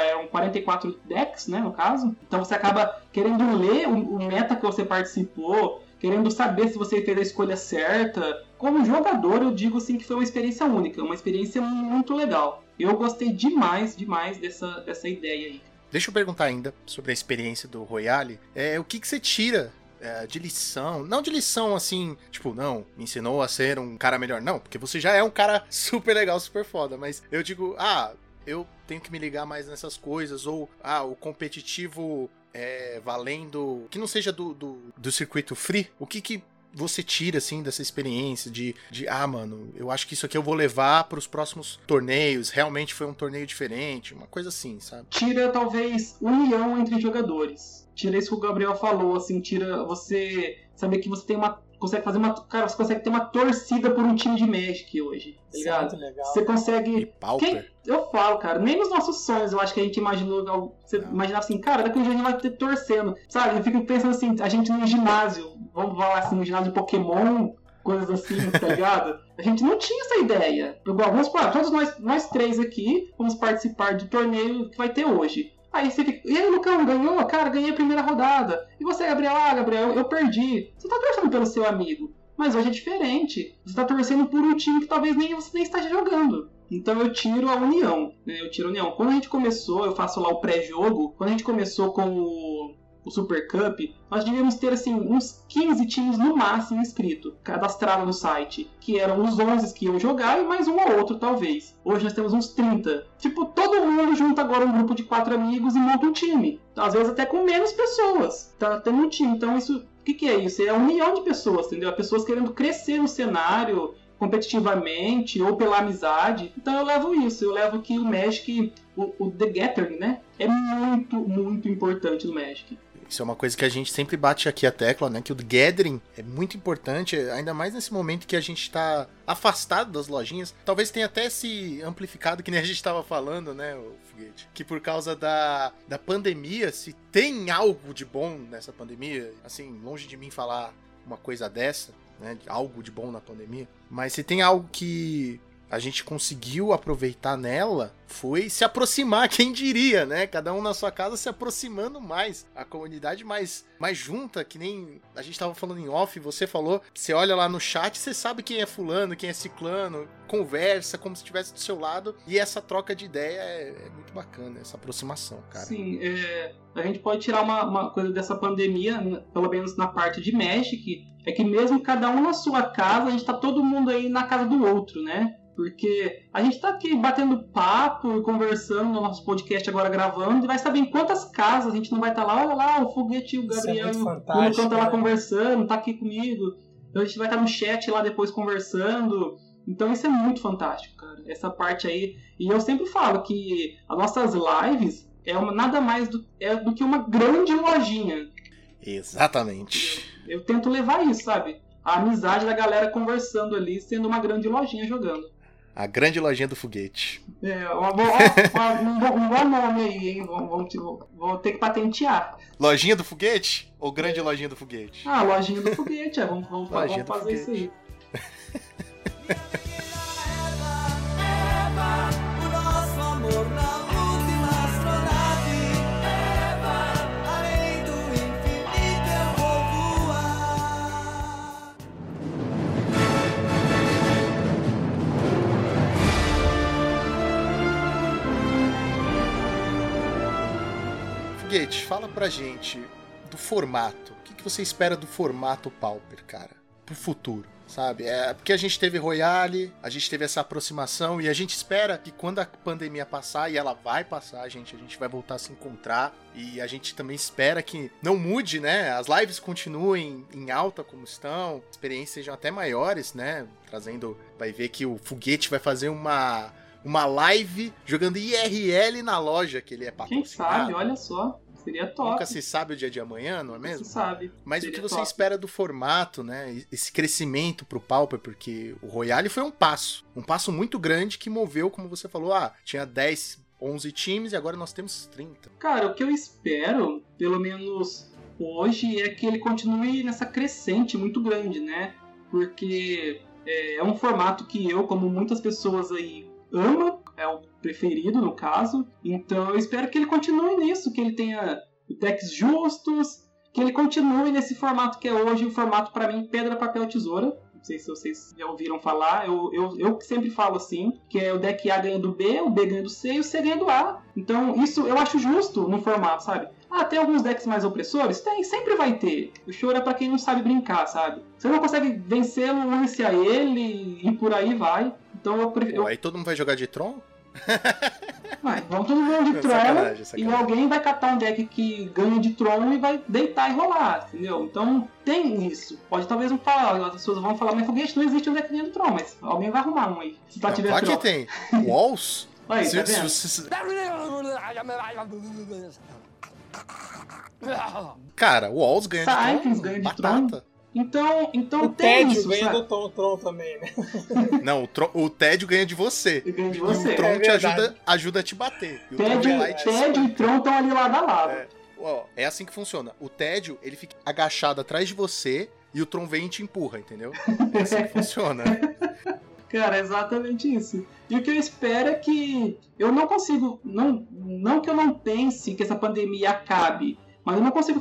44 decks, né, no caso. Então você acaba querendo ler o meta que você participou, querendo saber se você fez a escolha certa. Como jogador, eu digo assim que foi uma experiência única, uma experiência muito legal. Eu gostei demais dessa ideia aí. deixa eu perguntar ainda sobre a experiência do Royale. O que você tira de lição? Não de lição assim, tipo, não, me ensinou a ser um cara melhor. Não, porque você já é um cara super legal, super foda. Mas eu digo, eu tenho que me ligar mais nessas coisas. Ou, o competitivo valendo, que não seja do circuito free. O que você tira, assim, dessa experiência de mano, eu acho que isso aqui eu vou levar pros próximos torneios, realmente foi um torneio diferente, uma coisa assim, sabe? Tira, talvez, união entre jogadores. Tira isso que o Gabriel falou, assim, tira você saber que você tem consegue fazer cara, você consegue ter uma torcida por um time de Magic hoje, tá ligado? Muito legal. Você consegue... E Pauper. Eu falo, cara, nem nos nossos sonhos eu acho que a gente imaginou, você imaginava assim, cara, daqui a dia a gente vai ter torcendo, sabe? Eu fico pensando assim, a gente no ginásio, vamos falar assim, no ginásio de Pokémon, coisas assim, tá ligado? A gente não tinha essa ideia. Vamos falar, todos nós três aqui vamos participar do torneio que vai ter hoje. Aí você fica, e aí, Lucão, ganhou? Cara, ganhei a primeira rodada. E você, Gabriel? Gabriel, eu perdi. Você tá torcendo pelo seu amigo. Mas hoje é diferente. Você tá torcendo por um time que talvez você nem esteja jogando. Então eu tiro a união, né? Quando a gente começou, eu faço lá o pré-jogo. Quando a gente começou com o Super Cup, nós devíamos ter assim uns 15 times no máximo inscritos, cadastrados no site, que eram os 11 que iam jogar e mais um ou outro talvez. Hoje nós temos uns 30. Tipo, todo mundo junta agora um grupo de 4 amigos e monta um time. Às vezes até com menos pessoas, tá tendo um time. Então isso, o que é isso? É a união de pessoas, entendeu? Pessoas querendo crescer no cenário competitivamente ou pela amizade. Então eu levo que o Magic, o The Gathering, né, é muito, muito importante no Magic. Isso é uma coisa que a gente sempre bate aqui a tecla, né? Que o Gathering é muito importante, ainda mais nesse momento que a gente tá afastado das lojinhas. Talvez tenha até se amplificado, que nem a gente tava falando, né, o Foguete? Que por causa da pandemia, se tem algo de bom nessa pandemia, assim, longe de mim falar uma coisa dessa, né? Algo de bom na pandemia. Mas se tem algo que a gente conseguiu aproveitar nela, foi se aproximar, quem diria, né? Cada um na sua casa se aproximando mais. A comunidade mais junta, que nem a gente tava falando em off, você falou, você olha lá no chat, você sabe quem é fulano, quem é ciclano, conversa como se estivesse do seu lado, e essa troca de ideia é muito bacana, essa aproximação, cara. Sim, a gente pode tirar uma coisa dessa pandemia, pelo menos na parte de Magic, é que mesmo cada um na sua casa, a gente tá todo mundo aí na casa do outro, né? Porque a gente tá aqui batendo papo e conversando no nosso podcast agora gravando, e vai saber em quantas casas a gente não vai estar lá. Olha lá, o Foguete, o Gabriel, o Lucão tá lá conversando, tá aqui comigo. Então a gente vai estar no chat lá depois conversando. Então isso é muito fantástico, cara. Essa parte aí. E eu sempre falo que as nossas lives nada mais do que uma grande lojinha. Exatamente. Eu tento levar isso, sabe? A amizade da galera conversando ali, sendo uma grande lojinha jogando. A grande lojinha do Foguete. Um bom nome aí, hein? Vou ter que patentear. Lojinha do Foguete? Ou grande lojinha do Foguete? Lojinha do Foguete. Vamos fazer isso aí. Foguete, fala pra gente do formato. O que você espera do formato Pauper, cara? Pro futuro, sabe? Porque a gente teve Royale, a gente teve essa aproximação e a gente espera que quando a pandemia passar, e ela vai passar, a gente vai voltar a se encontrar, e a gente também espera que não mude, né? As lives continuem em alta como estão, experiências sejam até maiores, né? Vai ver que o Foguete vai fazer uma live jogando IRL na loja que ele é patrocinado. Quem sabe, olha só. Seria top. Nunca se sabe o dia de amanhã, não é mesmo? Se sabe. Mas seria o que você espera do formato, né? Esse crescimento pro Pauper, porque o Royale foi um passo muito grande que moveu, como você falou, tinha 10, 11 times e agora nós temos 30. Cara, o que eu espero, pelo menos hoje, é que ele continue nessa crescente muito grande, né? Porque é um formato que eu, como muitas pessoas aí, ama, é o preferido no caso, então eu espero que ele continue nisso, que ele tenha decks justos, que ele continue nesse formato que é hoje, o formato pra mim pedra, papel, tesoura, Não sei se vocês já ouviram falar. Eu sempre falo assim, que é o deck A ganha do B, o B ganha do C e o C ganha do A. Então isso eu acho justo no formato, sabe? Tem alguns decks mais opressores? Tem, sempre vai ter. O choro é pra quem não sabe brincar, sabe? Você não consegue vencê-lo, une-se a ele e por aí vai. Então eu prefiro... Aí todo mundo vai jogar de Tron? Vamos todo mundo de Tron e alguém vai catar um deck que ganha de Tron e vai deitar e rolar, entendeu? Então tem isso. Pode talvez não falar, as pessoas vão falar, mas Foguete, não existe um deck que ganha de Tron, mas alguém vai arrumar um aí. Se tiver Tron. Aqui tem Walls. Aí, tá Cara, o Walls ganha de Tron. Ganha de Tron. Então o tem Tédio isso, ganha sabe? do Tron também, né? Não, o Tédio ganha de você. Ganha de você. E o Tron te ajuda a te bater. E Tédio e Tron estão ali lado a lado. É assim que funciona. O Tédio, ele fica agachado atrás de você e o Tron vem e te empurra, entendeu? É assim que funciona. Cara, é exatamente isso. E o que eu espero é que eu não consigo... Não que eu não pense que essa pandemia acabe, mas eu não consigo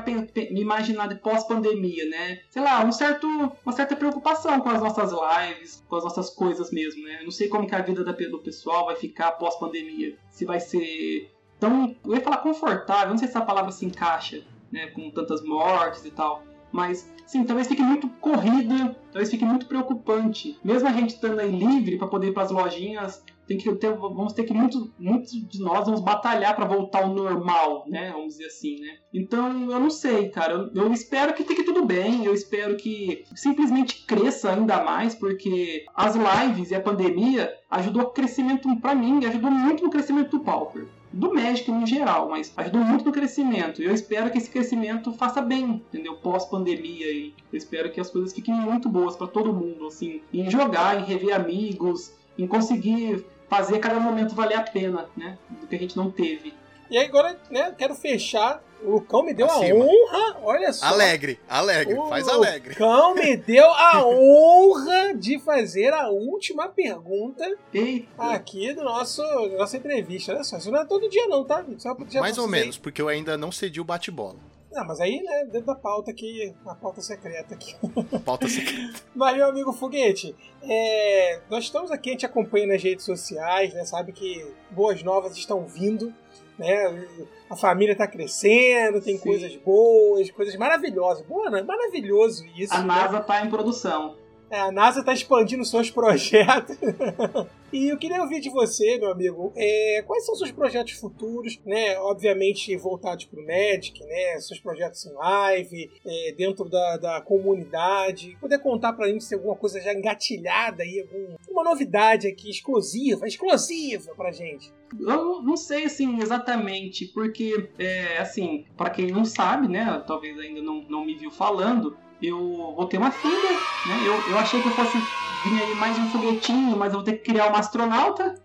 me imaginar de pós-pandemia, né? Sei lá, uma certa preocupação com as nossas lives, com as nossas coisas mesmo, né? Eu não sei como que a vida do pessoal vai ficar pós-pandemia. Se vai ser tão... Eu ia falar confortável, não sei se essa palavra se encaixa, né? Com tantas mortes e tal. Mas, sim, talvez fique muito corrida, talvez fique muito preocupante. Mesmo a gente estando aí livre para poder ir para as lojinhas, vamos ter que muitos de nós vamos batalhar para voltar ao normal, né? Vamos dizer assim, né? Então, eu não sei, cara. Eu espero que fique tudo bem, eu espero que simplesmente cresça ainda mais, porque as lives e a pandemia ajudou o crescimento, para mim, ajudou muito no crescimento do Pauper. Do Magic no geral, mas ajudou muito no crescimento. E eu espero que esse crescimento faça bem, entendeu? Pós-pandemia. E eu espero que as coisas fiquem muito boas para todo mundo, assim. Em jogar, em rever amigos, em conseguir fazer cada momento valer a pena, né? Do que a gente não teve. E aí agora, né, quero fechar. O Lucão me deu a honra, olha só. Alegre, faz alegre. O Lucão me deu a honra de fazer a última pergunta aqui do nossa entrevista. Olha só, isso não é todo dia não, tá? Mais ou menos, porque eu ainda não cedi o bate-bola. Não, mas aí, né, dentro da pauta aqui, a pauta secreta aqui. Pauta secreta. Mas, meu amigo Foguete, nós estamos aqui, a gente acompanha nas redes sociais, né, sabe que boas novas estão vindo, né, a família está crescendo, tem coisas boas, coisas maravilhosas. Boa, né? Maravilhoso isso. A NASA está em produção. A NASA está expandindo seus projetos. E eu queria ouvir de você, meu amigo, quais são seus projetos futuros, né? Obviamente voltados para o Magic, né? Seus projetos em live, dentro da comunidade. Poder contar para a gente se tem alguma coisa já engatilhada aí, alguma novidade aqui exclusiva para a gente. Eu não sei, assim, exatamente, porque, assim, para quem não sabe, né? Talvez ainda não me viu falando, eu vou ter uma filha, né? Eu achei que eu fosse vir aí mais um foguetinho, mas eu vou ter que criar uma astronauta.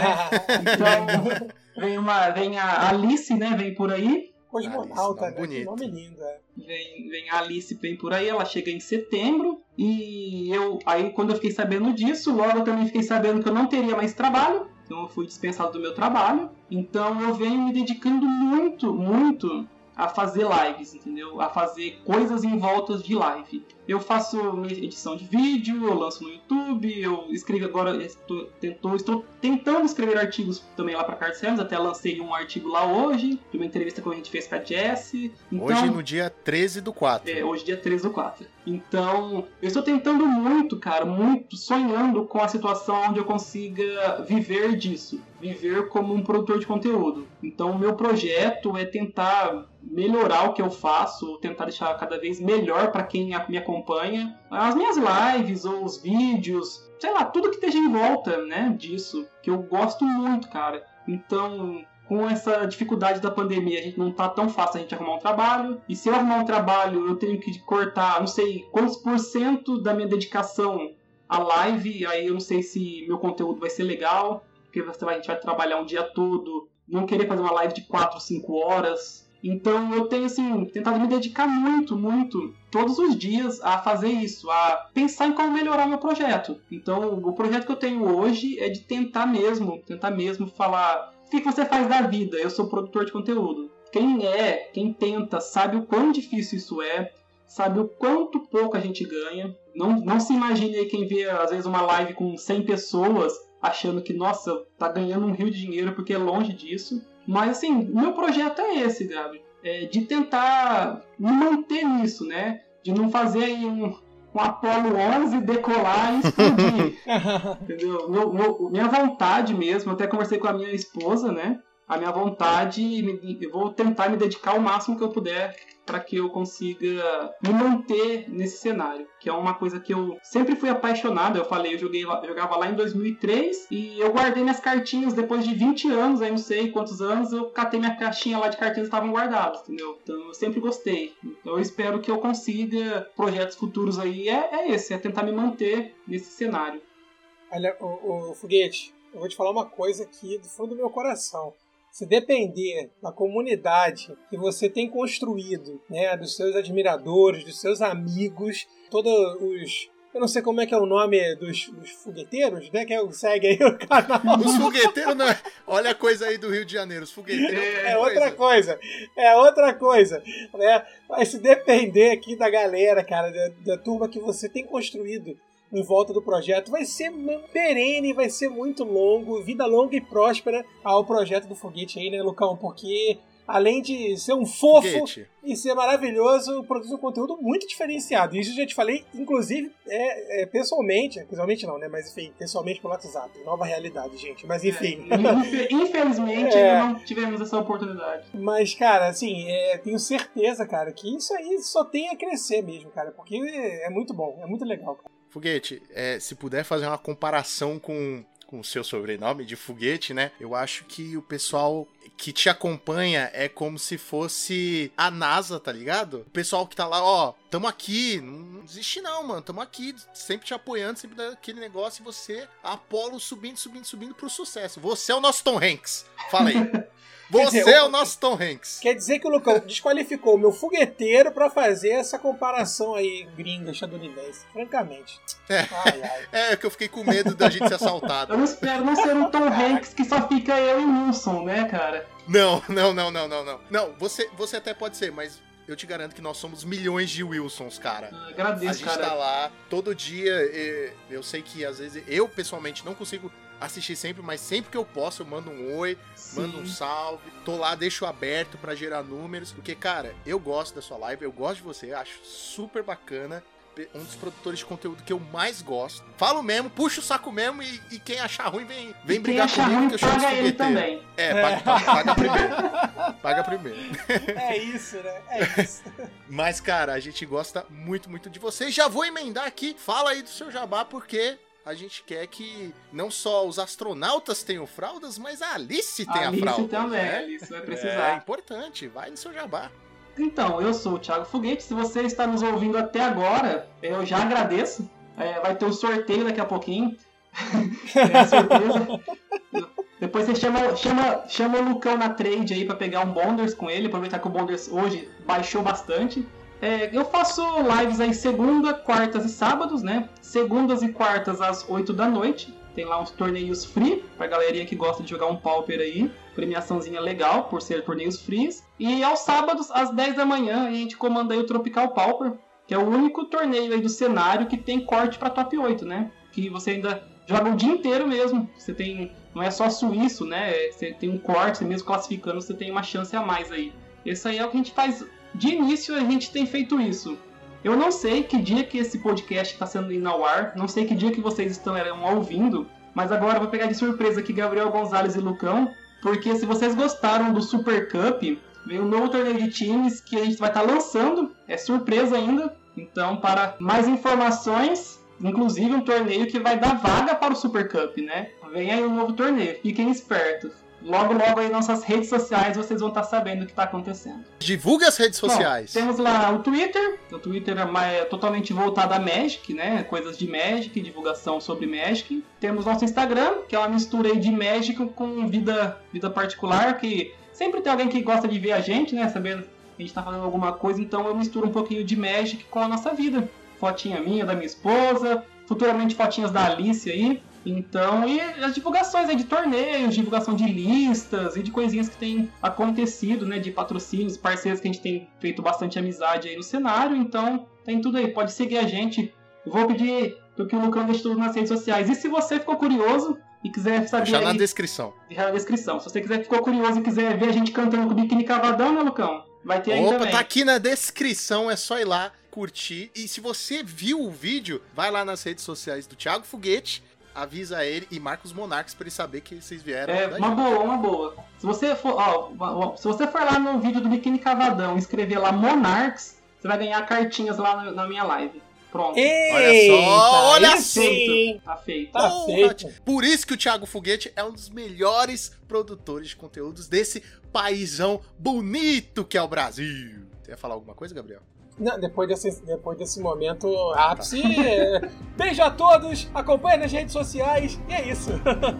Né? Então, vem a Alice, né? Vem por aí. Cosmonauta, né? Bonito. Que nome lindo, Vem a Alice, vem por aí, ela chega em setembro. E aí quando eu fiquei sabendo disso, logo eu também fiquei sabendo que eu não teria mais trabalho. Então eu fui dispensado do meu trabalho. Então eu venho me dedicando muito, muito a fazer lives, entendeu? A fazer coisas em volta de live. Eu faço edição de vídeo, eu lanço no YouTube, eu escrevo agora, estou tentando escrever artigos também lá para Card até lancei um artigo lá hoje, de uma entrevista que a gente fez com a Jessie. Então, hoje no dia 13/4. Hoje dia 13/4. Então, eu estou tentando muito, cara, muito, sonhando com a situação onde eu consiga viver disso. Viver como um produtor de conteúdo. Então, o meu projeto é tentar melhorar o que eu faço, tentar deixar cada vez melhor para quem me acompanha. As minhas lives ou os vídeos, sei lá, tudo que esteja em volta, né, disso, que eu gosto muito, cara. Então, com essa dificuldade da pandemia, a gente não tá tão fácil a gente arrumar um trabalho. E se eu arrumar um trabalho, eu tenho que cortar, não sei quantos % da minha dedicação à live, aí eu não sei se meu conteúdo vai ser legal, porque a gente vai trabalhar um dia todo, não querer fazer uma live de 4 ou 5 horas. Então eu tenho, assim, tentado me dedicar muito, muito, todos os dias a fazer isso, a pensar em como melhorar meu projeto. Então o projeto que eu tenho hoje é de tentar mesmo falar: o que você faz da vida? Eu sou produtor de conteúdo. Quem tenta, sabe o quão difícil isso é, sabe o quanto pouco a gente ganha. Não se imagine aí quem vê, às vezes, uma live com 100 pessoas achando que, nossa, tá ganhando um rio de dinheiro, porque é longe disso. Mas, assim, o meu projeto é esse, Gabi. De tentar me manter nisso, né? De não fazer aí um Apollo 11 decolar e explodir. Entendeu? Minha vontade mesmo, eu até conversei com a minha esposa, né? A minha vontade, eu vou tentar me dedicar o máximo que eu puder para que eu consiga me manter nesse cenário, que é uma coisa que eu sempre fui apaixonado. Eu falei, eu jogava lá em 2003 e eu guardei minhas cartinhas depois de 20 anos, aí não sei quantos anos, eu catei minha caixinha lá de cartinhas que estavam guardadas, entendeu? Então eu sempre gostei. Então eu espero que eu consiga projetos futuros aí, é tentar me manter nesse cenário. Olha, o Foguete, eu vou te falar uma coisa aqui do fundo do meu coração. Se depender da comunidade que você tem construído, né, dos seus admiradores, dos seus amigos, todos os... Eu não sei como é que é o nome dos fogueteiros, né, que segue aí o canal. Os fogueteiros, não é... Olha a coisa aí do Rio de Janeiro, os fogueteiros é outra coisa. É outra coisa, né? Mas se depender aqui da galera, cara, da turma que você tem construído em volta do projeto, vai ser perene, vai ser muito longo, vida longa e próspera ao projeto do Foguete aí, né, Lucão? Porque além de ser um fofo Foguete e ser maravilhoso, produz um conteúdo muito diferenciado. Isso eu já te falei, inclusive, pessoalmente não, né? Mas enfim, pessoalmente pelo WhatsApp. Nova realidade, gente. Mas enfim. Infelizmente, ainda não tivemos essa oportunidade. Mas, cara, assim, tenho certeza, cara, que isso aí só tem a crescer mesmo, cara. Porque é muito bom, é muito legal, cara. Foguete, se puder fazer uma comparação com o seu sobrenome de Foguete, né? Eu acho que o pessoal que te acompanha é como se fosse a NASA, tá ligado? O pessoal que tá lá, ó, tamo aqui, não desiste não, mano, tamo aqui, sempre te apoiando, sempre dando aquele negócio e você, Apollo, subindo pro sucesso. Você é o nosso Tom Hanks, fala aí. Você é o nosso Tom Hanks. Quer dizer que o Lucão desqualificou o meu fogueteiro pra fazer essa comparação aí gringa, estadunidense. Francamente. É que eu fiquei com medo da gente ser assaltado. Eu não espero não ser um Tom Hanks que só fica eu e Wilson, né, cara? Não. Não, você até pode ser, mas eu te garanto que nós somos milhões de Wilsons, cara. Agradeço, cara. A gente tá lá todo dia. Eu sei que às vezes eu pessoalmente não consigo assistir sempre, mas sempre que eu posso eu mando um oi, mando um salve, tô lá, deixo aberto pra gerar números, porque, cara, eu gosto da sua live, eu gosto de você, acho super bacana, um dos produtores de conteúdo que eu mais gosto. Falo mesmo, puxa o saco mesmo e quem achar ruim vem brigar comigo, que eu chamo de ele também. Paga primeiro. Paga primeiro. É isso, né? É isso. Mas, cara, a gente gosta muito, muito de você. Já vou emendar aqui, fala aí do seu jabá, porque a gente quer que não só os astronautas tenham fraldas, mas a Alice tenha fralda. A Alice também, né? A Alice vai precisar. É importante, vai no seu jabá. Então, eu sou o Thiago Foguete, se você está nos ouvindo até agora, eu já agradeço. Vai ter um sorteio daqui a pouquinho. Certeza. Depois você chama o Lucão na trade aí pra pegar um Bonders com ele, aproveitar que o Bonders hoje baixou bastante. Eu faço lives aí segunda, quartas e sábados, né? Segundas e quartas às 8 da noite. Tem lá uns torneios free pra galerinha que gosta de jogar um pauper aí. Premiaçãozinha legal por ser torneios frees. E aos sábados, às 10 da manhã, a gente comanda aí o Tropical Pauper, que é o único torneio aí do cenário que tem corte pra top 8, né? Que você ainda joga o dia inteiro mesmo. Você tem... Não é só suíço, né? Você tem um corte, você mesmo classificando, você tem uma chance a mais aí. Esse aí é o que a gente faz... De início, a gente tem feito isso. Eu não sei que dia que esse podcast está sendo indo ao ar, não sei que dia que vocês estão ouvindo, mas agora eu vou pegar de surpresa aqui Gabriel Gonzalez e Lucão, porque se vocês gostaram do Super Cup, vem um novo torneio de times que a gente vai estar lançando, é surpresa ainda. Então, para mais informações, inclusive um torneio que vai dar vaga para o Super Cup, né? Vem aí um novo torneio, fiquem espertos. Logo aí nas nossas redes sociais vocês vão estar sabendo o que está acontecendo. Divulgue as redes sociais. Bom, temos lá o Twitter. O Twitter é totalmente voltado a Magic, né? Coisas de Magic, divulgação sobre Magic. Temos nosso Instagram, que é uma mistura aí de Magic com vida particular, que sempre tem alguém que gosta de ver a gente, né? Sabendo que a gente está fazendo alguma coisa, então eu misturo um pouquinho de Magic com a nossa vida. Fotinha minha, da minha esposa, futuramente fotinhas da Alice aí. Então, e as divulgações aí de torneios, divulgação de listas e de coisinhas que tem acontecido, né? De patrocínios, parceiros que a gente tem feito bastante amizade aí no cenário. Então, tem tudo aí. Pode seguir a gente. Eu vou pedir que o Lucão deixe tudo nas redes sociais. E se você ficou curioso e quiser saber... Deixa na descrição. Deixa na descrição. Se você ficou curioso e quiser ver a gente cantando com o Biquíni Cavadão, né, Lucão? Vai ter aí também. Tá aqui na descrição, é só ir lá, curtir. E se você viu o vídeo, vai lá nas redes sociais do Thiago Foguete, avisa ele e marca os Monarques pra ele saber que vocês vieram. Uma boa. Se você for lá no vídeo do Biquíni Cavadão e escrever lá Monarques, você vai ganhar cartinhas lá na minha live. Pronto. Olha só! Tá feito. Tá feito. Por isso que o Thiago Foguete é um dos melhores produtores de conteúdos desse paizão bonito que é o Brasil. Você ia falar alguma coisa, Gabriel? Não, depois desse momento ápice, beijo a todos, acompanhe nas redes sociais, e é isso.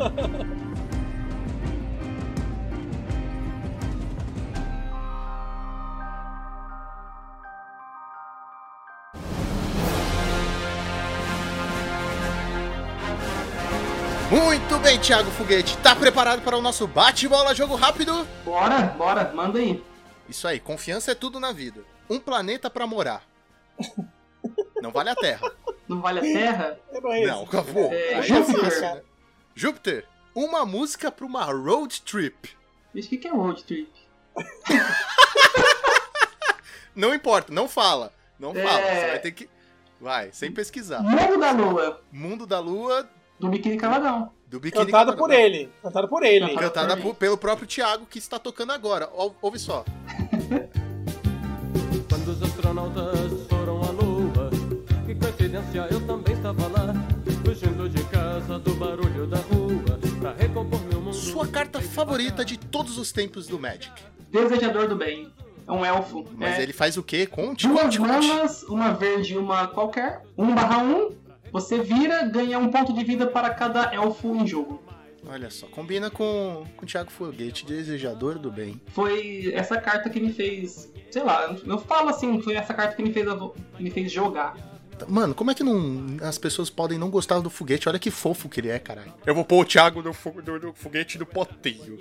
Muito bem, Thiago Foguete. Tá preparado para o nosso bate-bola jogo rápido? Bora, manda aí. Isso aí, confiança é tudo na vida. Um planeta pra morar. Não vale a Terra. Não vale a Terra? Não, acabou. Júpiter. Júpiter, uma música pra uma road trip. Vixe, o que é road trip? Não importa, não fala. Não fala, você vai ter que... Vai, sem pesquisar. Mundo da Lua. Mundo da Lua... Do Biquíni Cavadão. Cantado por ele. Cantada pelo próprio Thiago, que está tocando agora. Ouve só. Quando os astronautas foram à Lua, que coincidência, eu também estava lá, fugindo de casa do barulho da rua, pra recompor meu mundo. Sua carta favorita de todos os tempos do Magic? Desejador do Bem. É um elfo. Mas ele faz o quê? Conte. Duas manas, uma verde e uma qualquer. 1/1. Você vira, ganha 1 ponto de vida para cada elfo em jogo. Olha só, combina com o Thiago Foguete, Desejador do Bem. Foi essa carta que me fez... Sei lá, eu falo assim, foi essa carta que me fez jogar. Mano, como é que as pessoas podem não gostar do Foguete? Olha que fofo que ele é, caralho. Eu vou pôr o Thiago do Foguete do potinho.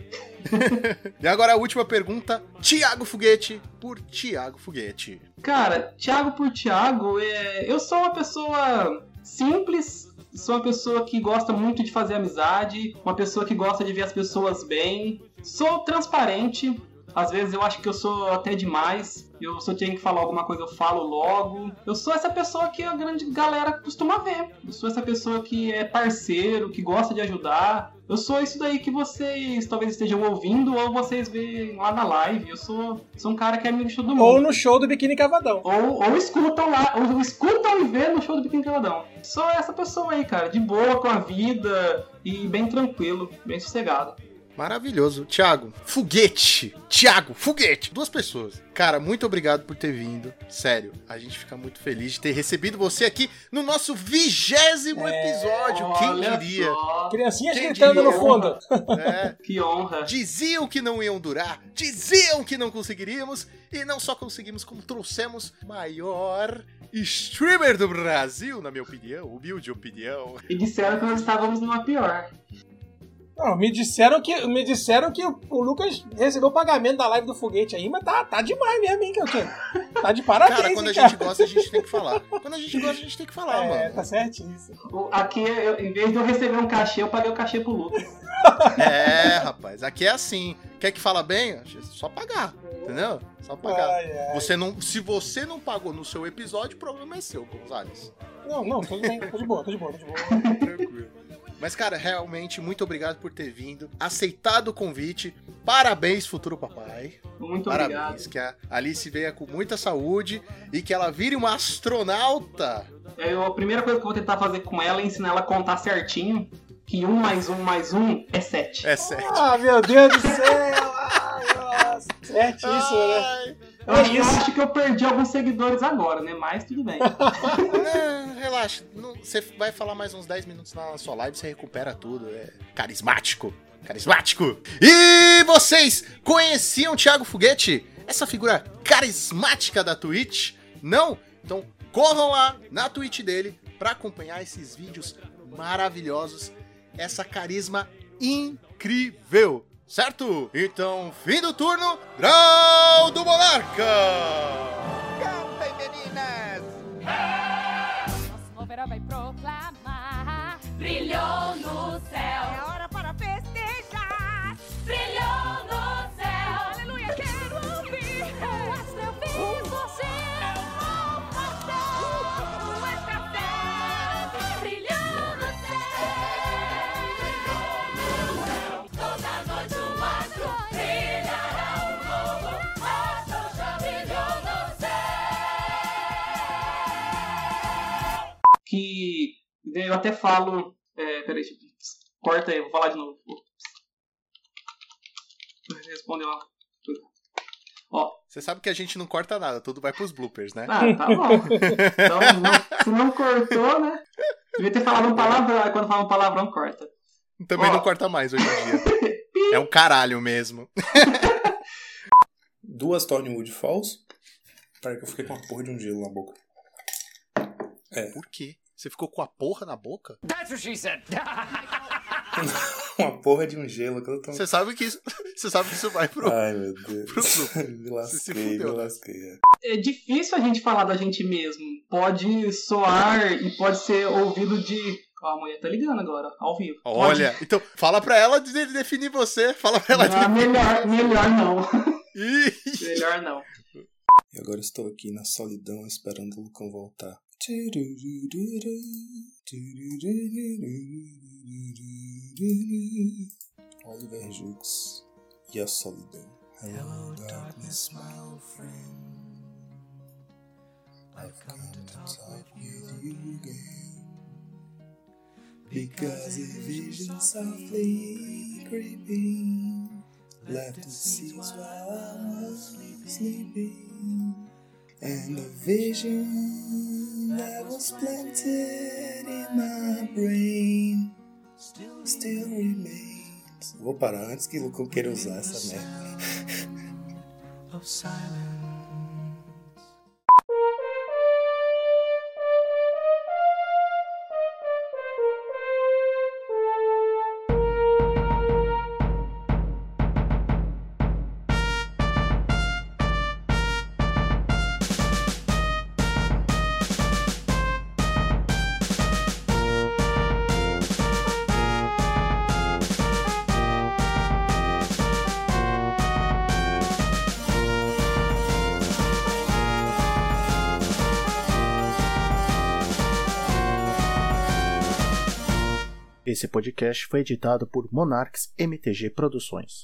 E agora a última pergunta. Thiago Foguete por Thiago Foguete. Cara, Thiago por Thiago, eu sou uma pessoa... simples, sou uma pessoa que gosta muito de fazer amizade, uma pessoa que gosta de ver as pessoas bem, sou transparente, às vezes eu acho que eu sou até demais, se eu tenho que falar alguma coisa eu falo logo, eu sou essa pessoa que a grande galera costuma ver, eu sou essa pessoa que é parceiro, que gosta de ajudar, eu sou isso daí que vocês talvez estejam ouvindo ou vocês veem lá na live, eu sou um cara que é amigo de todo mundo. Ou no show do Biquíni Cavadão. Ou escutam lá, ou escutam e vê no show do Biquíni Cavadão. Sou essa pessoa aí, cara, de boa com a vida e bem tranquilo, bem sossegado. Maravilhoso. Thiago Foguete. 2 pessoas. Cara, muito obrigado por ter vindo. Sério, a gente fica muito feliz de ter recebido você aqui no nosso 20º episódio. Quem diria? Criancinhas gritando no fundo. Que honra. Diziam que não iam durar, diziam que não conseguiríamos, e não só conseguimos, como trouxemos o maior streamer do Brasil, na minha opinião, humilde opinião. E disseram que nós estávamos numa pior. Não, me disseram que o Lucas recebeu o pagamento da live do Foguete aí, mas tá demais mesmo, hein, que tá de parabéns. Cara, quando a gente gosta, a gente tem que falar. Quando a gente gosta, a gente tem que falar, mano. Tá certíssimo. Aqui, em vez de eu receber um cachê, eu paguei o cachê pro Lucas. Rapaz, aqui é assim. Quer que fala bem? É só pagar, entendeu? Só pagar. Se você não pagou no seu episódio, o problema é seu, Gonzalez. Não, tudo bem, tô de boa. Tranquilo. Mas, cara, realmente, muito obrigado por ter vindo, aceitado o convite. Parabéns, futuro papai. Muito Parabéns, obrigado. Que a Alice venha com muita saúde e que ela vire uma astronauta. A primeira coisa que eu vou tentar fazer com ela é ensinar ela a contar certinho, que 1 mais 1 mais 1 é 7. É 7. Ah, meu Deus do céu! Ai, nossa. Certíssimo, né? Eu acho que eu perdi alguns seguidores agora, né? Mas tudo bem. Não, relaxa. Você vai falar mais uns 10 minutos na sua live, você recupera tudo. É carismático. E vocês conheciam o Thiago Foguete? Essa figura carismática da Twitch? Não? Então corram lá na Twitch dele pra acompanhar esses vídeos maravilhosos. essa carisma incrível, certo? Então, fim do turno, Draw do Monarca! Cantem, meninas! Nosso novo herói vai proclamar: brilhou no céu. É hora para festejar. Brilhou no céu. Aleluia, quero ouvir. O astro eu vi você. O escafé Brilhou no céu. Toda noite o astro brilhará um novo. O astro já brilhou no céu. Que eu até falo... peraí, corta aí, vou falar de novo. Respondeu lá. Ó. Você sabe que a gente não corta nada, tudo vai pros bloopers, né? Ah, tá bom. Então, se não cortou, né? Devia ter falado um palavrão, quando fala um palavrão, corta. Também não corta mais hoje em dia. É um caralho mesmo. 2 Thornwood Falls. Peraí que eu fiquei com uma porra de um gelo na boca. Por quê? Você ficou com a porra na boca? That's what she said! Uma porra de um gelo que eu tô... Você sabe que isso vai pro... Ai, meu Deus. Me lasquei. É difícil a gente falar da gente mesmo. Pode soar e pode ser ouvido de... Ó, a mulher tá ligando agora, ao vivo. Olha, pode... então fala pra ela definir você. Fala pra ela melhor não. Melhor não. E agora estou aqui na solidão esperando o Lucão voltar. Oliver Jukes e a solidão. Hello darkness, my old friend. I've come to talk with you again. Because a vision softly creeping left the seas while I was sleeping. And the vision that was planted in my brain still remains. Vou parar antes que o Lucão queira usar essa merda. Esse podcast foi editado por Monarques MTG Produções.